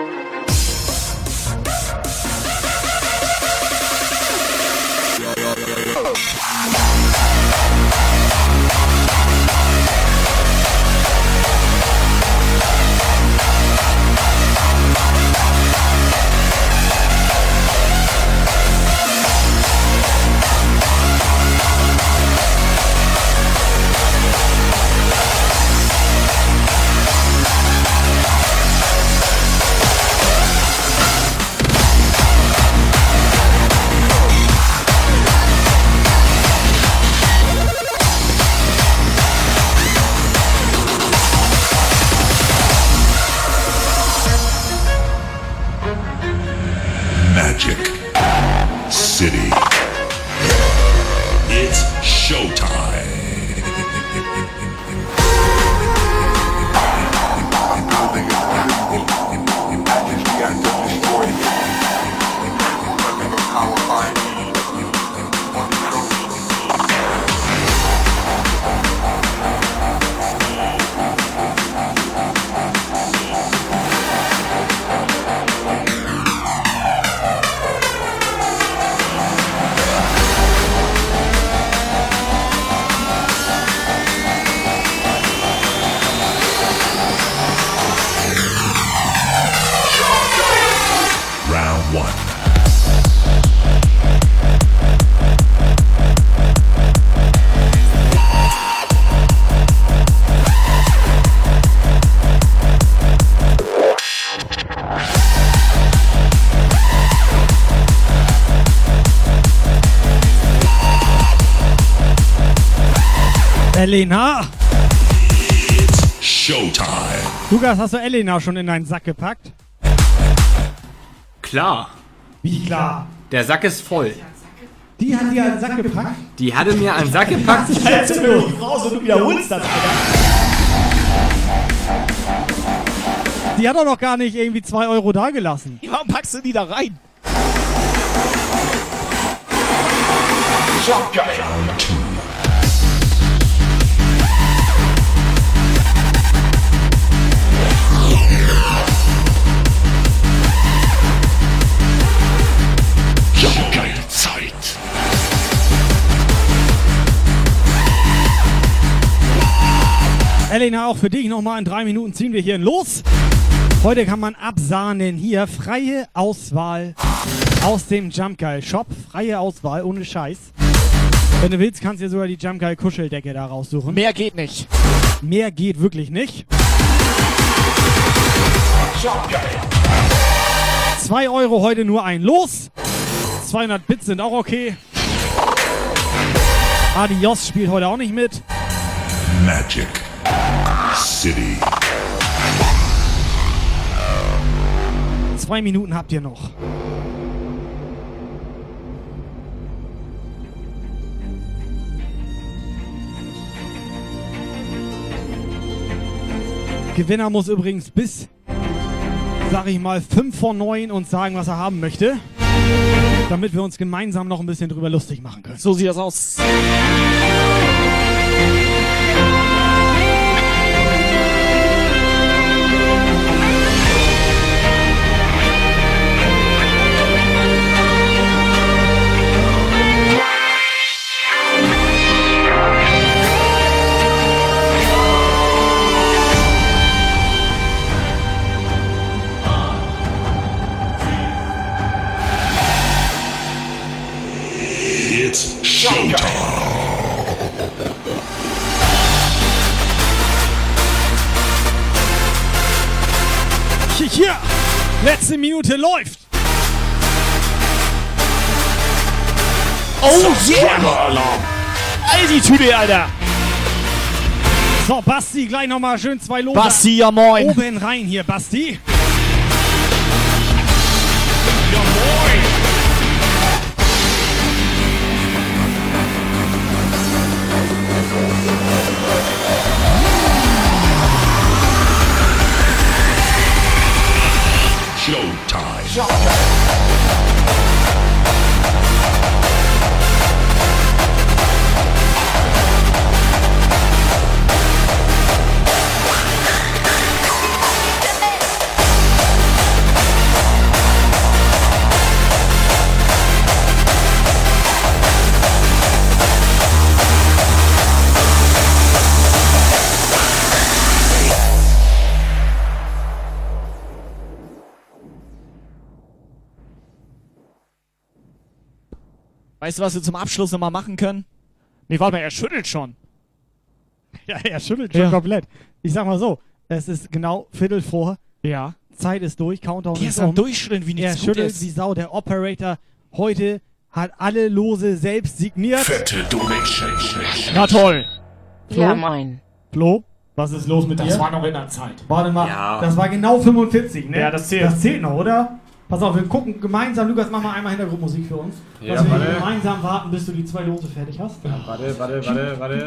Magic City. It's showtime. Round one. Elena! It's showtime. Lukas, hast du Elena schon in deinen Sack gepackt? Klar. Wie klar? Der Sack ist voll. Die hat dir einen Sack gepackt? Die hatte mir einen Sack gepackt. Jetzt du raus und du wiederholst das, Alter. Die hat doch noch gar nicht irgendwie 2 Euro dagelassen. Warum packst du die da rein? Round two. Zeit. Elena, auch für dich nochmal in 3 Minuten ziehen wir hier los. Heute kann man absahnen hier. Freie Auswahl aus dem Jump Guy Shop. Freie Auswahl, ohne Scheiß. Wenn du willst, kannst du dir sogar die Jump Guy Kuscheldecke da raussuchen. Mehr geht nicht. Mehr geht wirklich nicht. 2 Euro heute nur ein Los. 200 Bits sind auch okay. Adios spielt heute auch nicht mit. Magic City. 2 Minuten habt ihr noch. Gewinner muss übrigens bis, sag ich mal, 5 vor 9 uns sagen, was er haben möchte. Damit wir uns gemeinsam noch ein bisschen drüber lustig machen können. So sieht das aus. It's showtime. Ja, letzte Minute läuft. Oh yeah! Altitude, Alter! So, Basti, gleich nochmal schön 2 Lose. Basti, ja moin! Oben rein hier, Basti. Ja moin! Showtime. Weißt du, was wir zum Abschluss nochmal machen können? Nee, warte mal, er schüttelt schon. Ja, er schüttelt schon komplett. Ich sag mal so, es ist genau Viertel vor. Ja. Zeit ist durch, Countdown Der ist ist am Durchschütteln, wie nichts Er schüttelt Gutes. wie Sau. Der Operator heute hat alle Lose selbst signiert. Fette Donation. Na toll. Ja, moin. Flo, was ist los mit dir? Das war noch in der Zeit. Warte mal, Ja. das war genau 45, ne? Ja, das zählt. Das zählt noch, oder? Pass auf, wir gucken gemeinsam. Lukas, mach mal einmal Hintergrundmusik für uns. Ja, dass wir warte. gemeinsam warten, bis du die 2 Lose fertig hast. Warte.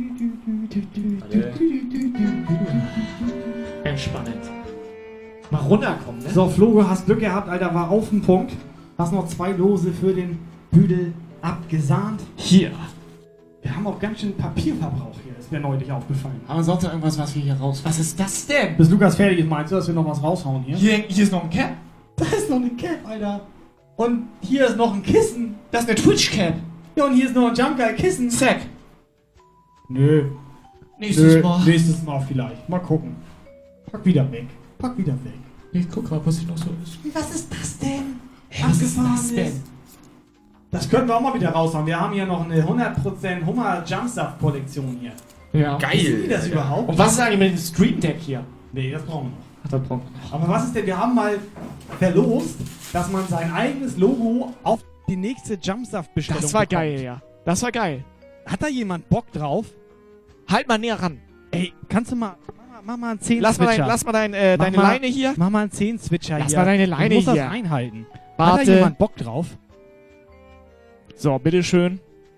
Entspannend. Mal runterkommen, ne? So, Flo, du hast Glück gehabt, Alter, war auf dem Punkt. Hast noch 2 Lose für den Büdel abgesahnt. Hier. Wir haben auch ganz schön Papierverbrauch hier, ist mir neulich aufgefallen. Aber sonst noch irgendwas, was wir hier raus... Was ist das denn? Bis Lukas fertig ist, meinst du, dass wir noch was raushauen hier? Hier ist noch ein Cap. Da ist noch eine Cap, Alter. Und hier ist noch ein Kissen. Das ist eine Twitch-Cap. Ja, und hier ist noch ein Jump Guy Kissen. Zack. Nö. Nächstes Mal. Nächstes Mal vielleicht. Mal gucken. Pack wieder weg. Ich guck mal, was hier noch so ist. Was ist das denn? Hey, was ist das denn? Das können wir auch mal wieder raushauen. Wir haben hier noch eine 100% Hummer Jumpsaft Kollektion hier. Ja. Wissen die das überhaupt? Und was ist eigentlich mit dem Stream Deck hier? Nee, das brauchen wir noch. Ach, das brauchen wir noch. Aber was ist denn, wir haben mal verlost, dass man sein eigenes Logo auf die nächste Jumpsaft-Bestellung Das war bekommt. geil, ja. Das war geil. Hat da jemand Bock drauf? Halt mal näher ran. Ey, kannst du mal, mach mal einen 10 Lass mal deine Leine hier. Mach mal einen 10 Switcher hier. Lass mal deine Leine du musst hier. das einhalten. Hat Warte. da jemand Bock drauf? So, bitteschön.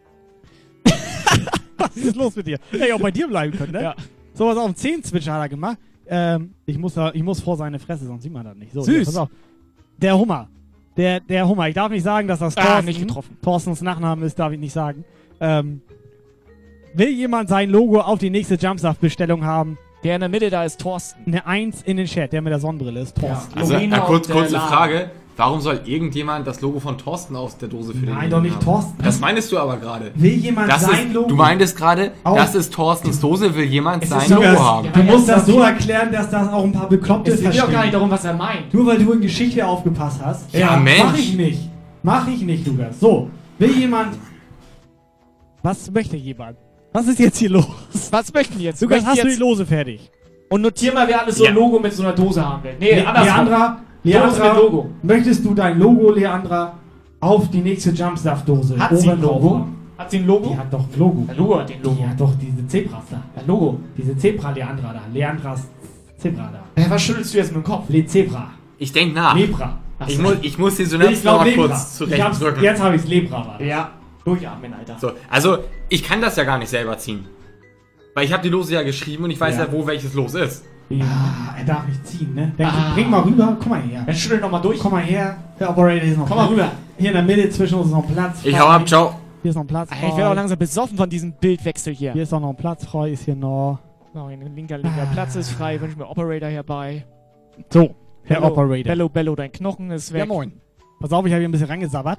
Was ist los mit dir? Ey, auch bei dir bleiben können, ne? Ja. So, was auf dem 10 Switcher hat er gemacht. Ich muss vor seine Fresse, sonst sieht man das nicht. So, Süß. hier, pass auf. Der Hummer. Der Hummer. Ich darf nicht sagen, dass das nicht getroffen. Thorstens Nachname ist, darf ich nicht sagen. Will jemand sein Logo auf die nächste Jumpsaft-Bestellung haben? Der in der Mitte da ist Thorsten. Eine 1 in den Chat, der mit der Sonnenbrille ist. Thorsten. Also, Lorena kurze und, Frage. Warum soll irgendjemand das Logo von Thorsten aus der Dose für den Nein, doch nicht haben? Thorsten. Das meinst du aber gerade. Will jemand Das sein ist, Logo? du meintest gerade, Auch- das ist Thorstens Dose, will jemand sein Lukas, Logo haben. Du musst das so erklären, dass das auch ein paar Bekloppte Es geht verstehen. doch gar nicht darum, was er meint. Nur weil du in Geschichte aufgepasst hast. Ja, Mensch. Mach ich nicht, Lukas. So, will jemand... Was möchte jemand? Was ist jetzt hier los? Was möchten die jetzt? Lukas, Möchten hast du die jetzt Lose fertig? und notier mal, wer alles so ein Ja. Logo mit so einer Dose haben will. Nee, andersrum. Dose Leandra, mit Logo. möchtest du dein Logo, Leandra, auf die nächste Jumpsaft-Dose Hat sie ein drauf Logo? machen? Hat sie ein Logo? Die hat doch ein Logo. Der Logo hat den Logo. Die hat doch diese Zebras da. Der Logo. Diese Zebra-Leandra da. Leandras Zebra da. Was schüttelst du jetzt mit dem Kopf? Zebra. Ich denk nach. Lebra. Ich muss die Synapsen noch mal kurz zurechtdrücken. Jetzt habe ich es Lebra. War das. Ja. Durchatmen, Alter. So, also, ich kann das ja gar nicht selber ziehen. Weil ich habe die Lose ja geschrieben und ich weiß ja, wo welches Los ist. Ja, er darf nicht ziehen, ne? Dann bring mal rüber. Komm mal her. Dann schüttel noch mal durch. Komm mal her. Der Operator ist noch Komm mal rüber. Hier in der Mitte zwischen uns ist noch ein Platz. Ich hau ab, ciao. Hier ist noch ein Platz frei. Ey, ich werde auch langsam besoffen von diesem Bildwechsel hier. Hier ist auch noch ein Platz frei, ist hier noch. Oh, ein linker Platz ist frei. Wünschen wir Operator herbei. So, Herr Bello, Operator. Bello, dein Knochen ist weg. Ja, moin. Pass auf, ich habe hier ein bisschen reingesabbert.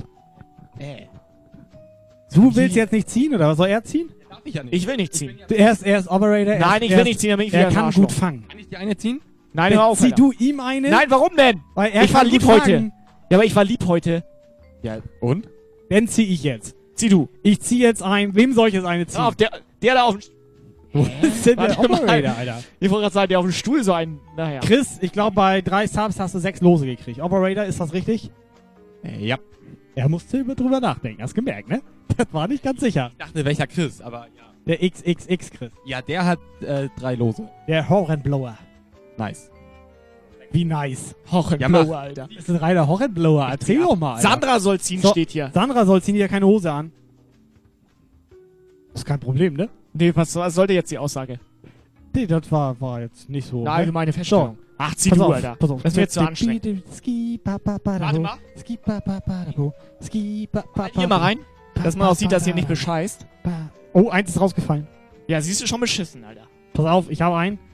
Du willst jetzt nicht ziehen, oder was soll er ziehen? Darf ich ja nicht. Ich will nicht ziehen. Er ist Operator. Nein, ich will nicht ziehen, damit ich Er wieder ein kann Arschloch. gut fangen. Kann ich die eine ziehen? Nein, hör auf, Zieh Alter. du ihm eine? Nein, warum denn? Weil er Ich war kann lieb gut heute. fangen. Ja, aber ich war lieb heute. Ja, und? Dann zieh ich jetzt. Zieh du. Ich zieh jetzt ein. Wem soll ich jetzt eine ziehen? Auf, der da auf dem... Wo ist denn der Warte mal. Operator, Alter? Ich wollte gerade sagen, der auf dem Stuhl so ein... Naja. Chris, ich glaube, bei 3 Subs hast du 6 Lose gekriegt. Operator, ist das richtig? Ja. Er musste drüber nachdenken. Hast gemerkt, ne? Das war nicht ganz sicher. Ich dachte, welcher Chris, aber ja. Der XXX Chris. Ja, der hat 3 Lose. Der Hornblower. Nice. Wie nice. Hornblower, Alter. Das ist ein reiner Hornblower. Erzähl doch mal, Alter. Sandra soll ziehen, steht hier. Sandra soll ziehen, die hat keine Hose an. Das ist kein Problem, ne? Nee, was sollte jetzt die Aussage? Nee, das war jetzt nicht so. Eine allgemeine Feststellung. So. Ach, zieh Pass du, auf, Alter. Pass auf. Das wird zu anstrengend. Warte mal. Hier Hier mal rein, dass man auch sieht, dass ihr nicht bescheißt. Oh, eins ist rausgefallen. Ja, siehst du schon beschissen, Alter. Pass auf, ich habe einen.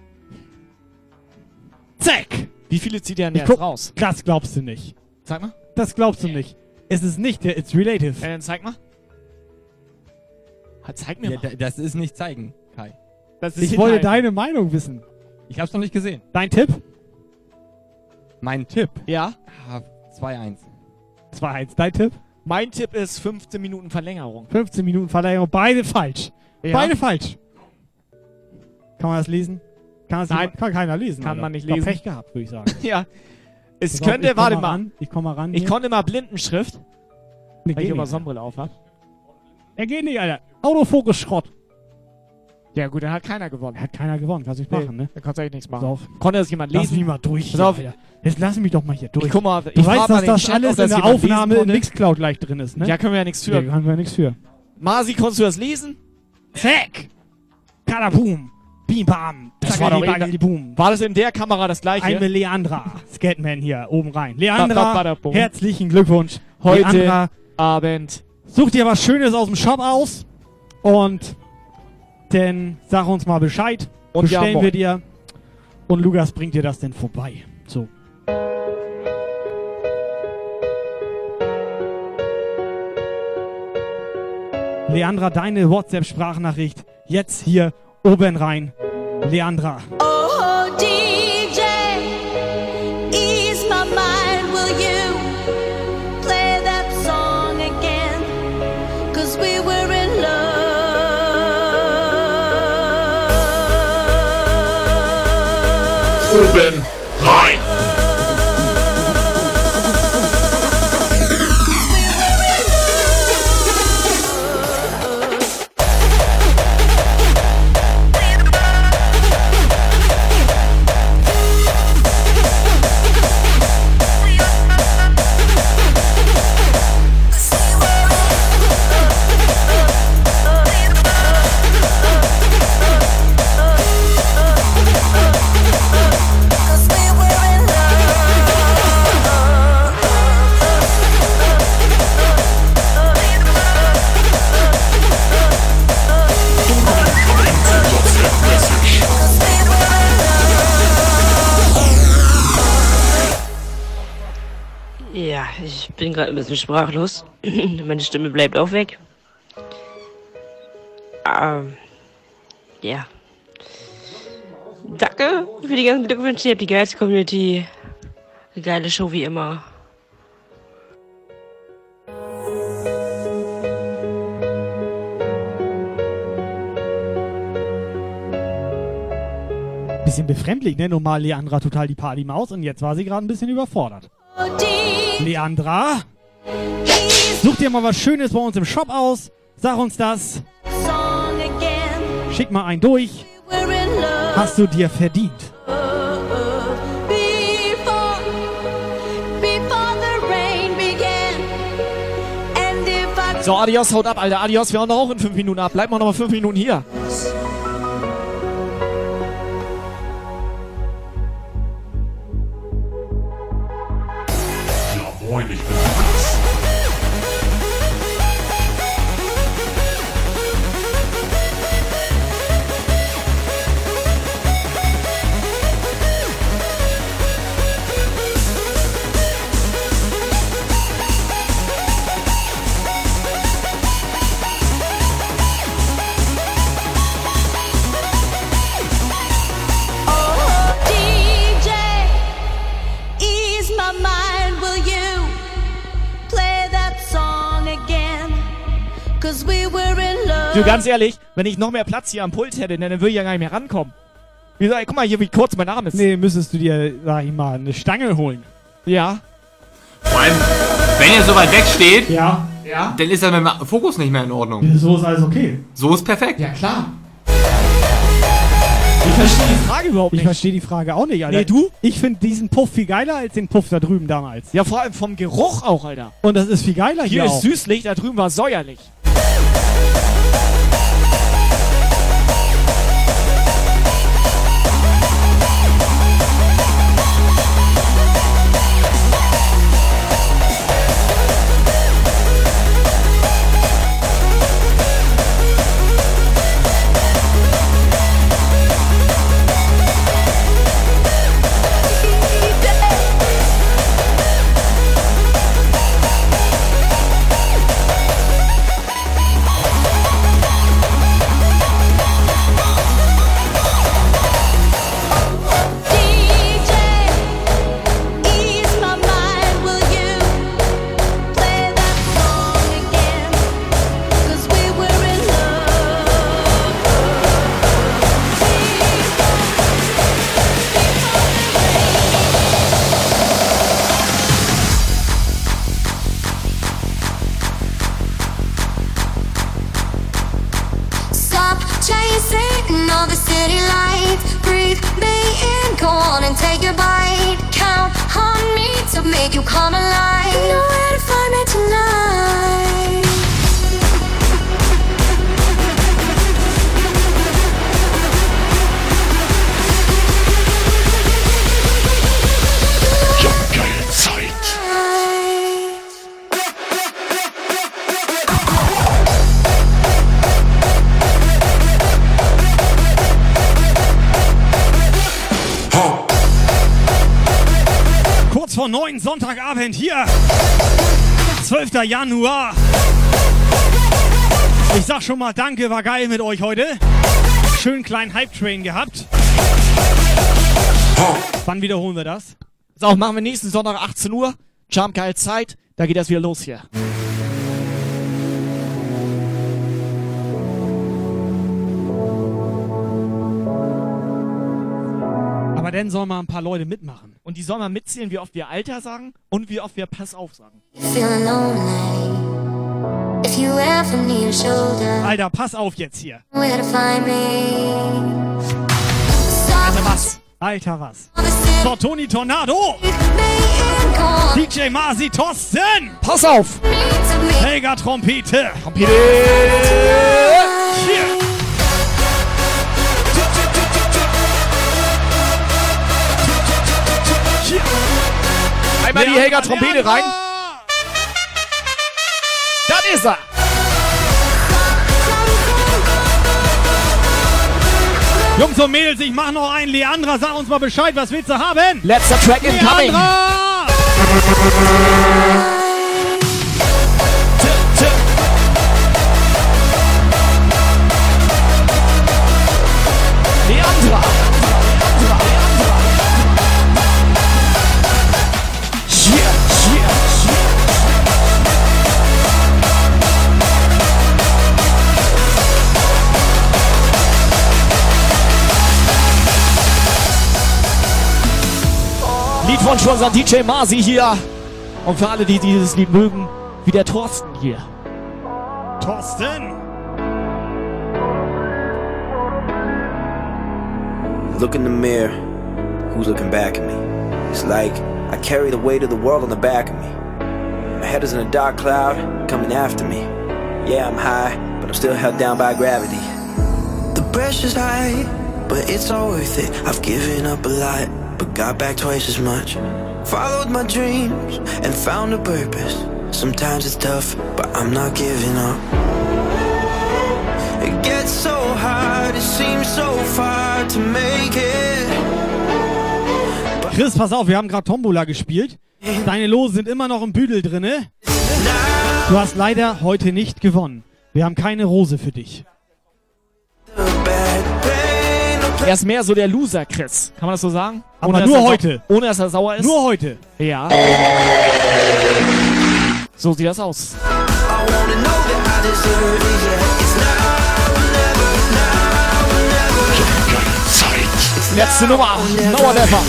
Zack! Wie viele zieht ihr denn jetzt raus? Das glaubst du nicht. Zeig mal. Das glaubst du nicht. Es ist nicht der It's Relative. Dann zeig mal. Zeig mir Ja, mal. das ist nicht zeigen, Kai. Das ist Ich wollte hinhalten. deine Meinung wissen. Ich hab's noch nicht gesehen. Dein Tipp? Mein Tipp? Ja? 2-1. 2-1. Dein Tipp? Mein Tipp ist 15 Minuten Verlängerung. 15 Minuten Verlängerung. Beide falsch. Ja. Beide falsch. Kann man das lesen? Nein. Kann keiner lesen. Kann Alter. man nicht War lesen. Pech gehabt, würde ich sagen. Ja. Es Pass auf, könnte, ich komm warte mal mal. ran. Ich komm mal ran. Ich hier. konnte mal Blindenschrift, Nee, weil ich geht immer nicht. Sonnenbrille auf hab. Er geht nicht, Alter. Autofokus Schrott. Ja gut, dann hat keiner gewonnen. Hat keiner gewonnen. Kannst du nicht machen, ne? Da kannst du echt nichts machen. Pass auf. Konnte das jemand Lass lesen? mich mal durch. Pass hier, auf. Alter. Jetzt lass mich doch mal hier durch. Ich guck mal, Du ich weißt, frag mal dass den das Chat, alles ob das in der jemand Aufnahme lesen in konnte. Mixcloud gleich drin ist, ne? Ja, können wir ja nichts für. Ja, haben wir nichts für. Masi, konntest du das lesen? Zack! Kadaboom! Bim bam! Das war doch Zackeli, boom! War das in der Kamera das gleiche? Einmal Leandra, Scatman hier, oben rein. Leandra, Badabum. herzlichen Glückwunsch. Heute Leandra, Abend. such dir was Schönes aus dem Shop aus und dann sag uns mal Bescheid. Und ja, bestellen moin. wir dir und Lukas bringt dir das denn vorbei. So. Leandra, deine WhatsApp-Sprachnachricht jetzt hier oben rein. Leandra. Oh, DJ, ease my mind, will you play that song again? 'Cause we were in love. Oben rein. Ja, ich bin gerade ein bisschen sprachlos. Meine Stimme bleibt auch weg. Ja. Danke für die ganzen Glückwünsche. Ihr habt die geilste Community. Eine geile Show wie immer. Bisschen befremdlich, ne? Normal Leandra total die Partymaus und jetzt war sie gerade ein bisschen überfordert. Leandra, such dir mal was Schönes bei uns im Shop aus. Sag uns das. Schick mal einen durch. Hast du dir verdient. So, adios, haut ab, Alter. Adios, wir hauen doch auch in 5 Minuten ab. Bleib mal noch mal 5 Minuten hier. Moin, ich bin Max. Du, ganz ehrlich, wenn ich noch mehr Platz hier am Pult hätte, dann würde ich ja gar nicht mehr rankommen. Guck mal hier, wie kurz mein Arm ist. Nee, müsstest du dir, sag ich mal, eine Stange holen. Ja. Vor allem, wenn ihr so weit weg steht, ja. dann ist er mit dem Fokus nicht mehr in Ordnung. So ist alles okay. So ist perfekt. Ja, klar. Ich verstehe die Frage überhaupt nicht. Ich verstehe die Frage auch nicht, Alter. Nee, du? Ich finde diesen Puff viel geiler als den Puff da drüben damals. Ja, vor allem vom Geruch auch, Alter. Und das ist viel geiler hier hier ist auch. süßlich, da drüben war säuerlich. Chasing all the city lights. Breathe me in, go on and take a bite. Count on me to make you come alive. You know where to find me tonight. Geile Zeit. Kurz vor 9, Sonntagabend hier. 12. Januar. Ich sag schon mal danke, war geil mit euch heute. Schönen kleinen Hype-Train gehabt. Wann wiederholen wir das? So, machen wir nächsten Sonntag 18 Uhr. Charm geil Zeit. Da geht das wieder los hier. Aber dann sollen mal ein paar Leute mitmachen. Und die sollen mal mitzählen, wie oft wir Alter sagen und wie oft wir Pass auf sagen. Feeling lonely. If you ever need a shoulder. Alter, pass auf jetzt hier. Where to find me. Alter, was? Alter, was? So, Toni Tornado. DJ Masi Thorsten. Pass auf. Helga Trompete. Trompete. Hier. Hier. Einmal die Helga Trompete rein. Das ist er. Jungs und Mädels, ich mach noch einen. Leandra, sag uns mal Bescheid, was willst du haben? Letzter Track incoming. Leandra. Lied von Sponsor DJ Masi hier. Und für alle, die dieses Lied mögen, wie der Thorsten hier. Thorsten. Look in the mirror, who's looking back at me? It's like I carry the weight of the world on the back of me. My head is in a dark cloud, coming after me. Yeah, I'm high, but I'm still held down by gravity. The pressure's high, but it's all worth it. I've given up a lot, but got back twice as much. Followed my dreams and found a purpose. Sometimes it's tough, but I'm not giving up. It gets so hard, it seems so far to make it. Chris, pass auf, wir haben gerade Tombola gespielt. Deine Lose sind immer noch im Büdel drinne. Du hast leider heute nicht gewonnen. Wir haben keine Rose für dich. Er ist mehr so der Loser, Chris. Kann man das so sagen? Aber Ohne, nur heute. Ohne, dass er sauer ist? Nur heute. Ja. So sieht das aus. Letzte Nummer. Mauerwerfer.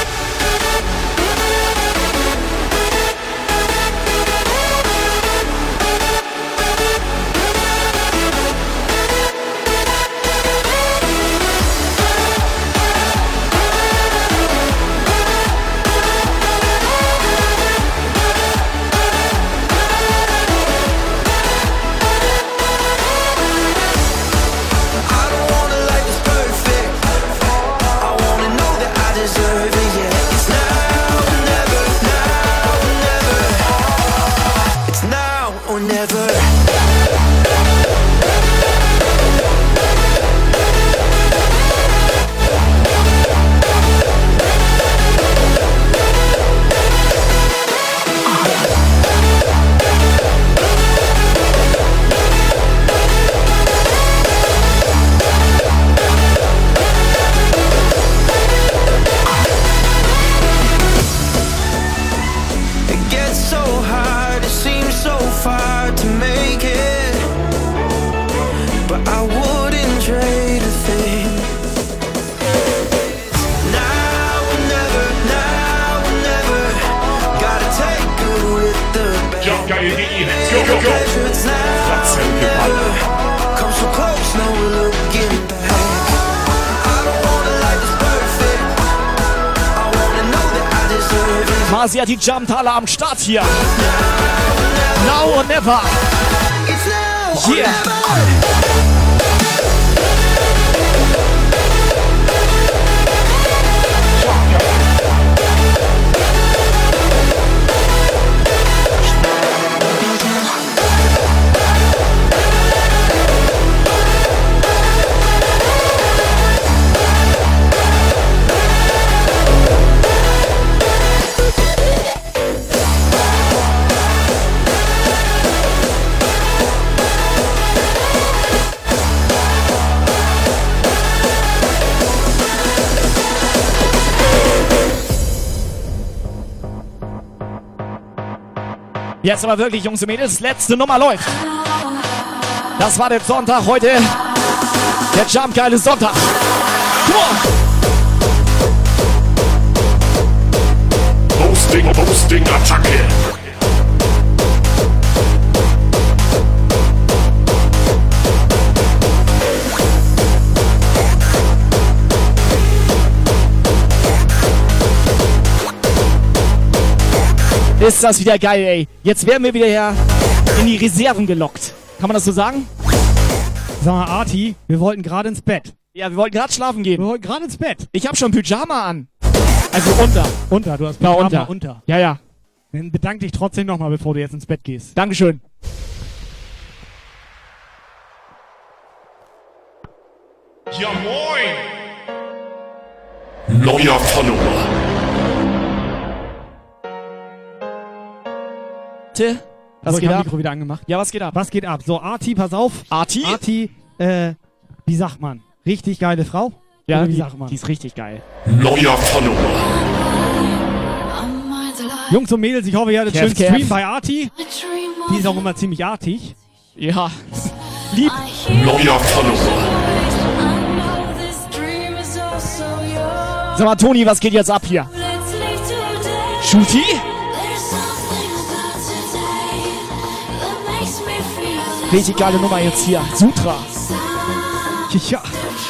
Marsiati Jamthaler am Start hier. Now or never. Yeah. Jetzt aber wirklich, Jungs und Mädels, letzte Nummer läuft. Das war der Sonntag heute. Der Jumpgeile Sonntag. Posting, Attacke. Ist das wieder geil, ey. Jetzt werden wir wieder hier in die Reserven gelockt. Kann man das so sagen? Sag mal, Arti, wir wollten gerade ins Bett. Ja, wir wollten gerade schlafen gehen. Wir wollten gerade ins Bett. Ich habe schon Pyjama an. Also unter. Unter, du hast Pyjama ja, unter. Ja, ja. Dann bedank dich trotzdem nochmal, bevor du jetzt ins Bett gehst. Dankeschön. Ja, moin. Neuer Follower. Was geht ab? Mikro wieder angemacht. Ja, was geht ab? Was geht ab? So, Arti, pass auf. Arti, wie sagt man? Richtig geile Frau? Ja, wie sagt man? Die ist richtig geil. Neuer Follower. Jungs und Mädels, ich hoffe, ihr hattet schön Kev. Stream bei Arti. Die ist auch immer ziemlich artig. Ja. Lieb. Neuer Follower. Sag mal, Toni, was geht jetzt ab hier? Shooty? Richtig geile Nummer jetzt hier. Sutra. Ja.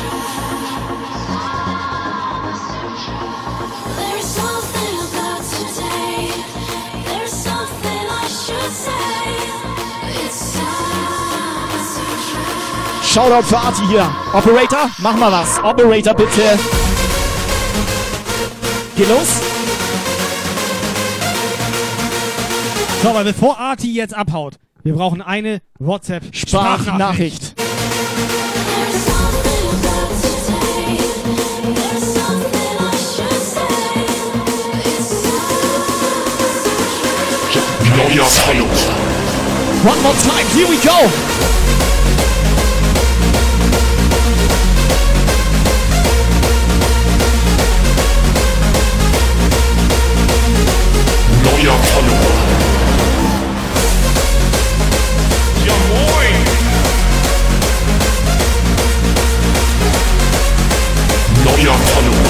Shoutout für Arti hier. Operator, mach mal was. Operator, bitte. Geh los. So, aber bevor Arti jetzt abhaut, wir brauchen eine WhatsApp-Sprachnachricht. Neuer Follower. One more time, here we go. Neuer Follower. Ja moin. Neuer Follower.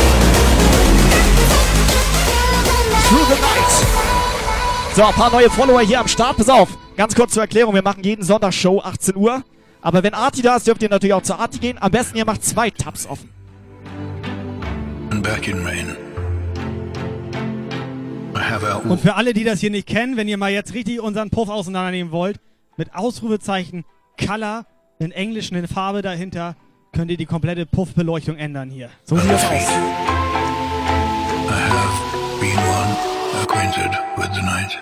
Through the night. So, ein paar neue Follower hier am Start. Pass auf, ganz kurz zur Erklärung. Wir machen jeden Sonntag Show 18 Uhr. Aber wenn Arti da ist, dürft ihr natürlich auch zu Arti gehen. Am besten, ihr macht 2 Tabs offen. Back in rain. Und für alle, die das hier nicht kennen, wenn ihr mal jetzt richtig unseren Puff auseinandernehmen wollt, mit Ausrufezeichen Color in Englisch in Farbe dahinter, könnt ihr die komplette Puffbeleuchtung ändern hier. So sieht das aus. I have been one acquainted with the night.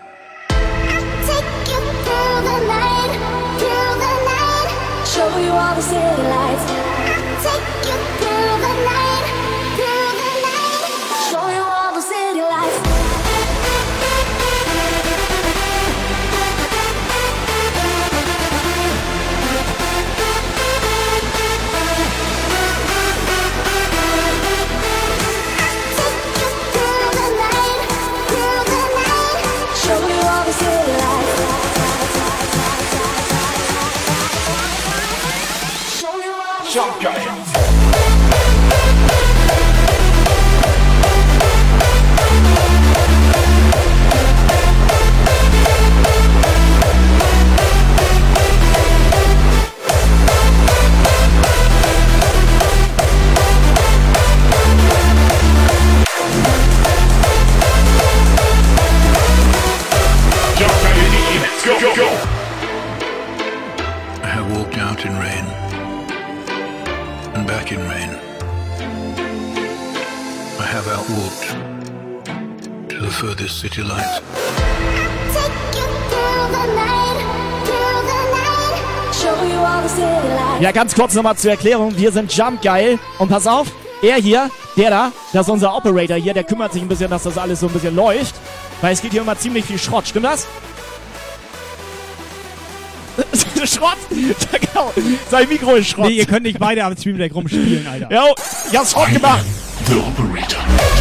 Show you all the city lights. Take you through the night, show you all the city lights. Show you all the city lights. Jump guy. Go. I have walked out in rain and back in rain. I have outwalked to the furthest city lights. Ja, ganz kurz nochmal zur Erklärung. Wir sind Jump Geil. Und pass auf, er hier, der da, das ist unser Operator hier, der kümmert sich ein bisschen, dass das alles so ein bisschen läuft. Weil es geht hier immer ziemlich viel Schrott. Stimmt das? Schrott? Ja, genau. Sein Mikro ist Schrott. Nee, ihr könnt nicht beide am Streamdeck rumspielen, Alter. Ja, ich hab's Schrott gemacht. The Operator.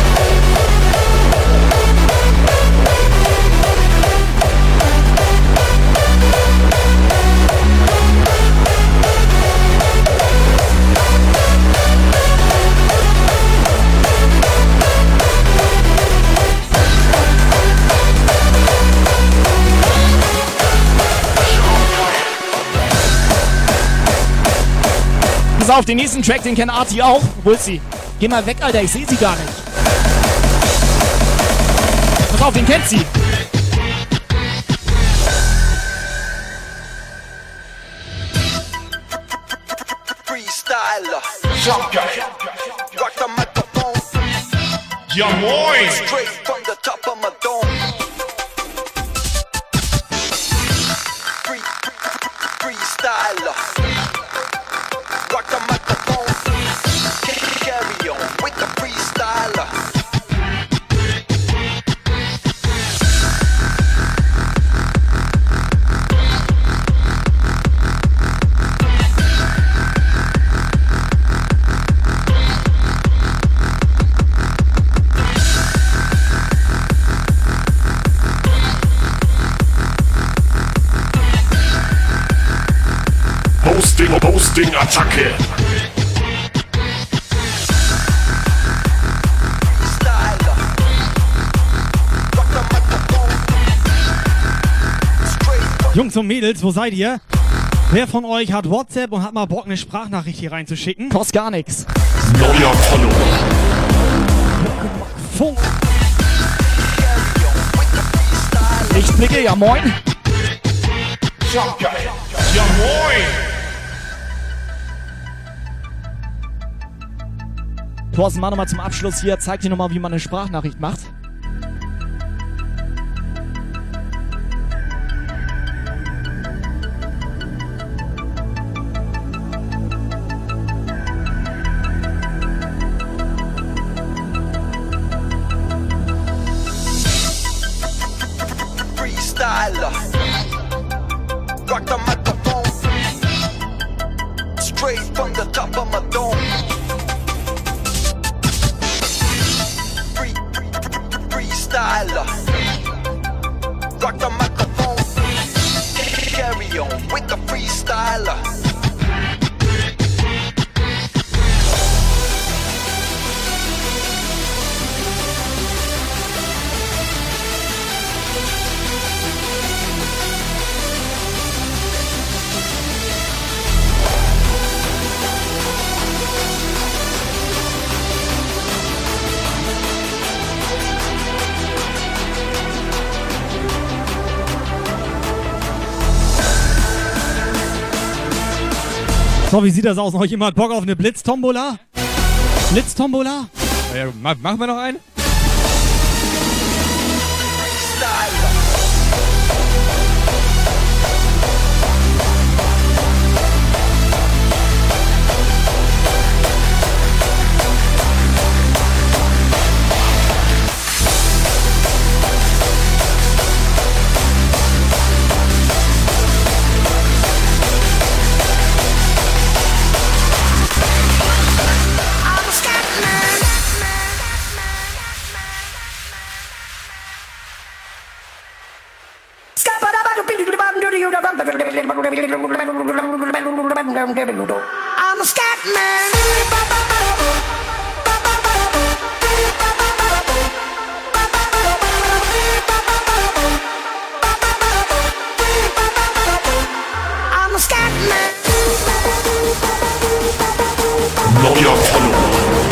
Pass auf, den nächsten Track, den kennt Arti auch. Wo ist sie? Geh mal weg, Alter, ich sehe sie gar nicht. Pass auf, den kennt sie. Freestyler. Jump guy. Rock the microphone. Ja moin. Straight from the top of my dome. Freestyler. Rock the microphone. Carry on with the freestyler. Posting Attacke. Jungs und Mädels, wo seid ihr? Wer von euch hat WhatsApp und hat mal Bock, eine Sprachnachricht hier reinzuschicken? Kostet gar nichts. Neuer Follower. Funk. Lichtblicke, ja moin. Jump guy. Ja moin. Thorsten, mach nochmal zum Abschluss. Abschluss hier, zeig dir nochmal, wie man eine Sprachnachricht macht. freestyler. Rock the microphone. Straight from the top of my dome. Freestyler. Rock the microphone. Carry on with the freestyler. So, wie sieht das aus? Noch jemand Bock auf eine Blitztombola? Blitztombola? Ja, machen wir noch einen? I'm a scat man. I'm a scat man. Neuer Follower.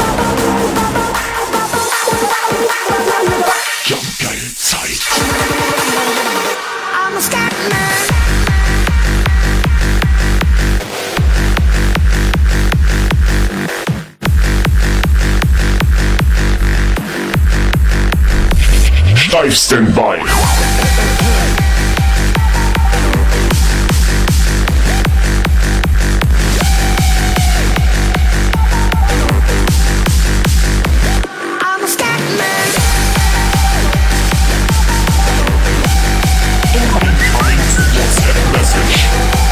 Jump geil Zeit. I'm a scat man. Steif Standby. I'm a scat man. WhatsApp Message.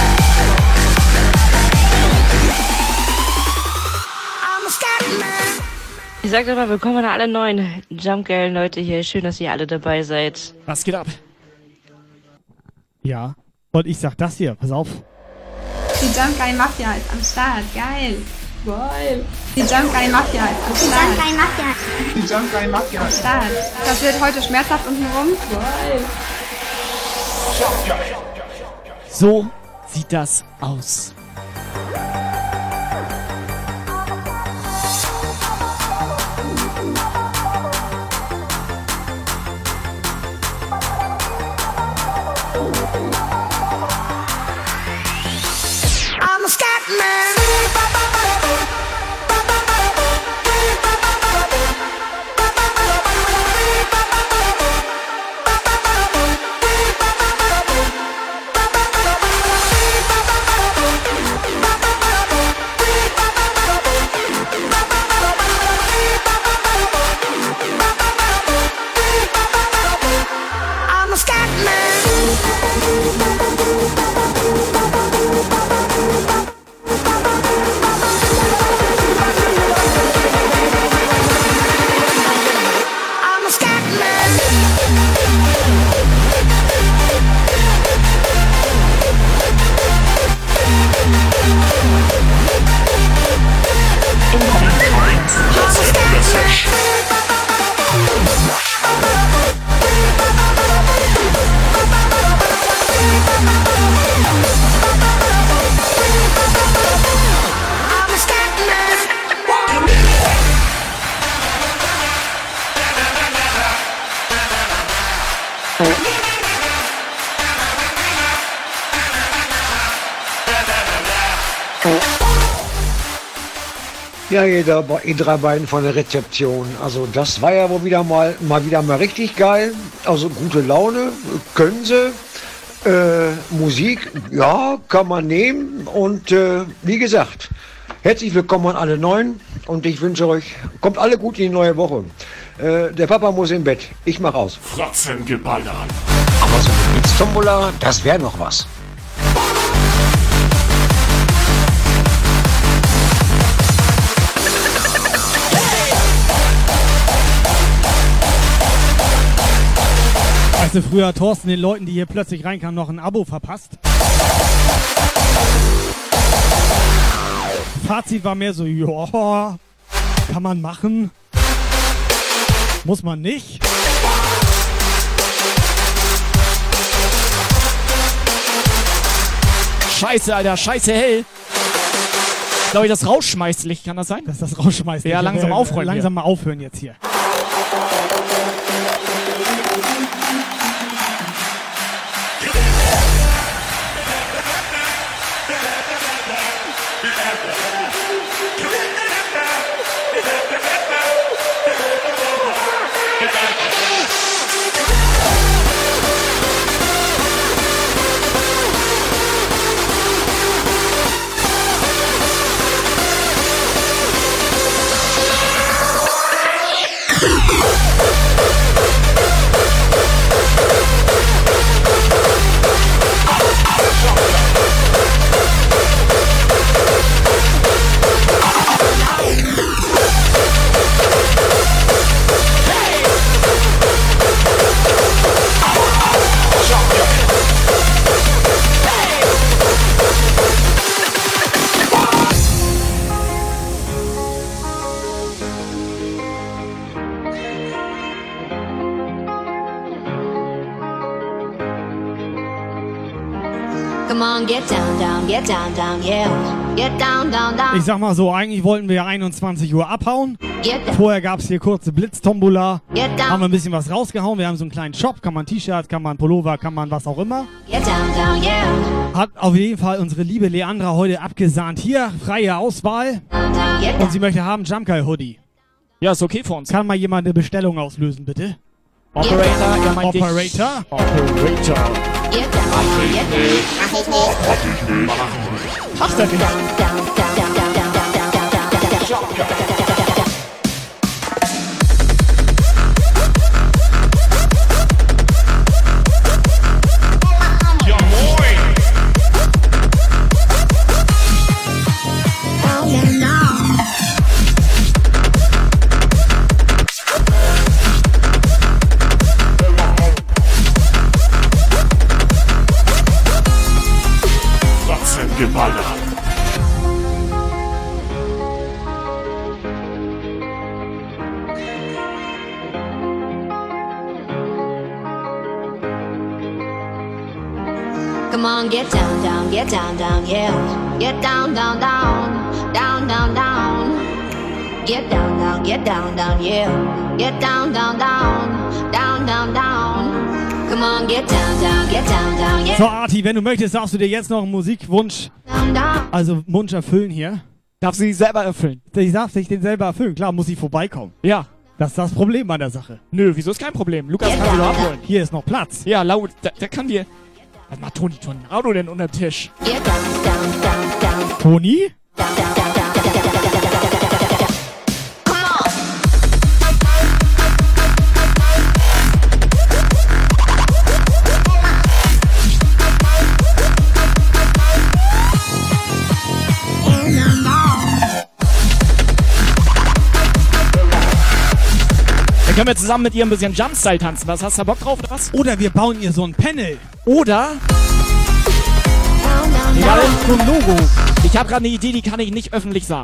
I'm a scat man. Ich sag doch mal, willkommen an alle neuen Jumpgeilen Leute hier. Schön, dass ihr alle dabei seid. Was geht ab? Ja. Und ich sag das hier, pass auf. Die Jumpgeil Mafia ist am Start. Geil. Geil. Die Jumpgeil Mafia ist am Start. Die Jumpgeil Mafia ist am Start. Das wird heute schmerzhaft untenrum. Geil. So sieht das aus. I'm a scat man. I'm a scat I'm a scat Ja, ihr drei beiden von der Rezeption. Also das war ja wohl wieder mal richtig geil. Also gute Laune, können sie. Musik, ja, kann man nehmen. Und wie gesagt, herzlich willkommen an alle Neuen. Und ich wünsche euch, kommt alle gut in die neue Woche. Der Papa muss im Bett. Ich mach aus. Fratzengeballer. Aber so Blitztombola, das wäre noch was. Weißt du, früher hat Thorsten den Leuten, die hier plötzlich reinkamen, noch ein Abo verpasst. Fazit war mehr so, ja, kann man machen. Muss man nicht. Scheiße, Alter, scheiße hell. Glaube ich, das Rausschmeißlicht, kann das sein? Das ist das Rausschmeißlicht. Ja, langsam aufräumen. Langsam mal aufhören jetzt hier. Ich sag mal so, eigentlich wollten wir ja 21 Uhr abhauen. Vorher gab's hier kurze Blitztombola. Haben wir ein bisschen was rausgehauen. Wir haben so einen kleinen Shop. Kann man T-Shirts, kann man Pullover, kann man was auch immer. Hat auf jeden Fall unsere liebe Leandra heute abgesahnt. Hier, freie Auswahl. Und sie möchte haben Jumpguy Hoodie. Ja, ist okay für uns. Kann mal jemand eine Bestellung auslösen, bitte? Operator, er meint dich. Operator. Macht er nicht. Ja, moin! Geballert. Come on, get down, down, get down, down, yeah. Get down, down, down, down, down, down. Get down, down, get down, down, yeah. Get down, down, down, down, down, down. Come on, get down, down, get down, down, yeah. So, Arti, wenn du möchtest, darfst du dir jetzt noch einen Musikwunsch, also Wunsch erfüllen hier. Darf sie selber erfüllen? Ich darf sich den selber erfüllen. Klar, muss ich vorbeikommen. Ja. Das ist das Problem an der Sache. Nö, wieso ist kein Problem? Lukas kann sie doch abholen. Hier ist noch Platz. Ja, laut, der kann dir... Was macht Toni Tornado denn unter dem Tisch? Toni? Dann können wir zusammen mit ihr ein bisschen Jumpstyle tanzen. Was, hast du da Bock drauf oder was? Oder wir bauen ihr so ein Panel. Oder... Ja, so ein Logo. Ich habe gerade eine Idee, die kann ich nicht öffentlich sagen.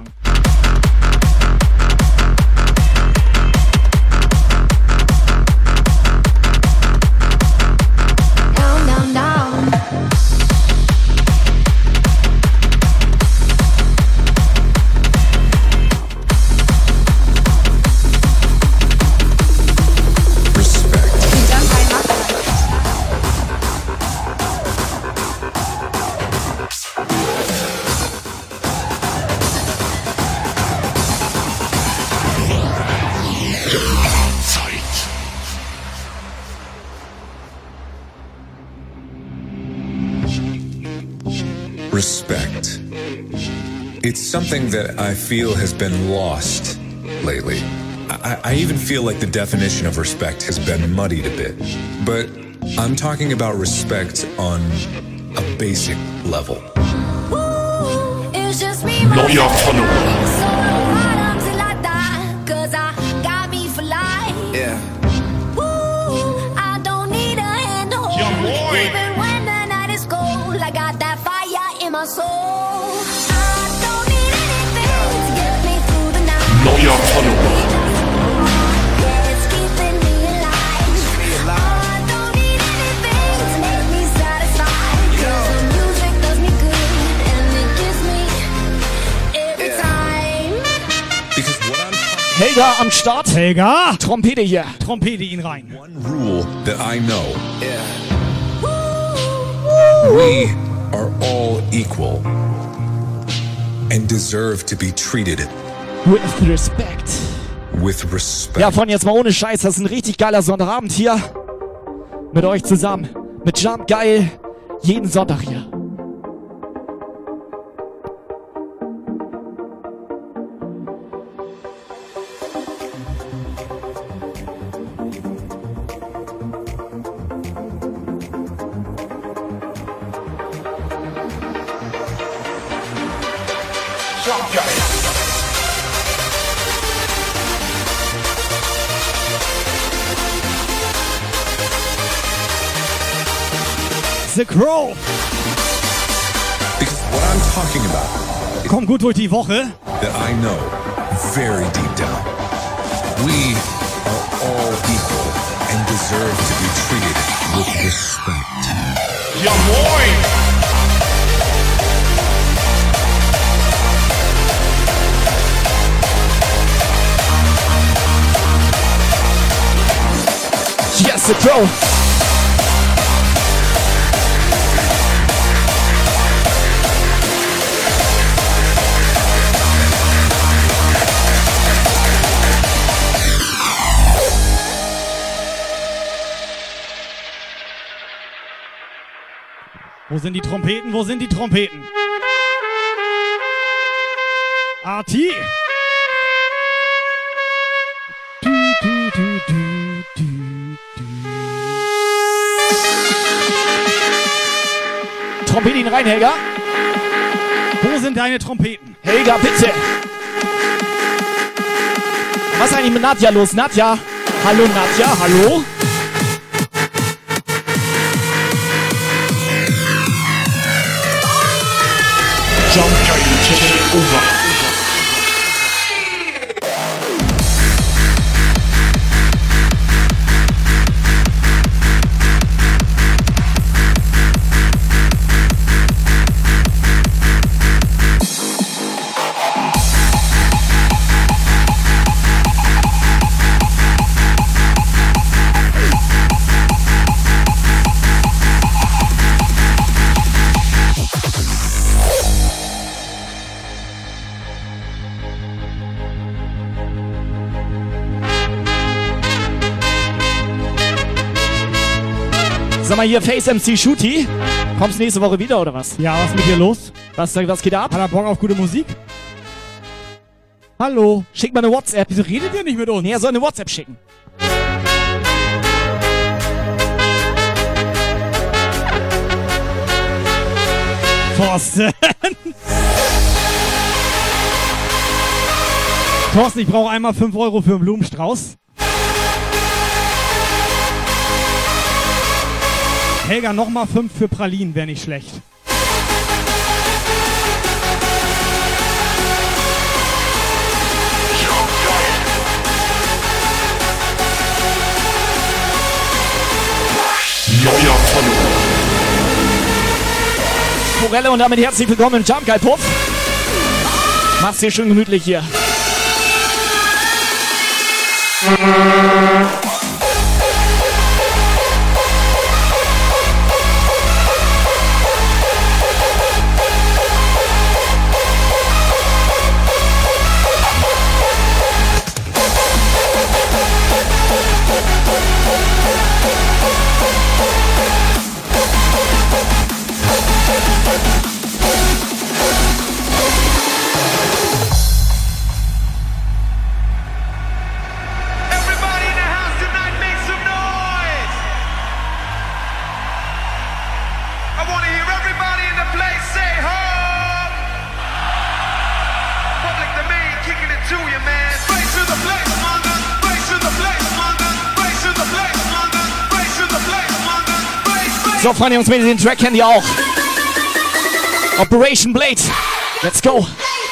Respect. It's something that I feel has been lost lately. I even feel like the definition of respect has been muddied a bit. But I'm talking about respect on a basic level. It's just me, Neuer Follower. So hard until I die, 'cause I got me for life. Yeah. I don't need a hand to hold. Even when the night is cold, I got that fire in my soul. I don't need anything to get me through the night. Neuer Follower. Yeah, it's keeping me alive. I don't need anything to make me satisfied. 'Cause the music does me good and it gives me every time. Helga am Start. Helga. Trompete hier. Trompete ihn rein. Rule that I know. We are all equal and deserve to be treated With respect. with respect. Ja, von jetzt mal ohne Scheiß, das ist ein richtig geiler Sonntagabend hier. Mit euch zusammen. Mit Jump Geil. Jeden Sonntag hier. The Crow. Because what I'm talking about Komm gut durch die Woche. that I know very deep down. We are all equal and deserve to be treated with respect. Ja moin! Yes, The Crow. Wo sind die Trompeten? Wo sind die Trompeten? Arti! Trompete ihn rein, Helga. Wo sind deine Trompeten? Helga, bitte. Was ist eigentlich mit Nadja los? Nadja? Hallo, Nadja, hallo? Jump Geil, take over. Sag mal hier, Face MC Shooty. Kommst nächste Woche wieder oder was? Ja, was ist mit dir los? Was geht da ab? Hat er Bock auf gute Musik? Hallo? Schick mal eine WhatsApp. Wieso redet ihr nicht mit uns? Nee, er soll eine WhatsApp schicken. Thorsten! Thorsten, ich brauche einmal 5 Euro für einen Blumenstrauß. Helga, nochmal 5 für Pralinen, wäre nicht schlecht. Neuer Follower. Forelle und damit herzlich willkommen im Jump Geil Puff. Mach's hier schön gemütlich hier. Everybody So, Freunde, Jungs, den Track kennt ihr auch. Operation Blade. Let's go.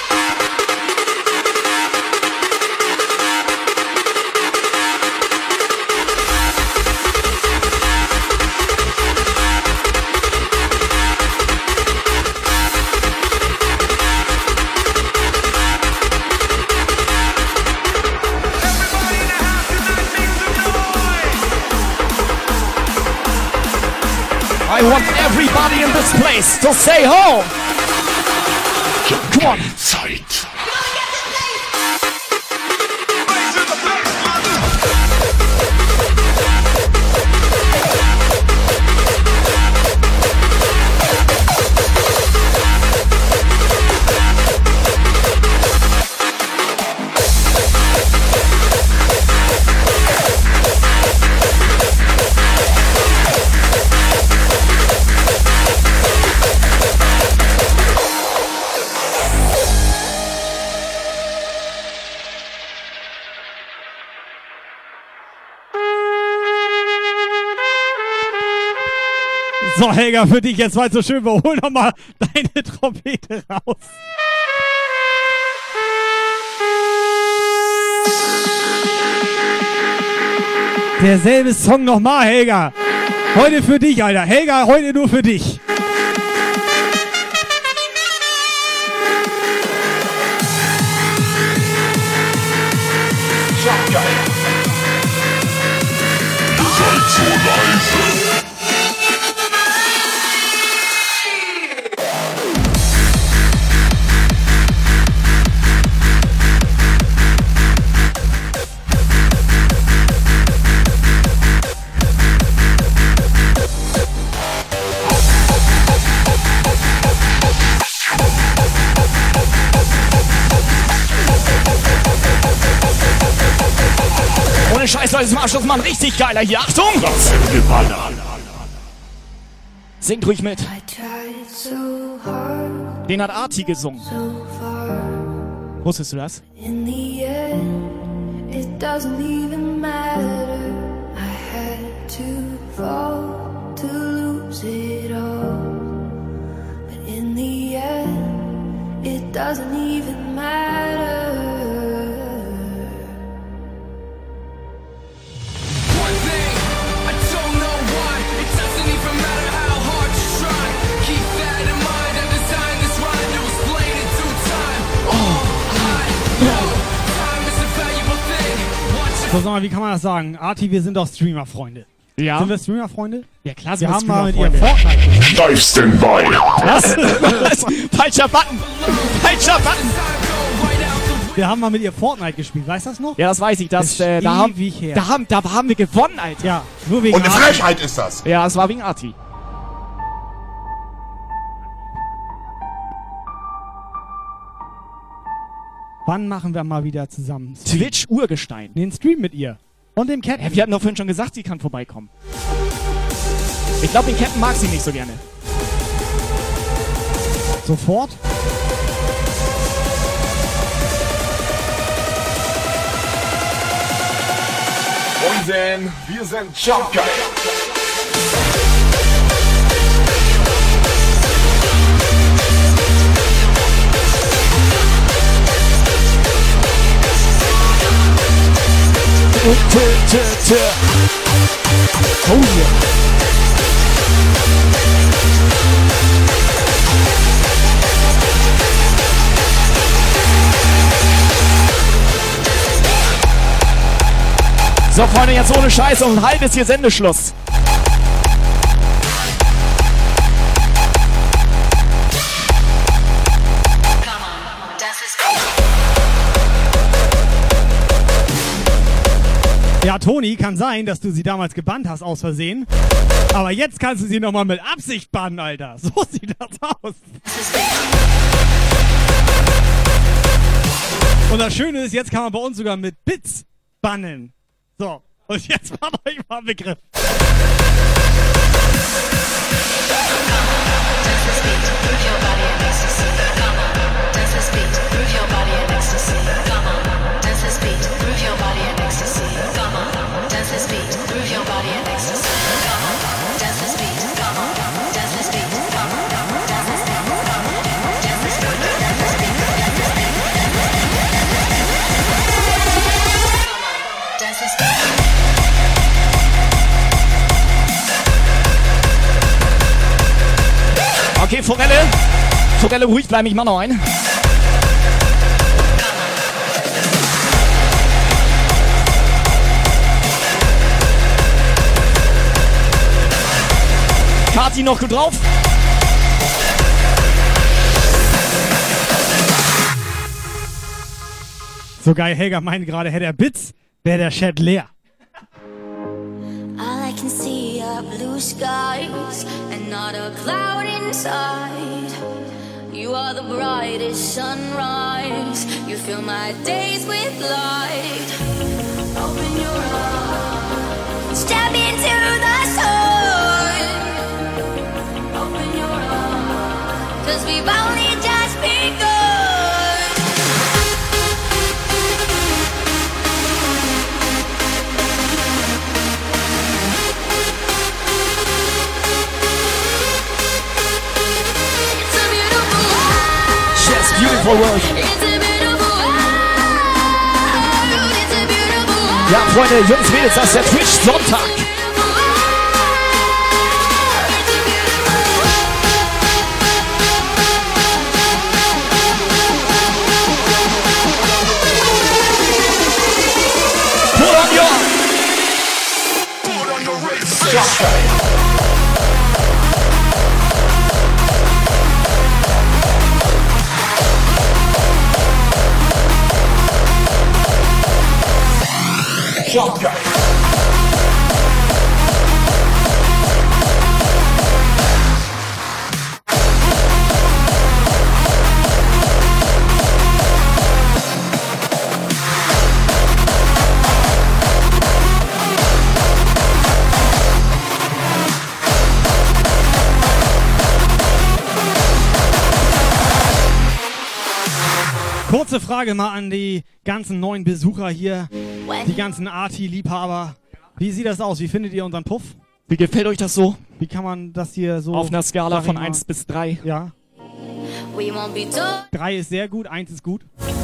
I want everybody in this place to say ho! Come on! Zeit! So, Helga, für dich jetzt, weil es so schön war, hol nochmal deine Trompete raus. Derselbe Song nochmal, Helga. Heute für dich, Alter. Helga, heute nur für dich. Seid so leise! Ohne Scheiß, Leute, zum Abschluss mal ein richtig geiler hier. Achtung! Singt ruhig mit. Den hat Arti gesungen. Wusstest du das? In the end, it doesn't even matter. I had to fall to lose it all. But in the end, it doesn't even matter. One thing, I don't know why. It doesn't even matter how hard you try. Keep that in mind and design this rhyme to explain in due time. I know time is a valuable thing. Watch it. So, sag mal, wie kann man das sagen? Arti, wir sind doch Streamer-Freunde. Ja. Sind wir Streamer-Freunde? Ja, klar, wir sind haben mal mit ihr Streamer-Freunde. Fortnite. Live Standby! Was? Falscher Button! Falscher Button! Wir haben mal mit ihr Fortnite gespielt, weißt du das noch? Ja, das weiß ich. Das, Das ist da haben wir gewonnen, Alter. Ja, nur wegen Und eine Arti. Frechheit ist das! Ja, es war wegen Arti. Wann machen wir mal wieder zusammen? Twitch-Urgestein. Den Stream mit ihr. Und dem Captain. Ja, wir hatten doch vorhin schon gesagt, sie kann vorbeikommen. Ich glaube, den Captain mag sie nicht so gerne. Sofort? Moin, wir sind Jumpgeil! Oh yeah. So, Freunde, jetzt ohne Scheiß, um 1:30 ist hier Sendeschluss. Ja, Toni, kann sein, dass du sie damals gebannt hast aus Versehen. Aber jetzt kannst du sie nochmal mit Absicht bannen, Alter. So sieht das aus. Und das Schöne ist, jetzt kann man bei uns sogar mit Bits bannen. So, und jetzt macht euch mal einen Begriff. Dance this beat, groove your body in ecstasy. Come on, dance this beat, come on, Forelle. Forelle, ruhig bleiben, ich mach noch einen. Kati noch gut drauf. So geil, Helga meint gerade, hätte er Bits, wäre der Chat leer. All I can see are blue skies and not a cloud inside. You are the brightest sunrise. You fill my days with light. Open your eyes. Step into the sun. Open your eyes. 'Cause we've only just begun. Beautiful world. Ja, Freunde, Jungs, Mädels, das ist der Twitch-Sonntag. Put on your Jump. Kurze Frage mal an die ganzen neuen Besucher hier, die ganzen Arti-Liebhaber. Wie sieht das aus? Wie findet ihr unseren Puff? Wie gefällt euch das so? Wie kann man das hier so... Auf einer Skala von 1 bis 3. Ja. 3 ist sehr gut, 1 ist gut.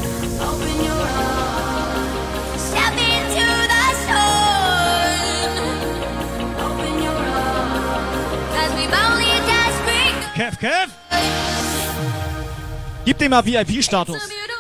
Kev! Gib dem mal VIP-Status.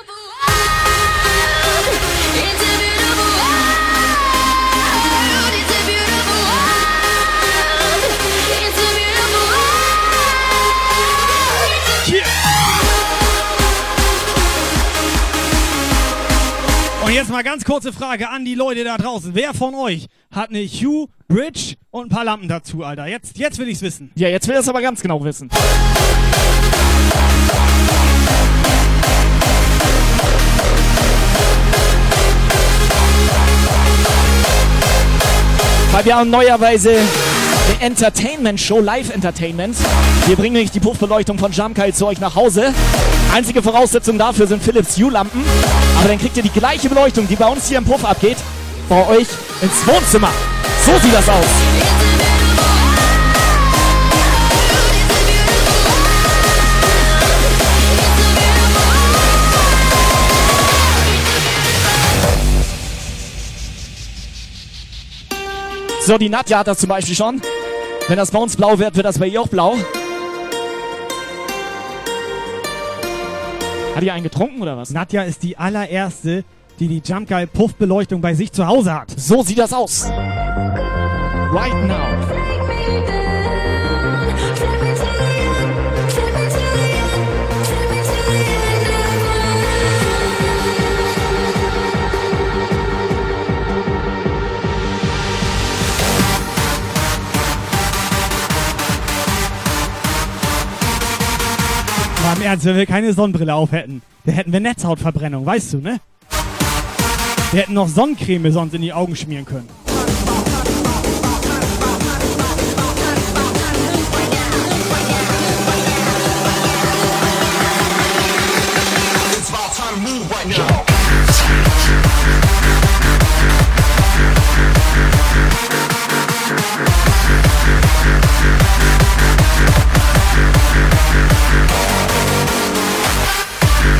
Und jetzt mal ganz kurze Frage an die Leute da draußen. Wer von euch hat eine Hue Bridge und ein paar Lampen dazu, Alter? Jetzt will ich's wissen. Ja, jetzt will ich es aber ganz genau wissen. Weil wir haben neuerweise eine Entertainment-Show, Live-Entertainment. Wir bringen nämlich die Puffbeleuchtung von Jamkai zu euch nach Hause. Einzige Voraussetzung dafür sind Philips Hue-Lampen. Aber dann kriegt ihr die gleiche Beleuchtung, die bei uns hier im Puff abgeht, bei euch ins Wohnzimmer. So sieht das aus. So, die Nadja hat das zum Beispiel schon. Wenn das bei uns blau wird, wird das bei ihr auch blau. Hat ihr einen getrunken oder was? Nadja ist die allererste, die Jamkai Puffbeleuchtung bei sich zu Hause hat. So sieht das aus. Right now. Mal im Ernst, wenn wir keine Sonnenbrille auf hätten, dann hätten wir Netzhautverbrennung, weißt du, ne? Wir hätten noch Sonnencreme sonst in die Augen schmieren können.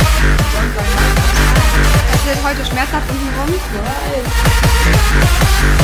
Es wird heute schmerzhaft unten rum.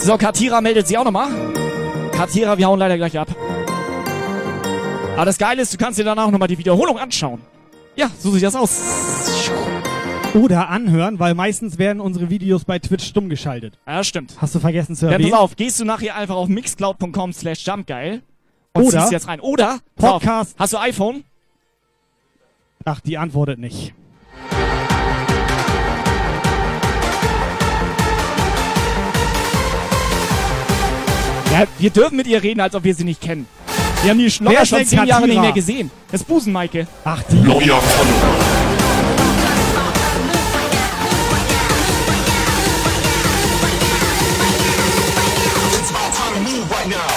So, Katira meldet sich auch nochmal. Katira, wir hauen leider gleich ab. Aber das Geile ist, du kannst dir danach nochmal die Wiederholung anschauen. Ja, so sieht das aus. Oder anhören, weil meistens werden unsere Videos bei Twitch stumm geschaltet. Ja, stimmt. Hast du vergessen zu Ja, erwähnen? pass auf, gehst du nachher einfach auf mixcloud.com/jumpgeil und Oder ziehst jetzt rein. Oder pass auf, Podcast. hast du iPhone? Ach, die antwortet nicht. Ja, wir dürfen mit ihr reden, als ob wir sie nicht kennen. Wir haben die Wer locker ist schon denn 10 Jahre nicht Katira? mehr gesehen. Das ist Busen-Maike. Ach, die. Loyal follower. It's my time to move right now.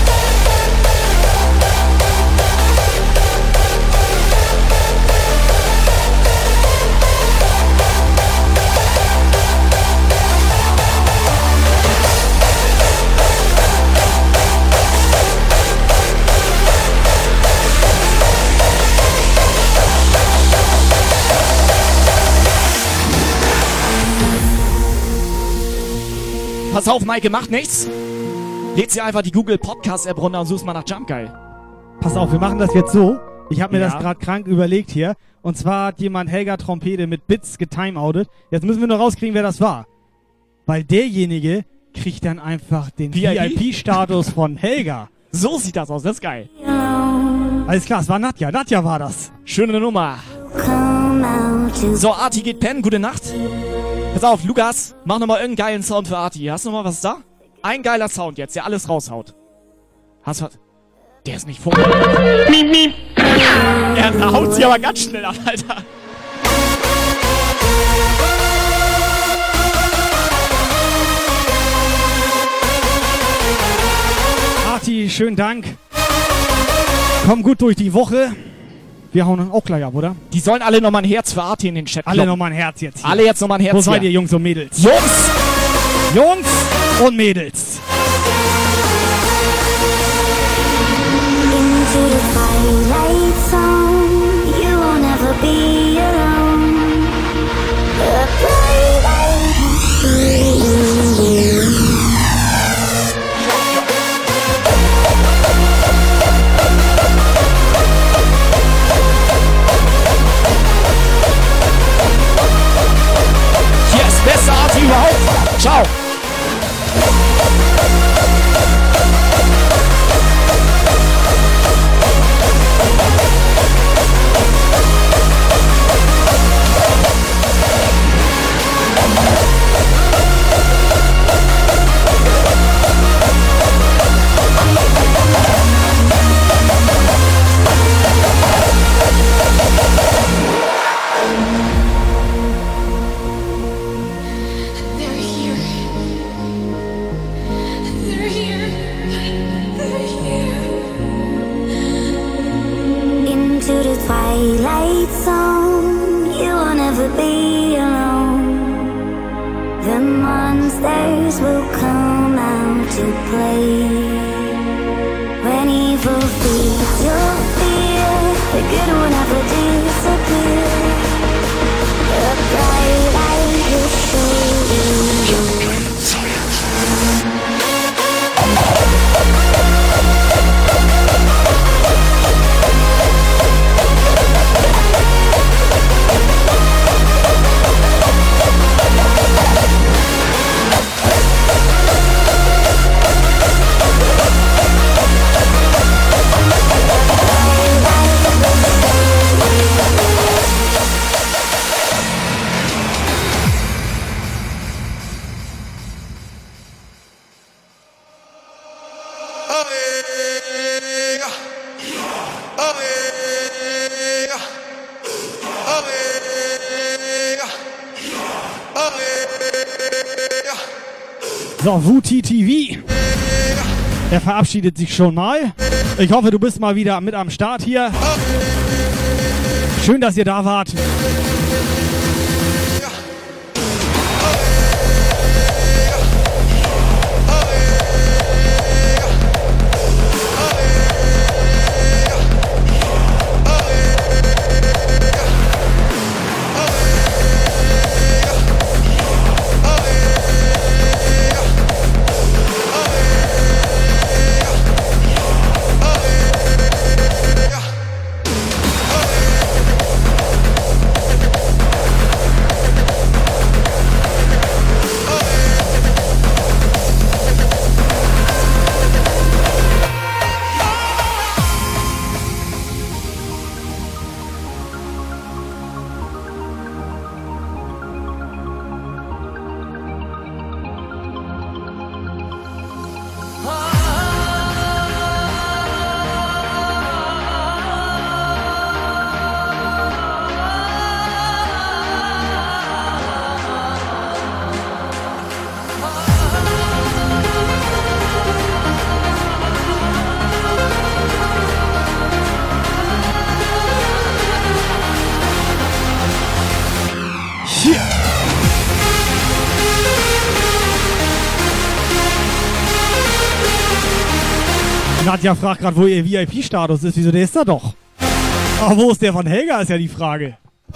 Pass auf, Maike, macht nichts. Lädt sie einfach die Google Podcast App runter und suchst mal nach Jumpgeil. Pass auf, wir machen das jetzt so. Ich habe mir Ja. das gerade krank überlegt hier. Und zwar hat jemand Helga Trompete mit Bits getimeoutet. Jetzt müssen wir nur rauskriegen, wer das war. Weil derjenige kriegt dann einfach den VIP-Status von Helga. So sieht das aus, das ist geil. Alles klar, es war Nadja. Nadja war das. Schöne Nummer. So, Arti geht pennen, gute Nacht. Pass auf, Lukas, mach nochmal irgendeinen geilen Sound für Arti. Hast du noch mal was da? Ein geiler Sound jetzt, der alles raushaut. Hast du was? Der ist nicht vor. Miep, miep. Er haut sie aber ganz schnell an, Alter. Arti, schönen Dank. Komm gut durch die Woche. Wir hauen dann auch gleich ab, oder? Die sollen alle nochmal ein Herz für Arti in den Chat Alle kloppen. nochmal ein Herz jetzt hier. Alle jetzt nochmal ein Herz Wo seid hier. ihr, Jungs und Mädels? Jungs! Jungs und Mädels. Into the twilight zone, you will never be alone. The bright light will you. Yes, beste Arti überhaupt. Ciao. They're here. They're here. They're here. Into the twilight zone, you will never be alone. The monsters will come out to play. When evil feeds your fear, the good will never disappear. The bright light will show you. So, Wuti TV. Er verabschiedet sich schon mal. Ich hoffe, du bist mal wieder mit am Start hier. Schön, dass ihr da wart. Nadja fragt gerade, wo ihr VIP-Status ist. Wieso, der ist da doch. Aber wo ist der von Helga, ist ja die Frage.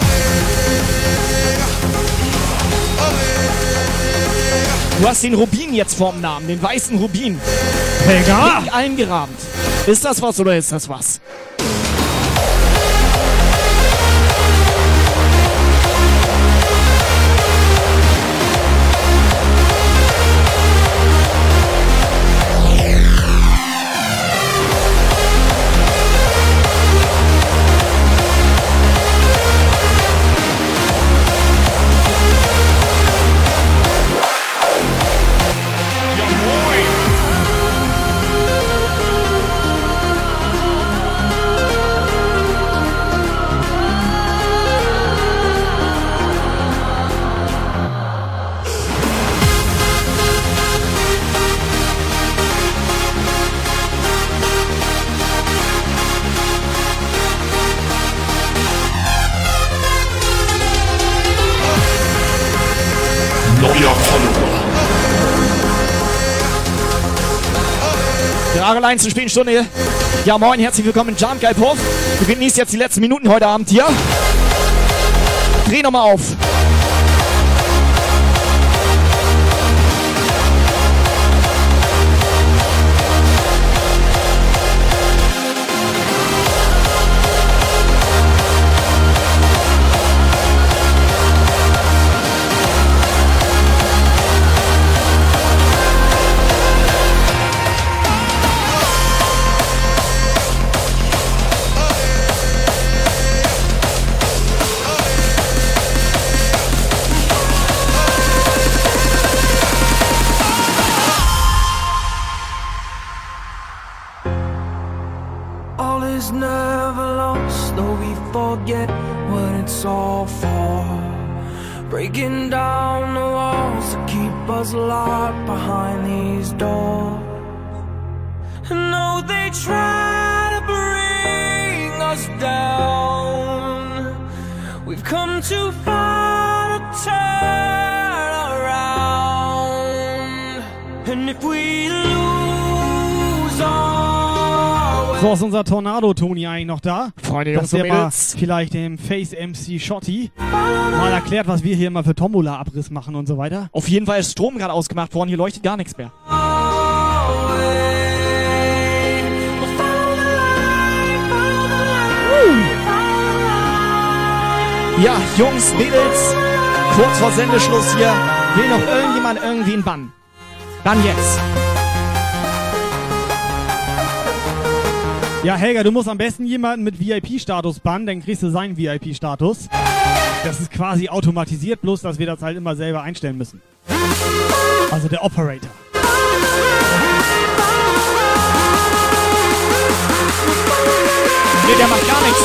Du hast den Rubin jetzt vorm Namen, den weißen Rubin. Helga! Nicht eingerahmt. Ist das was oder ist das was? Jahrelang zur späten Stunde. Ja, moin, herzlich willkommen in Jump-Geil-Puff. Wir genießen jetzt die letzten Minuten heute Abend hier. Dreh nochmal auf. Breaking down the walls to keep us locked behind these doors. No, they try to bring us down. We've come too far to turn around. And if we lose our way. So, ist unser Tornado-Toni eigentlich noch da? Freunde, Jungs und Mädels. Vielleicht dem Face-MC Schotti mal erklärt, was wir hier immer für Tombola-Abriss machen und so weiter. Auf jeden Fall ist Strom gerade ausgemacht worden, hier leuchtet gar nichts mehr. Ja, Jungs, Mädels, kurz vor Sendeschluss hier. Will noch irgendjemand irgendwen bannen? Dann jetzt. Ja, Helga, du musst am besten jemanden mit VIP-Status bannen, dann kriegst du seinen VIP-Status. Das ist quasi automatisiert, bloß dass wir das halt immer selber einstellen müssen. Also der Operator. Nee, der macht gar nichts.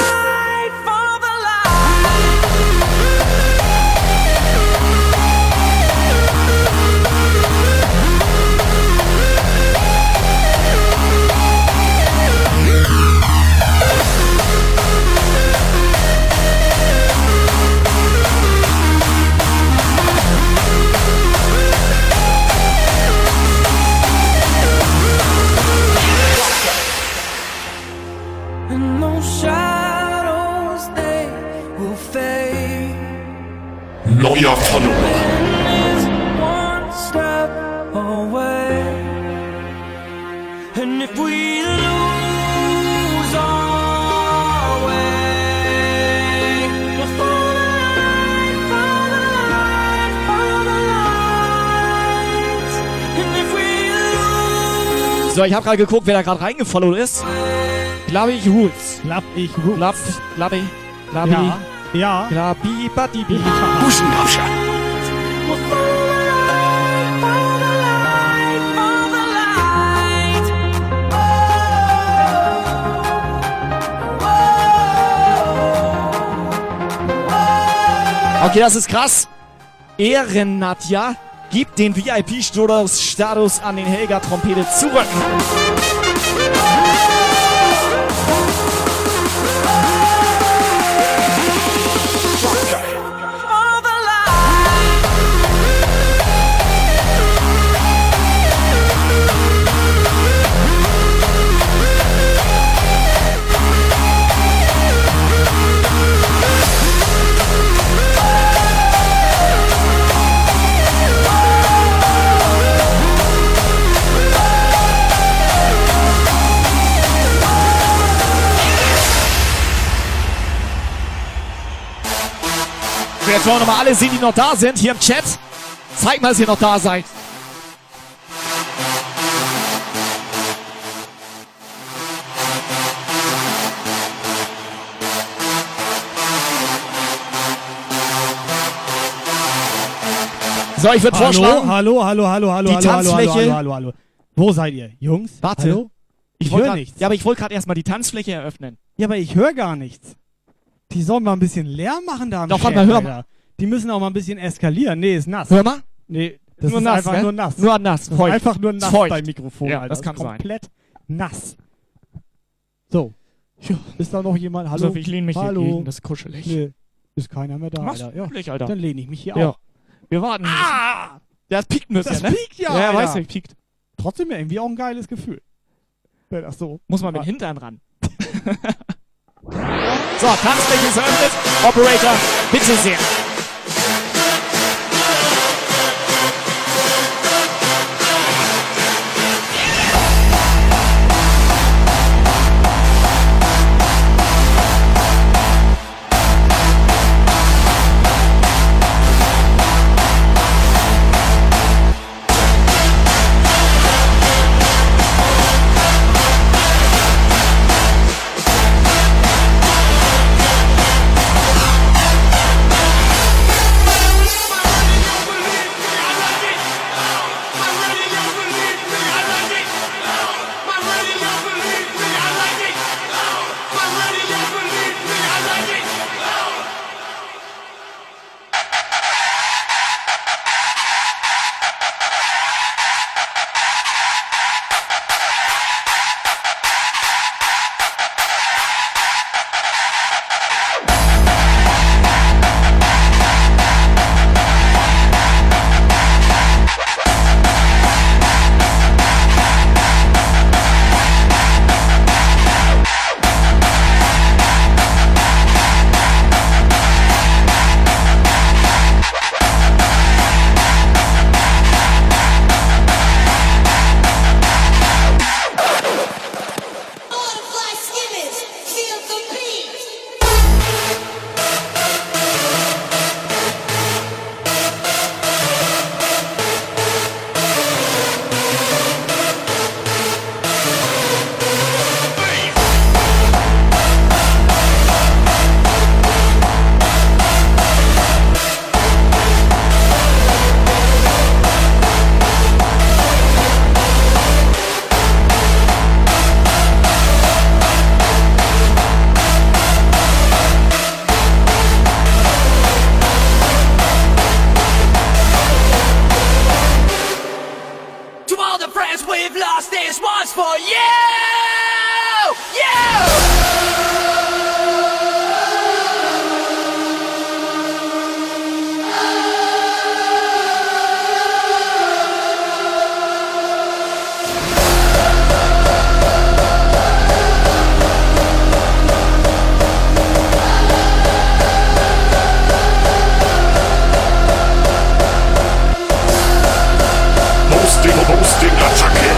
Neuer Follower. One step away. And if we lose our way, we'll follow the light. And if we lose. So, ich habe gerade geguckt, wer da gerade reingefollowt ist. Glabby Roots. Glabby Roots. Glabby. Ja. Ja. Glabby Badibi. Buschenabscher. Okay, das ist krass. Nadja gibt den VIP-Status an den Helga Trompete zurück. jetzt wollen wir nochmal alle sehen, die noch da sind, hier im Chat. Zeig mal, dass ihr noch da seid. So, ich würde vorschlagen. Hallo. Die Tanzfläche. Hallo. Wo seid ihr? Jungs? Warte. Hallo? Ich höre nichts. Ja, aber ich wollte gerade erstmal die Tanzfläche eröffnen. Ja, aber ich höre gar nichts. Die sollen mal ein bisschen Lärm machen da am Doch, Chat, warte mal, hör Alter. mal. Die müssen auch mal ein bisschen eskalieren. Nee, ist nass. Hör mal. Nee, das Nur ist nass, einfach ne? nur nass. Nur nass, Das ist feucht. einfach nur nass Feucht. beim Mikrofon, Ja, Alter. das kann sein. Komplett nass. So. Ist da noch jemand? Hallo? Also, ich lehne mich Hallo? hier gegen, das ist kuschelig. Nee, ist keiner mehr da, Mach's Alter. Ja. kuschelig, Alter. Dann lehne ich mich hier Ja. auf. Wir warten. Ah! Das piekt ein bisschen, Das ne? piekt ja, Ja, Alter. weißt du, piekt. Trotzdem irgendwie auch ein geiles Gefühl. Wenn das so. Muss man mit dem Hintern ran. So, Tanzfläche ist eröffnet. Operator, bitte sehr. To all the friends we've lost, this one's for you! You! Hosting, Attacke.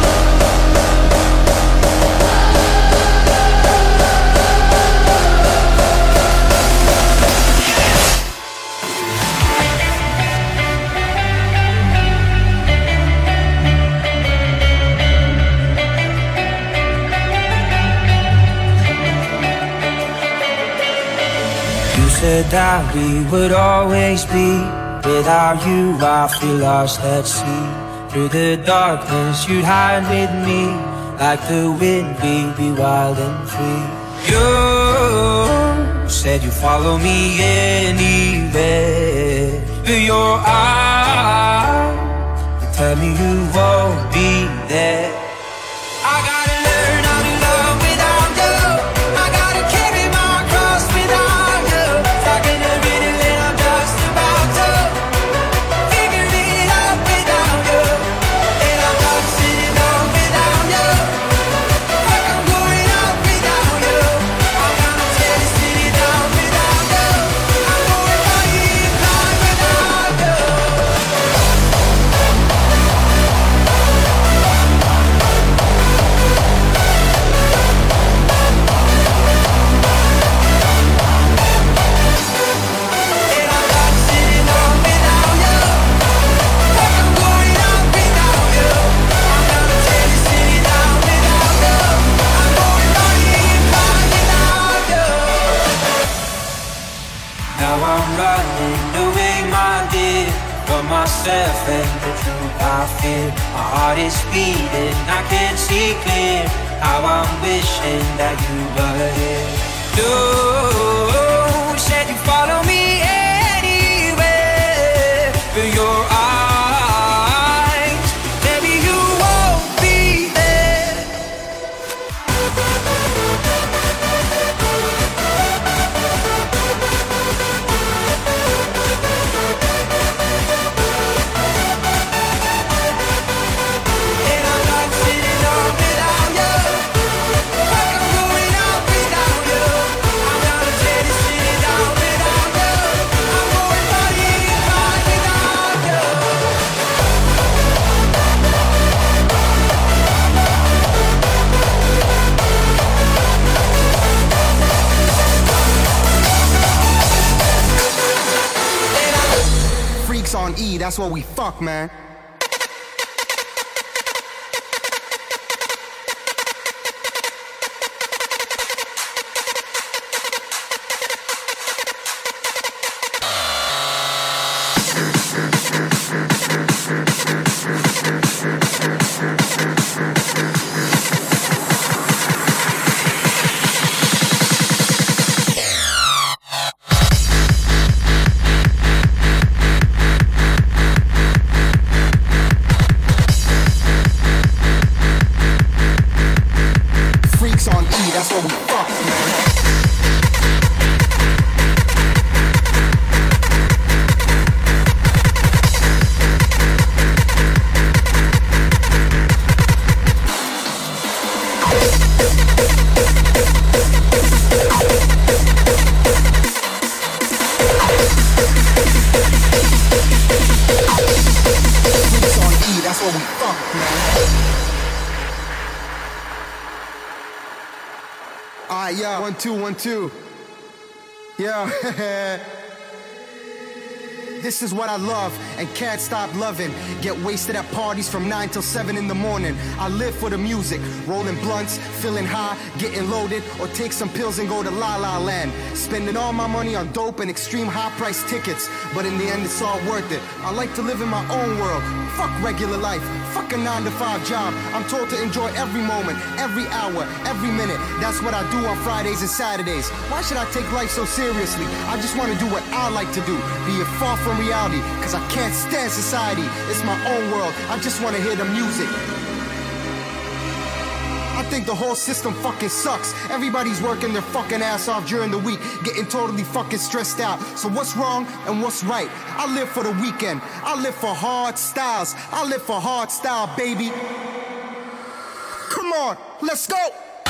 You said that we would always be. Without you, I feel lost at sea. Through the darkness, you'd hide with me. Like the wind, we'd be wild and free. You said you'd follow me anywhere. But your eyes tell me you won't be there. I gotta learn how to love without you. I gotta carry my cross without you. Stuck in a riddle and I'm just about to figure it out without you. And I'm not sitting down without you. Like I'm going out without you. I'm gonna tear this city down without you. I'm going by you without you. myself and the truth I fear. My heart is beating, I can't see clear. How I'm wishing that you were here. You said you'd follow me anywhere. But your eyes, maybe you won't be there. And I'm not sitting on without you. Like I'm going out without you. I'm not a steady sitting down without you. I'm going partying inside without you. Freaks on E, that's what we fuck, man. Freaks on E, that's what we fuck, man. Freaks on E, that's what we fuck, man. Alright, yeah, 1 2 1 2. Yeah. This is what I love and can't stop loving. Get wasted at parties from 9 till 7 in the morning. I live for the music, rolling blunts, feeling high, getting loaded, or take some pills and go to La La Land. Spending all my money on dope and extreme high price tickets, but in the end it's all worth it. I like to live in my own world. Fuck regular life, fuck a 9 to 5 job. I'm told to enjoy every moment, every hour, every minute. That's what I do on Fridays and Saturdays. Why should I take life so seriously? I just want to do what I like to do, be it far from reality, cause I can't stand society. It's my own world, I just want to hear the music. I think the whole system fucking sucks. Everybody's working their fucking ass off during the week, getting totally fucking stressed out. So what's wrong and what's right? I live for the weekend, I live for hard styles, I live for hard style, baby. Come on, let's go.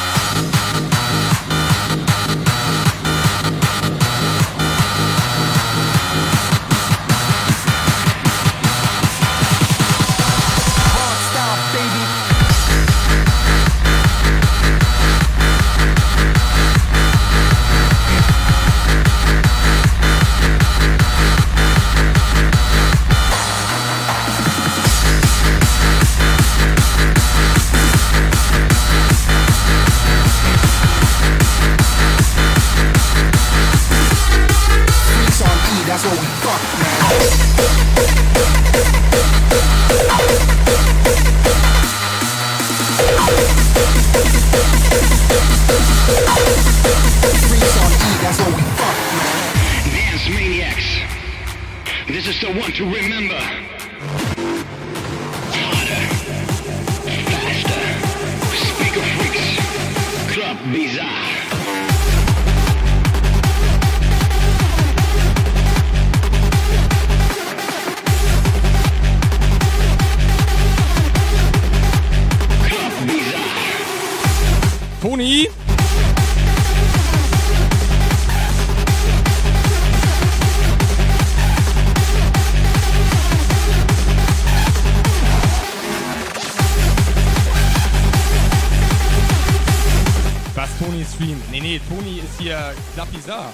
That's what we fuck, man. Freaks on E, that's what we fuck, man. Dance maniacs, this is the one to remember. Harder, faster, speaker freaks, club bizarre. Toni! Was Toni streamt? Nee, Toni ist hier Klappizar.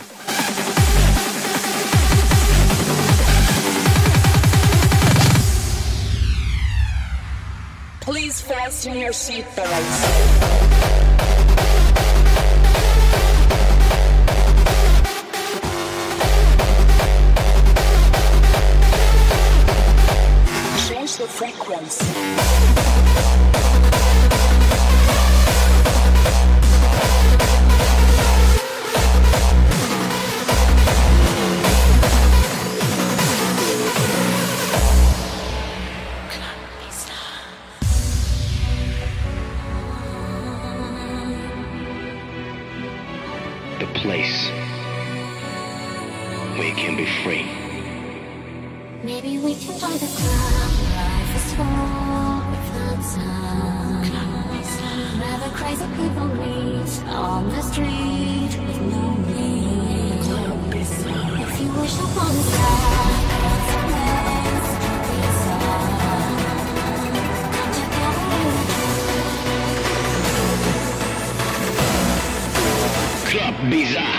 Please fasten your seatbelts. The place where you can be free. Maybe we can join the club. Life is full without sound. Where the crazy people meet on the street with no need. If you wish upon a star, it's a place to be come together in Club Bizarre.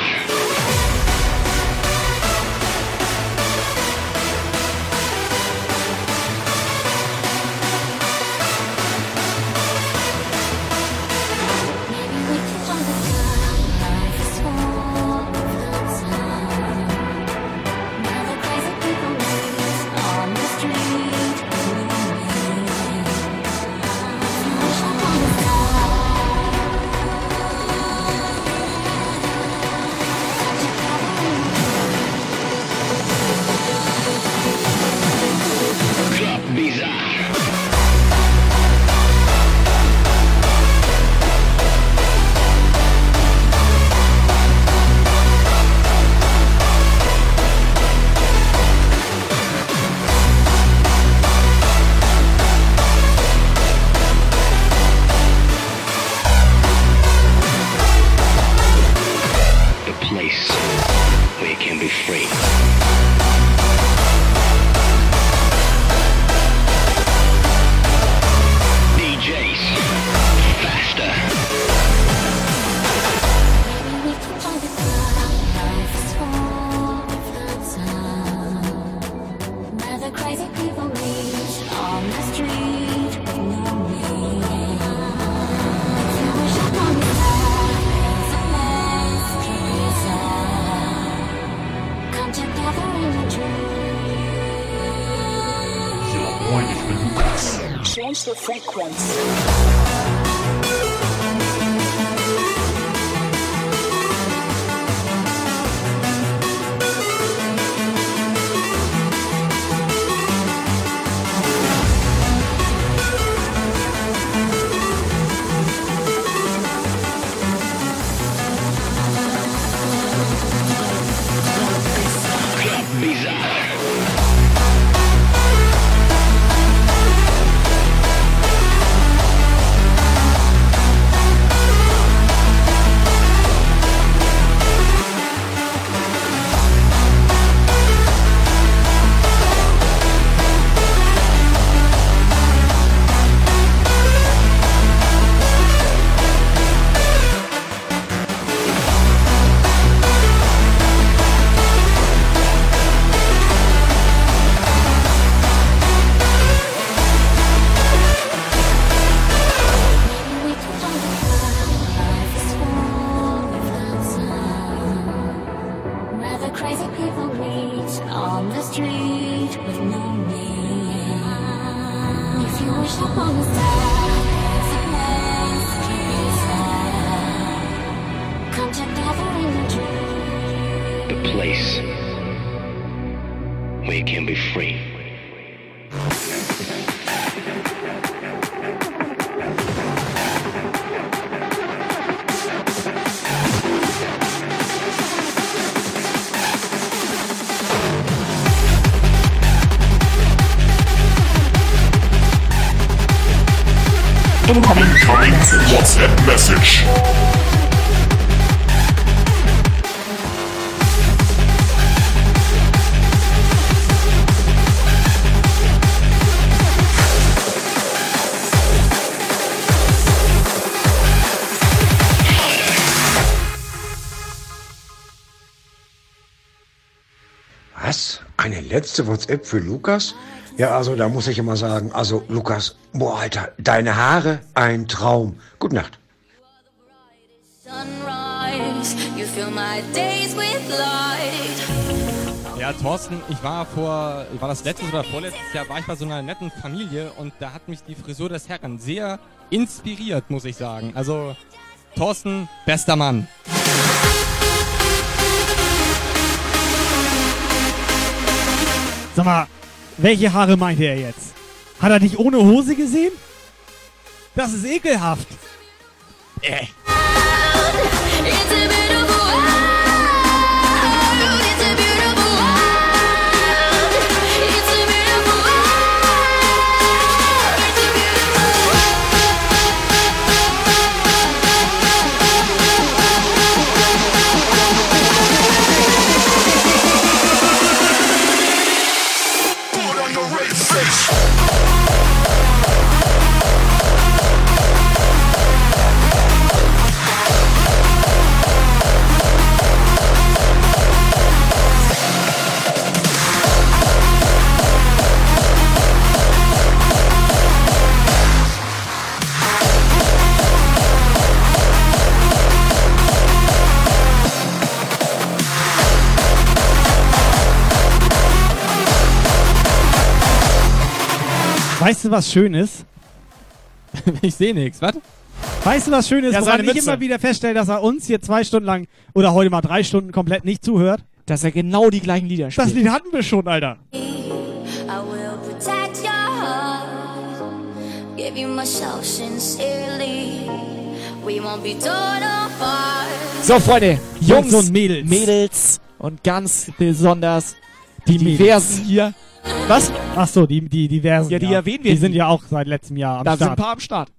Change the frequency. Incoming WhatsApp message. Was? Eine letzte WhatsApp für Lukas? Ja, also da muss ich immer sagen, also Lukas, boah, Alter, deine Haare, ein Traum. Gute Nacht. Ja, Thorsten, ich war das letztes oder vorletztes Jahr, war ich bei so einer netten Familie und da hat mich die Frisur des Herrn sehr inspiriert, muss ich sagen. Also, Thorsten, bester Mann. Sag mal, welche Haare meinte er jetzt? Hat er dich ohne Hose gesehen? Das ist ekelhaft. It's a beautiful Weißt du, was schön ist? Ich sehe nichts, was? Weißt du, was schön ist, Ja, woran seine ich Mütze. immer wieder feststelle, dass er uns hier 2 Stunden lang oder heute mal 3 Stunden komplett nicht zuhört? Dass er genau die gleichen Lieder spielt. Das Lied hatten wir schon, Alter. I will protect your heart, give you myself sincerely. We won't be torn apart. So, Freunde, Jungs und Mädels. Mädels und ganz besonders die Mädels. Diversen hier. Was? Ach so, die diversen. Ja, die erwähnen wir Die sind nie. ja auch seit letztem Jahr am Da sind ein Start. paar am Start.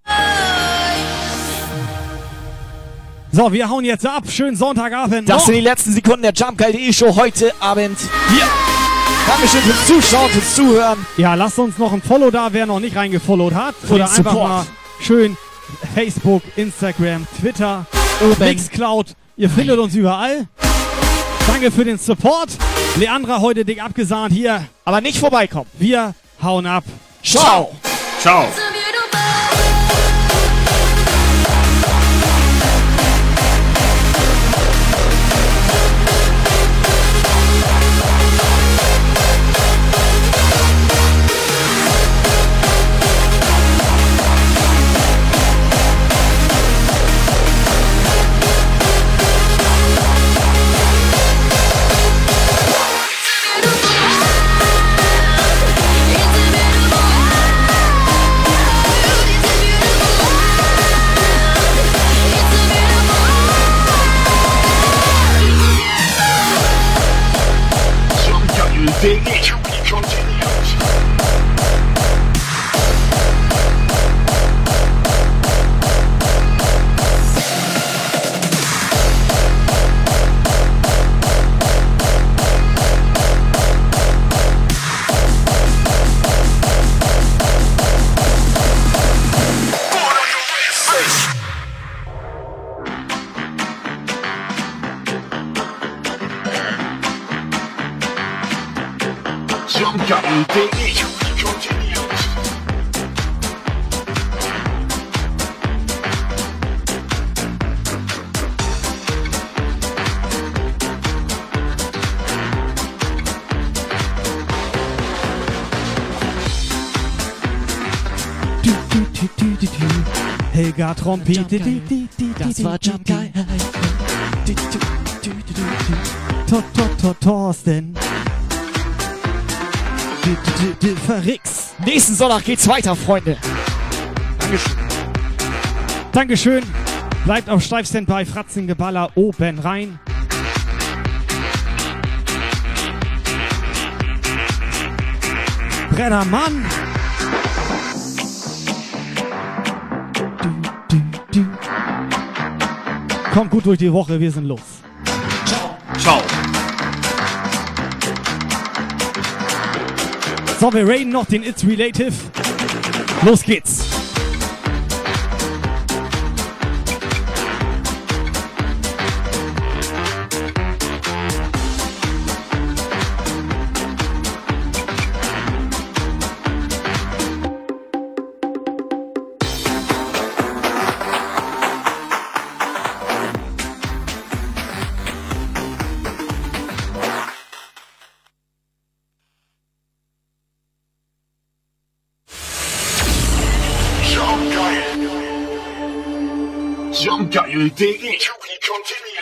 So, wir hauen jetzt ab. Schönen Sonntagabend. Das sind die letzten Sekunden der Jumpgeil.de Show heute Abend. Hier. Dankeschön fürs Zuschauen, fürs Zuhören. Ja, lasst uns noch ein Follow da, wer noch nicht reingefollowt hat. Für Oder den einfach Support. mal schön Facebook, Instagram, Twitter, Oben. Mixcloud. Ihr findet uns überall. Danke für den Support. Leandra heute dick abgesahnt hier. Aber nicht vorbeikommen. Wir hauen ab. Ciao. Ciao. Helga Trompete. Das war Jumpgeil. Thorsten. Verrix. Nächsten Sonntag geht's weiter, Freunde. Dankeschön. Dankeschön. Bleibt auf Steifstand bei Fratzengeballer oben rein. Brennermann. Kommt gut durch die Woche, wir sind los. Ciao. So, wir raiden noch den It's Relative. Los geht's. Jumpgeil.de. To be continued.